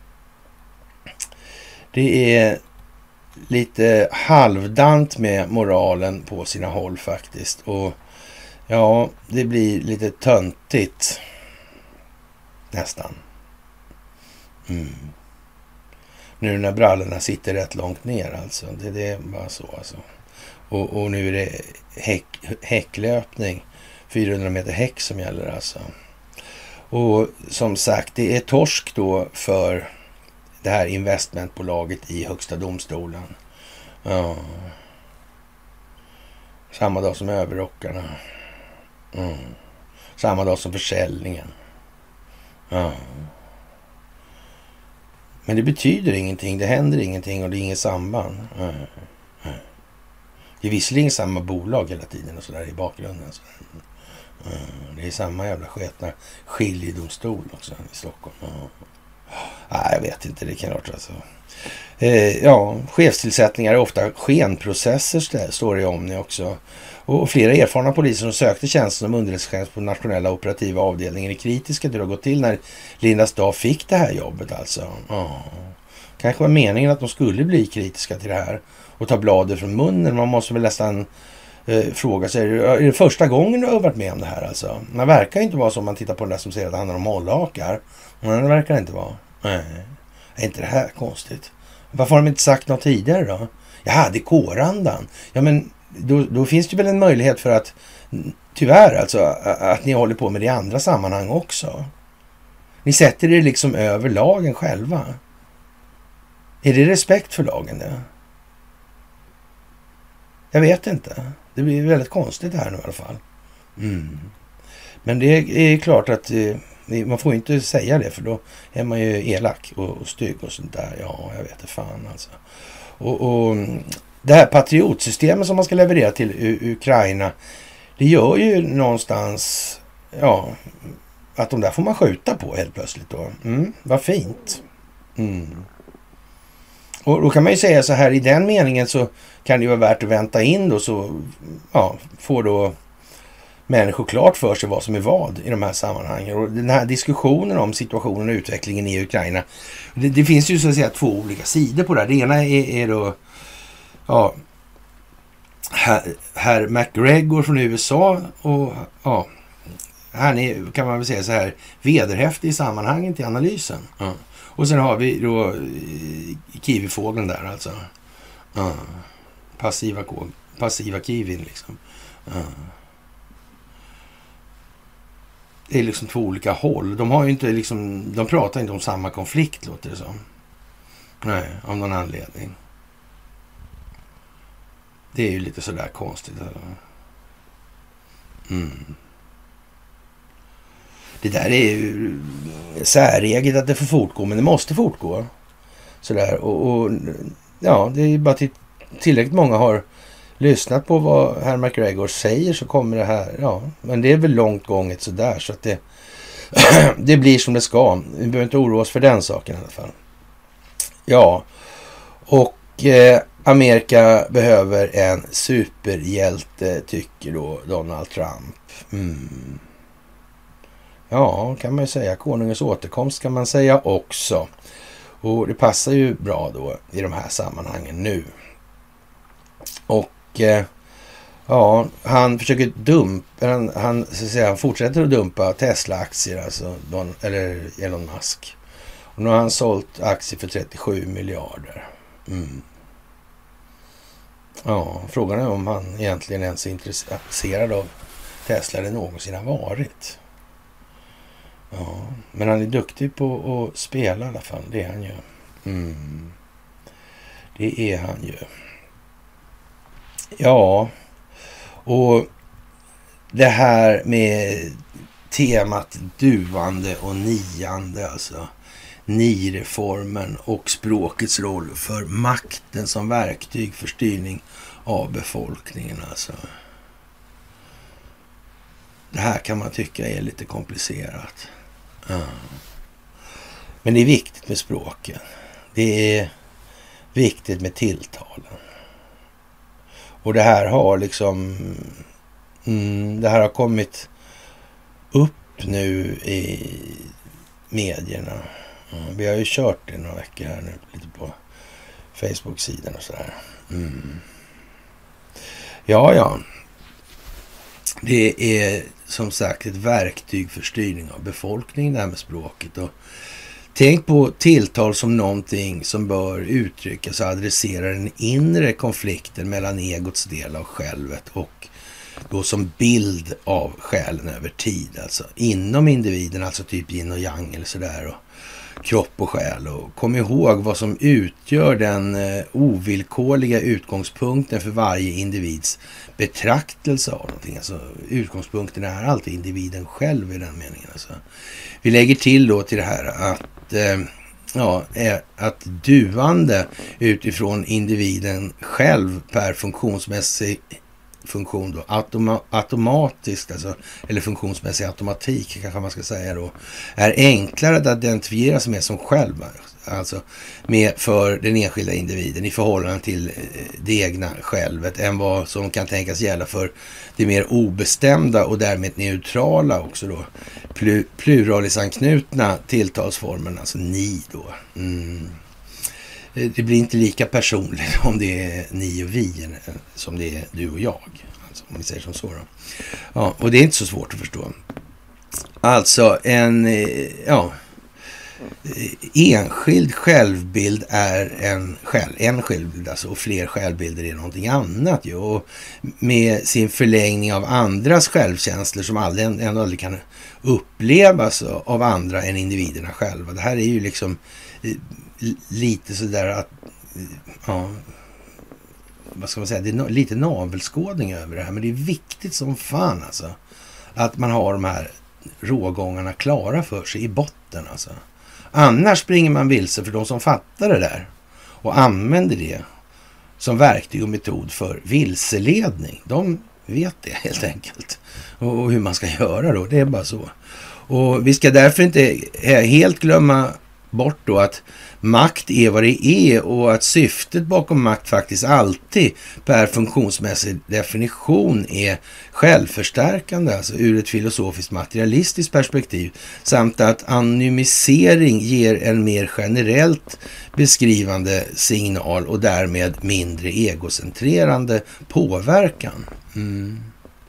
det är lite halvdant med moralen på sina håll faktiskt. Och ja, det blir lite töntigt nästan. Mm. Nu när brallorna sitter rätt långt ner alltså. Det, det är bara så alltså. Och, och nu är det häck, häcklöpning. fyrahundra meter häck som gäller alltså. Och som sagt, det är torsk då för det här investmentbolaget i högsta domstolen. Ja. Samma dag som överrockarna. Mm. Samma dag som försäljningen. Ja. Men det betyder ingenting, det händer ingenting och det är inget samband. Mm. Mm. Det är visserligen samma bolag hela tiden och sådär i bakgrunden. Så. Mm. Det är samma jävla sketna skiljedomstol också i Stockholm. Mm. Nej, jag vet inte, det kan klart alltså. Eh, ja, chefstillsättningar är ofta skenprocesser, står det om det också. Och flera erfarna poliser som sökte tjänsten som underrättelsetjänst på nationella operativa avdelningen är kritiska till hur det har gått till när Linda Staaf fick det här jobbet alltså. Ja. Kanske var meningen att de skulle bli kritiska till det här och ta bladet från munnen. Man måste väl nästan eh, fråga sig, är det första gången du har varit med om det här alltså? Man verkar inte vara som man tittar på den där som säger att det handlar om hållhakar. Men det verkar inte vara. Nej. Är inte det här konstigt? Varför har de inte sagt något tidigare då? Ja, det är kårandan. Ja, men då, då finns det väl en möjlighet för att tyvärr alltså att ni håller på med det i andra sammanhang också. Ni sätter er liksom över lagen själva. Är det respekt för lagen det? Jag vet inte. Det blir väldigt konstigt här nu i alla fall. Mm. Men det är klart att man får inte säga det, för då är man ju elak och, och stygg och sånt där. Ja, jag vet inte fan alltså. Och, och det här patriotsystemet som man ska leverera till U- Ukraina, det gör ju någonstans, ja, att de där får man skjuta på helt plötsligt då. Mm, vad fint. Mm. Och då kan man ju säga så här, i den meningen så kan det ju vara värt att vänta in då, så ja, får då människor klart för sig vad som är vad i de här sammanhangen. Och den här diskussionen om situationen och utvecklingen i Ukraina, det, det finns ju så att säga två olika sidor på det här. Det ena är, är då ja, herr, herr McGregor från U S A, och ja, han är, kan man väl säga så här, vederhäftig i sammanhangen till analysen. Ja. Och sen har vi då kiwifågeln där alltså. Ja. Passiva, passiva kiwin liksom. Ja. Det är liksom två olika håll. De har ju inte liksom, de pratar inte om samma konflikt, låter det som. Nej, av någon anledning. Det är ju lite sådär konstigt. Mm. Det där är ju säreget att det får fortgå, men det måste fortgå. Sådär, och, och ja, det är ju bara till, tillräckligt många har lyssnat på vad herr McGregor säger, så kommer det här, ja, men det är väl långt gånget sådär, så att det det blir som det ska. Vi behöver inte oroa oss för den saken i alla fall. Ja, och eh, Amerika behöver en superhjälte, tycker då Donald Trump. Mm. Ja, kan man ju säga. Konungens återkomst kan man säga också. Och det passar ju bra då i de här sammanhangen nu. Och eh, ja, han försöker dumpa, han, han, så att säga, han fortsätter att dumpa Tesla-aktier, alltså Don, eller Elon Musk. Och nu har han sålt aktier för trettiosju miljarder. Mm. Ja, frågan är om han egentligen ens är intresserad av Tesla det någonsin har varit. Ja, men han är duktig på att spela i alla fall. Det är han ju. Mm. Det är han ju. Ja, och det här med temat duvande och niande, alltså ni-reformen och språkets roll för makten som verktyg för styrning av befolkningen. Alltså. Det här kan man tycka är lite komplicerat. Ja. Men det är viktigt med språken. Det är viktigt med tilltalen. Och det här har liksom mm, det här har kommit upp nu i medierna. Ja, vi har ju kört det några veckor här nu lite på Facebook-sidan och sådär. Mm. Ja, ja. Det är som sagt ett verktyg för styrning av befolkningen, det här med språket. Och tänk på tilltal som någonting som bör uttryckas och adressera den inre konflikten mellan egots del av självet och då som bild av själen över tid. Alltså inom individen, alltså typ yin och yang eller sådär, och kropp och själ. Och kom ihåg vad som utgör den eh, ovillkorliga utgångspunkten för varje individs betraktelse av någonting. Alltså utgångspunkten är alltid individen själv i den meningen. Alltså. Vi lägger till då till det här att eh, ja, är att duvande utifrån individen själv per funktionsmässig funktion då, automa- automatiskt, alltså, eller funktionsmässig automatik kanske man ska säga då, är enklare att identifiera sig med som själv, alltså med för den enskilda individen i förhållande till det egna självet än vad som kan tänkas gälla för det mer obestämda och därmed neutrala också då, pl- pluralisanknutna tilltalsformen, alltså ni då. Mm. Det blir inte lika personligt om det är ni och vi som det är du och jag. Alltså, om vi säger som så då. Ja, och det är inte så svårt att förstå. Alltså en ja, enskild självbild är en själv, en självbild alltså, och fler självbilder är någonting annat ju. Och med sin förlängning av andras självkänslor som aldrig, ändå aldrig kan upplevas av andra än individerna själva. Det här är ju liksom lite sådär att, ja, vad ska man säga, det är lite navelskådning över det här, men det är viktigt som fan alltså att man har de här rågångarna klara för sig i botten alltså. Annars springer man vilse för de som fattar det där och använder det som verktyg och metod för vilseledning. De vet det helt enkelt. Och hur man ska göra då, det är bara så. Och vi ska därför inte helt glömma bort då att makt är vad det är och att syftet bakom makt faktiskt alltid per funktionsmässig definition är självförstärkande, alltså ur ett filosofiskt materialistiskt perspektiv, samt att anonymisering ger en mer generellt beskrivande signal och därmed mindre egocentrerande påverkan. Mm.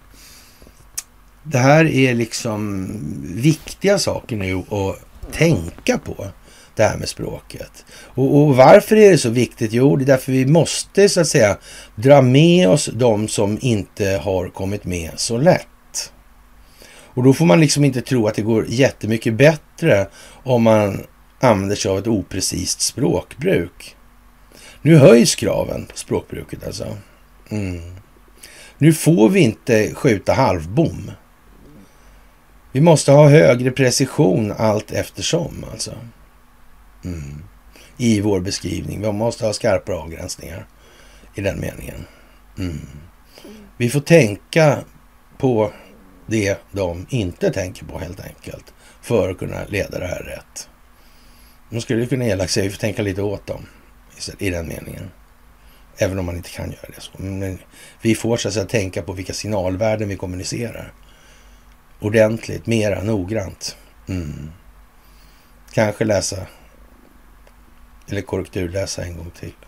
Det här är liksom viktiga saker nu att tänka på, det här med språket. Och, och varför är det så viktigt? Jo, det är därför vi måste så att säga dra med oss de som inte har kommit med så lätt. Och då får man liksom inte tro att det går jättemycket bättre om man använder sig av ett oprecist språkbruk. Nu höjs kraven på språkbruket alltså. Mm. Nu får vi inte skjuta halvbom. Vi måste ha högre precision allt eftersom alltså. Mm. I vår beskrivning. Vi måste ha skarpare avgränsningar i den meningen. Mm. Vi får tänka på det de inte tänker på helt enkelt för att kunna leda det här rätt. De skulle kunna elaka sig, vi får tänka lite åt dem i den meningen. Även om man inte kan göra det så. Men vi får så att säga tänka på vilka signalvärden vi kommunicerar. Ordentligt, mera noggrant. Mm. Kanske läsa eller korrekturläsa en gång till.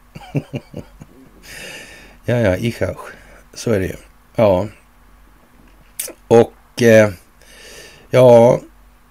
ja, ja, ich auch. Så är det ju. Ja. Och eh, ja,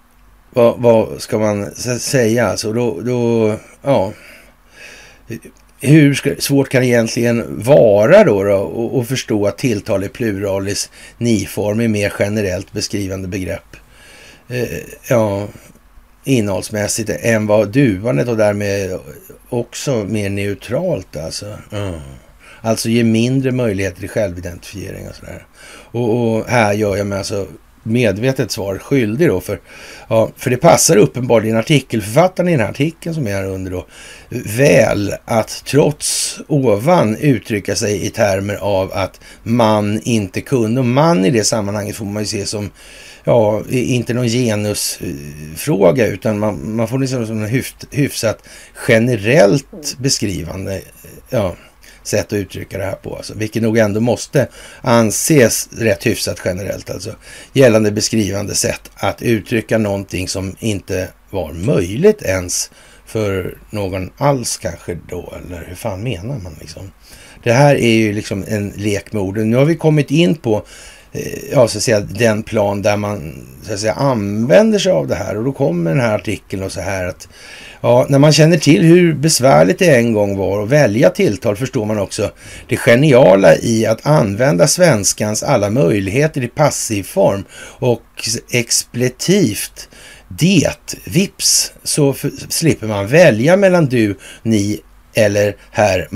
vad, vad ska man säga? Alltså då, då, ja. hur ska, svårt kan det egentligen vara då, då att förstå att tilltal i pluralis ni-form är mer generellt beskrivande begrepp eh, ja, innehållsmässigt än vad duvandet och därmed också mer neutralt alltså. Mm. Alltså ge mindre möjligheter till självidentifiering och sådär. Och, och här gör jag mig alltså medvetet svar skyldig då, för, ja, för det passar uppenbarligen artikelförfattaren i den här artikeln som är här under då väl att trots ovan uttrycka sig i termer av att man inte kunde, och man i det sammanhanget får man ju se som ja, inte någon genusfråga, utan man, man får det som en hyf, hyfsat generellt beskrivande ja, sätt att uttrycka det här på. Alltså, vilket nog ändå måste anses rätt hyfsat generellt. Alltså, gällande beskrivande sätt att uttrycka någonting som inte var möjligt ens för någon alls kanske då. Eller hur fan menar man liksom? Det här är ju liksom en lek med orden. Nu har vi kommit in på ja, så att säga, den plan där man så att säga, använder sig av det här. Och då kommer den här artikeln och så här att ja, när man känner till hur besvärligt det en gång var att välja tilltal förstår man också det geniala i att använda svenskans alla möjligheter i passiv form och expletivt det, vips, så för, slipper man välja mellan du, ni eller herr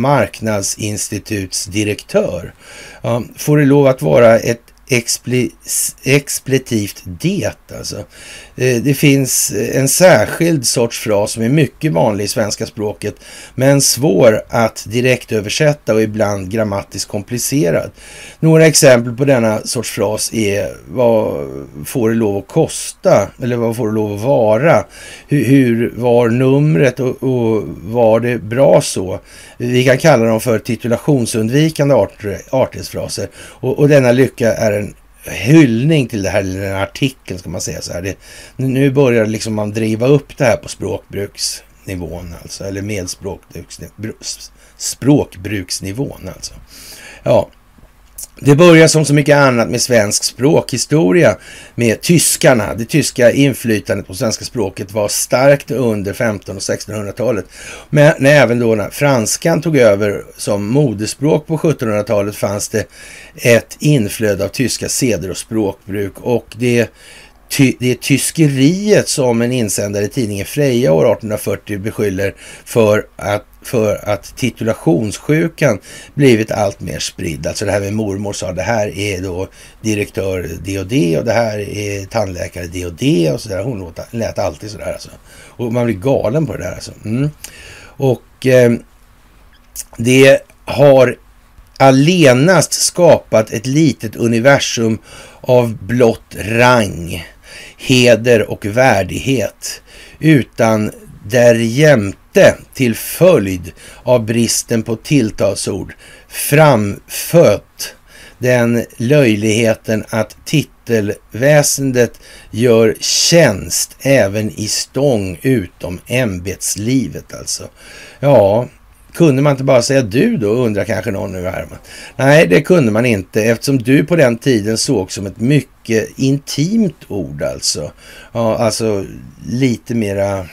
marknadsinstitutsdirektör. Ja, får det lov att vara ett Expli, expletivt det alltså. Eh, det finns en särskild sorts fras som är mycket vanlig i svenska språket men svår att direkt översätta och ibland grammatiskt komplicerad. Några exempel på denna sorts fras är vad får det lov att kosta eller vad får det lov att vara, hur, hur var numret och, och var det bra så. Vi kan kalla dem för titulationsundvikande art, artighetsfraser och, och denna lycka är en hyllning till det här, den här artikeln ska man säga så här. Det, nu börjar liksom man driva upp det här på språkbruksnivån alltså, eller med språkbruksnivån, språkbruksnivån alltså. Ja, det börjar som så mycket annat med svensk språkhistoria med tyskarna. Det tyska inflytandet på svenska språket var starkt under femtonhundra- och sextonhundratalet. Men när även då när franskan tog över som moderspråk på sjuttonhundratalet fanns det ett inflöde av tyska seder och språkbruk. Och det, ty, det är tyskeriet som en insändare i tidningen Freja år artonhundrafyrtio beskyller för att för att titulationssjukan blivit allt mer spridd. Alltså det här med mormor sa det här är då direktör det och det och det här är tandläkare det och det och sådär. Hon lät, lät alltid sådär alltså. Och man blir galen på det där alltså. Mm. Och eh, det har allenast skapat ett litet universum av blott rang, heder och värdighet utan därjämte till följd av bristen på tilltalsord framfött den löjligheten att titelväsendet gör tjänst även i stång utom ämbetslivet alltså. Ja, kunde man inte bara säga du då, undrar kanske någon nu här. Nej, det kunde man inte eftersom du på den tiden såg som ett mycket intimt ord alltså. Ja, alltså lite mera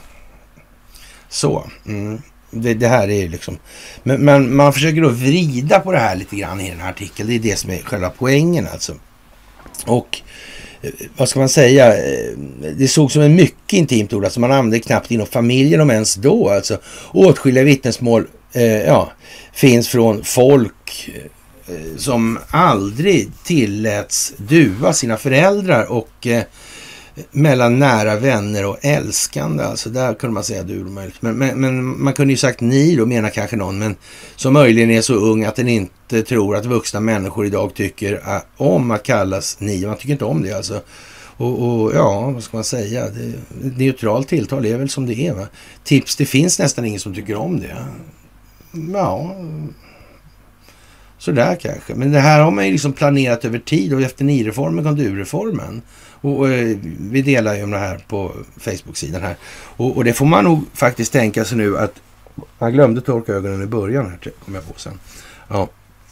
så. Mm. Det, det här är liksom men, men man försöker då vrida på det här lite grann i den här artikeln. Det är det som är själva poängen alltså. Och vad ska man säga, det såg som en mycket intimt ord, alltså man använde knappt inom familjen om ens då alltså. Åtskilliga vittnesmål eh, ja, finns från folk eh, som aldrig tilläts duva sina föräldrar och eh, mellan nära vänner och älskande, alltså där kunde man säga du men, men, men man kunde ju sagt ni då, menar kanske någon, men som möjligen är så ung att den inte tror att vuxna människor idag tycker om att kallas ni, man tycker inte om det alltså. Och, och ja, vad ska man säga, det, neutralt tilltal är väl som det är va? Tips, det finns nästan ingen som tycker om det. Ja, sådär kanske. Men det här har man ju liksom planerat över tid och efter ni-reformen kom du-reformen. Och, och vi delar ju om det här på Facebook-sidan här. Och, och det får man nog faktiskt tänka sig nu att jag glömde torka ögonen i början här, kom jag på sen. Ja.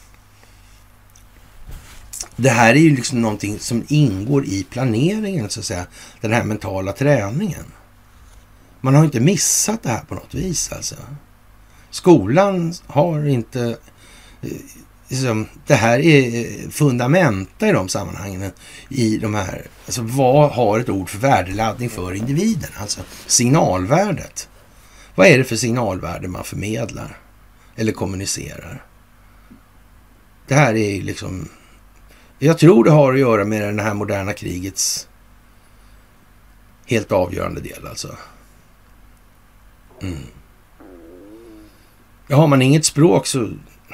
Det här är ju liksom någonting som ingår i planeringen så att säga. Den här mentala träningen. Man har inte missat det här på något vis alltså. Skolan har inte... Liksom, det här är fundamenta i de sammanhangen. I de här... Alltså vad har ett ord för värdeladdning för individen? Alltså signalvärdet. Vad är det för signalvärde man förmedlar? Eller kommunicerar? Det här är liksom... Jag tror det har att göra med det här moderna krigets helt avgörande del alltså. Mm. Ja, har man inget språk så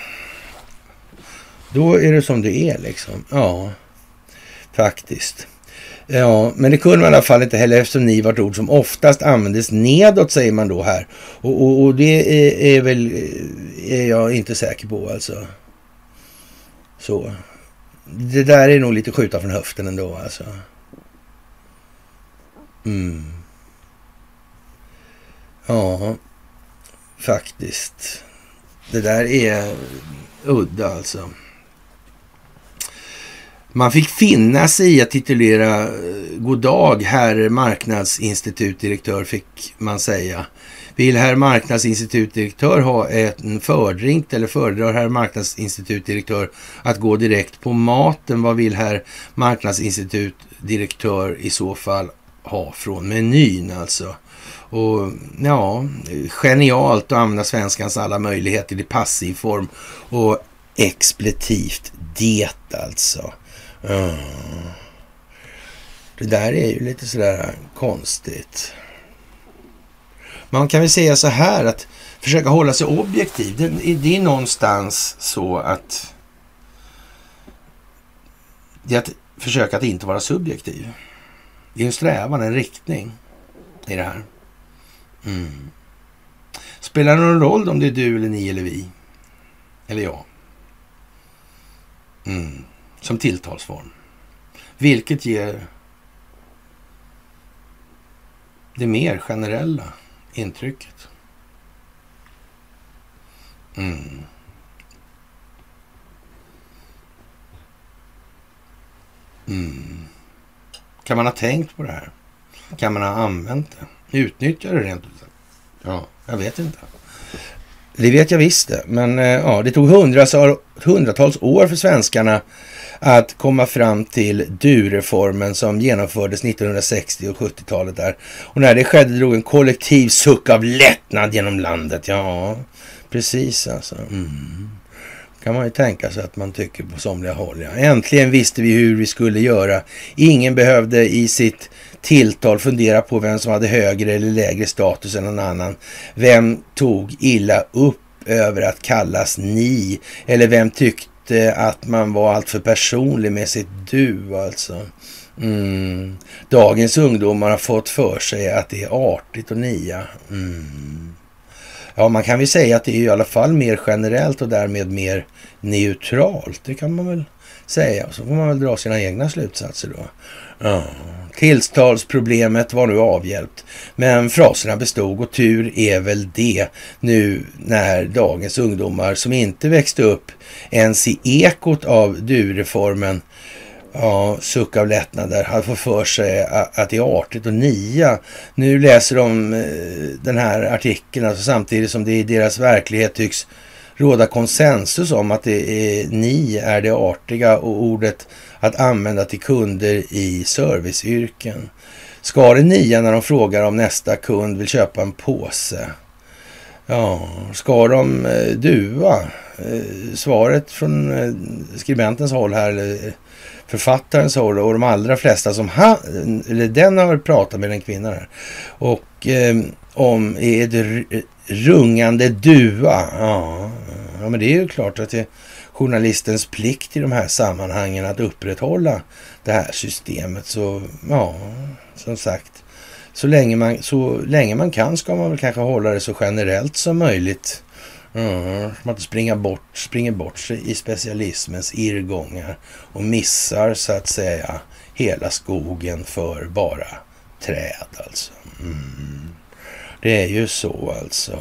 då är det som det är liksom. Ja, faktiskt. Ja, men det kunde man i alla fall inte heller eftersom ni var ett ord som oftast användes nedåt, säger man då här. Och, och, och det är, är väl är jag inte säker på alltså. Så. Det där är nog lite skjuta från höften ändå alltså. Mm. Ja, faktiskt. Det där är udda alltså. Man fick finna sig i att titulera god dag, herr marknadsinstitutdirektör, fick man säga. Vill herr marknadsinstitutdirektör ha en fördrink eller föredrar herr marknadsinstitutdirektör att gå direkt på maten? Vad vill herr marknadsinstitutdirektör i så fall ha från menyn alltså? Och ja, genialt att använda svenskans alla möjligheter i passiv form och expletivt det alltså. Mm. Det där är ju lite sådär konstigt. Man kan väl säga så här att försöka hålla sig objektiv. Det, det är någonstans så att det är att försöka att inte vara subjektiv. Det är en strävan, en riktning i det här. Mm. Spelar det någon roll om det är du eller ni eller vi? Eller jag? Mm. Som tilltalsform. Vilket ger det mer generella intrycket. Mm. Mm. Kan man ha tänkt på det här? Kan man ha använt det? Utnyttjar det rent ut? Ja, jag vet inte. Det vet jag visst det. Men ja, det tog hundratals, hundratals år för svenskarna att komma fram till du-reformen som genomfördes nittonhundrasextio- och sjuttiotalet där. Och när det skedde drog en kollektiv suck av lättnad genom landet. Ja, precis alltså. Mm. Kan man ju tänka sig att man tycker på somliga håll. Ja. Äntligen visste vi hur vi skulle göra. Ingen behövde i sitt tilltal fundera på vem som hade högre eller lägre status än någon annan. Vem tog illa upp över att kallas ni? Eller vem tyckte att man var allt för personlig med sitt du alltså? Mm. Dagens ungdomar har fått för sig att det är artigt och nia. Mm. Ja, man kan väl säga att det är i alla fall mer generellt och därmed mer neutralt. Det kan man väl säga. Så får man väl dra sina egna slutsatser då. Ja. Tilltalsproblemet var nu avhjälpt. Men fraserna bestod och tur är väl det nu när dagens ungdomar som inte växte upp ens i ekot av du-reformen, ja, suck av lättnader, hade fått för sig att det är artigt och nia. Nu läser de den här artikeln alltså, samtidigt som det i deras verklighet tycks råda konsensus om att det är, ni är det artiga och ordet att använda till kunder i serviceyrken. Ska det nia när de frågar om nästa kund vill köpa en påse? Ja, ska de eh, duva? Eh, svaret från eh, skribentens håll här, eller författarens håll och de allra flesta som ha, eller den har pratat med en kvinna här. Och eh, om är ett rungande duva. Ja, ja, men det är ju klart att det är journalistens plikt i de här sammanhangen att upprätthålla det här systemet. Så ja, som sagt, så länge man, så länge man kan ska man väl kanske hålla det så generellt som möjligt. Mm, så man inte springer bort, springer bort sig i specialismens irrgångar och missar så att säga hela skogen för bara träd alltså. Mm. Det är ju så alltså.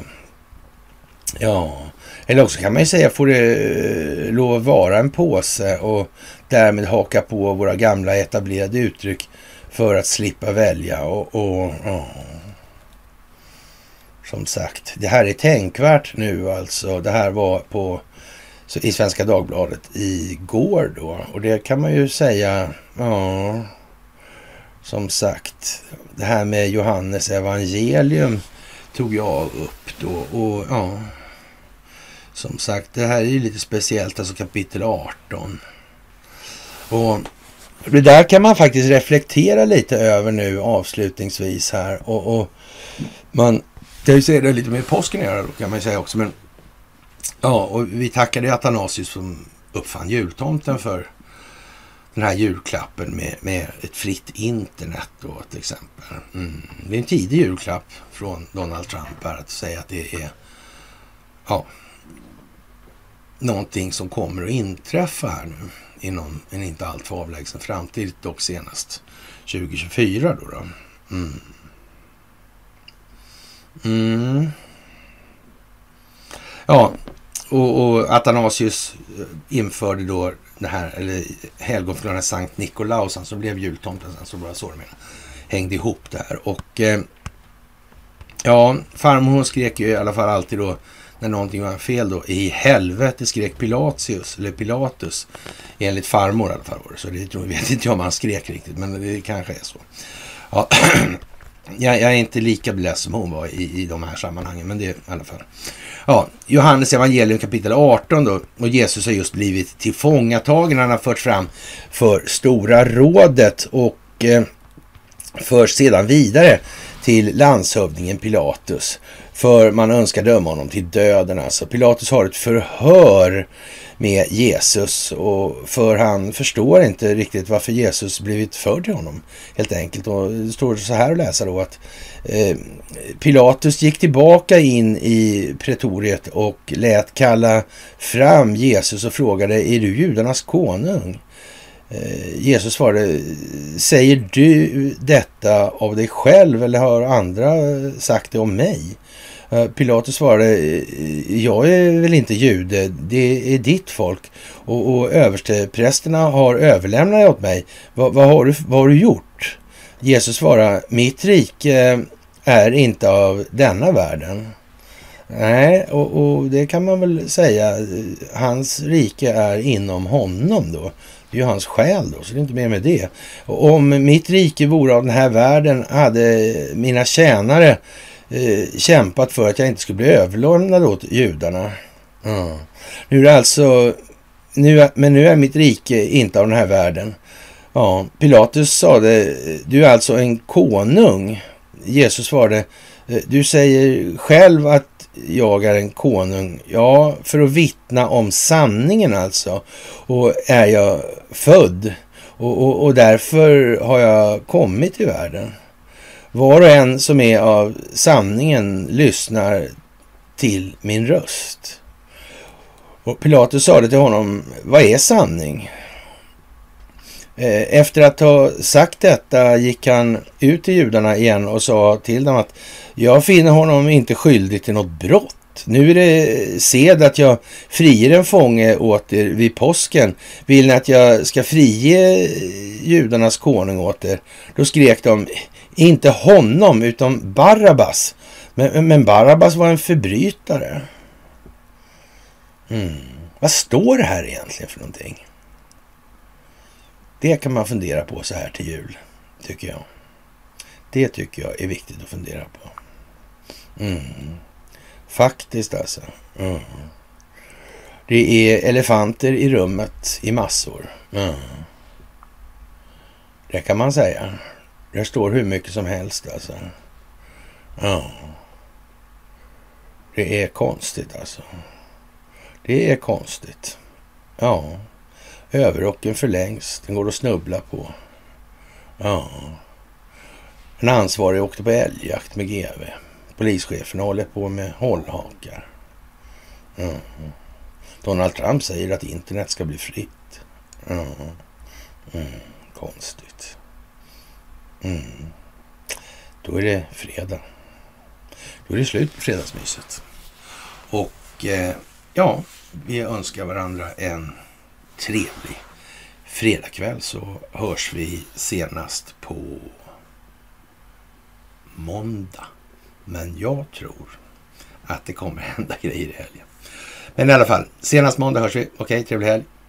Ja, eller också kan man ju säga, får det lov att vara en påse och därmed haka på våra gamla etablerade uttryck för att slippa välja och, och ja. Som sagt, det här är tänkvärt nu alltså. Det här var på i Svenska Dagbladet igår då. Och det kan man ju säga, ja, som sagt, det här med Johannes evangelium tog jag upp då. Och ja, som sagt, det här är ju lite speciellt, alltså kapitel arton. Och det där kan man faktiskt reflektera lite över nu avslutningsvis här. Och, och man kan ju säga det lite med påsken här då, kan man ju säga också. Men ja, och vi tackade Athanasius som uppfann jultomten för den här julklappen med, med ett fritt internet då till exempel. Mm. Det är en tidig julklapp från Donald Trump här att säga att det är ja, någonting som kommer att inträffa här nu inom en inte alltför avlägsen framtid, dock senast tjugo tjugofyra då. då. Mm. Mm. Ja, och, och Athanasius införde då det här, eller helgonförklaringen Sankt Nikolaus, han som blev jultomten, så bara så det hängde ihop där. Och eh, ja, farmor hon skrek ju i alla fall alltid då när någonting var fel då, i helvete skrek Pilatius, eller Pilatus, enligt farmor i alla fall var det. Så det tror, vet inte jag om han skrek riktigt, men det kanske är så. Ja, jag, jag är inte lika bläst som hon var i, i de här sammanhangen, men det är i alla fall. Ja, Johannes evangelium kapitel arton då, och Jesus har just blivit tillfångatagen. Han har förts fram för Stora rådet och eh, förs sedan vidare till landshövdingen Pilatus, för man önskar döma honom till döden. Alltså Pilatus har ett förhör med Jesus, och för han förstår inte riktigt varför Jesus blivit förd till honom helt enkelt. Och det står så här att läsa då att eh, Pilatus gick tillbaka in i pretoriet och lät kalla fram Jesus och frågade: är du judarnas konung? Eh, Jesus svarade: säger du detta av dig själv eller har andra sagt det om mig? Pilatus svarade: jag är väl inte jude, det är ditt folk, och, och översteprästerna har överlämnat åt mig. Va, vad, har du, vad har du gjort? Jesus svarade: mitt rike är inte av denna världen. Nej, och, och det kan man väl säga. Hans rike är inom honom då. Det är ju hans själ då, så det är inte mer med det. Och om mitt rike vore av den här världen hade mina tjänare Eh, kämpat för att jag inte skulle bli överlämnad åt judarna. Mm. Nu är det alltså, nu, men nu är mitt rike inte av den här världen. Ja, Pilatus sa det: du är alltså en konung. Jesus svarade: du säger själv att jag är en konung. Ja, för att vittna om sanningen alltså. Och är jag född. Och, och, och därför har jag kommit till världen. Var och en som är av sanningen lyssnar till min röst. Och Pilatus sa det till honom: vad är sanning? Efter att ha sagt detta gick han ut till judarna igen och sa till dem att jag finner honom inte skyldig till något brott. Nu är det sed att jag friger en fånge åt er vid påsken. Vill ni att jag ska frige judarnas konung åt er? Då skrek de: inte honom utan Barabbas. Men, men Barabbas var en förbrytare. Mm. Vad står det här egentligen för någonting? Det kan man fundera på så här till jul, tycker jag. Det tycker jag är viktigt att fundera på. Mm. Faktiskt alltså. Mm. Det är elefanter i rummet i massor. Mm. Det kan man säga. Det står hur mycket som helst alltså. Ja. Det är konstigt alltså. Det är konstigt. Ja. Överrocken förlängs. Den går att snubbla på. Ja. En ansvarig åkte på älgjakt med G V. Polischefen håller på med hållhakar. Ja. Donald Trump säger att internet ska bli fritt. Ja. Mm. Konstigt. Mm. Då är det fredag. Då är det slut på fredagsmyset. Och eh, ja, vi önskar varandra en trevlig fredagkväll, så hörs vi senast på måndag. men jag tror att det kommer hända grejer i helgen. Men i alla fall, senast måndag hörs vi. Okej, trevlig helg.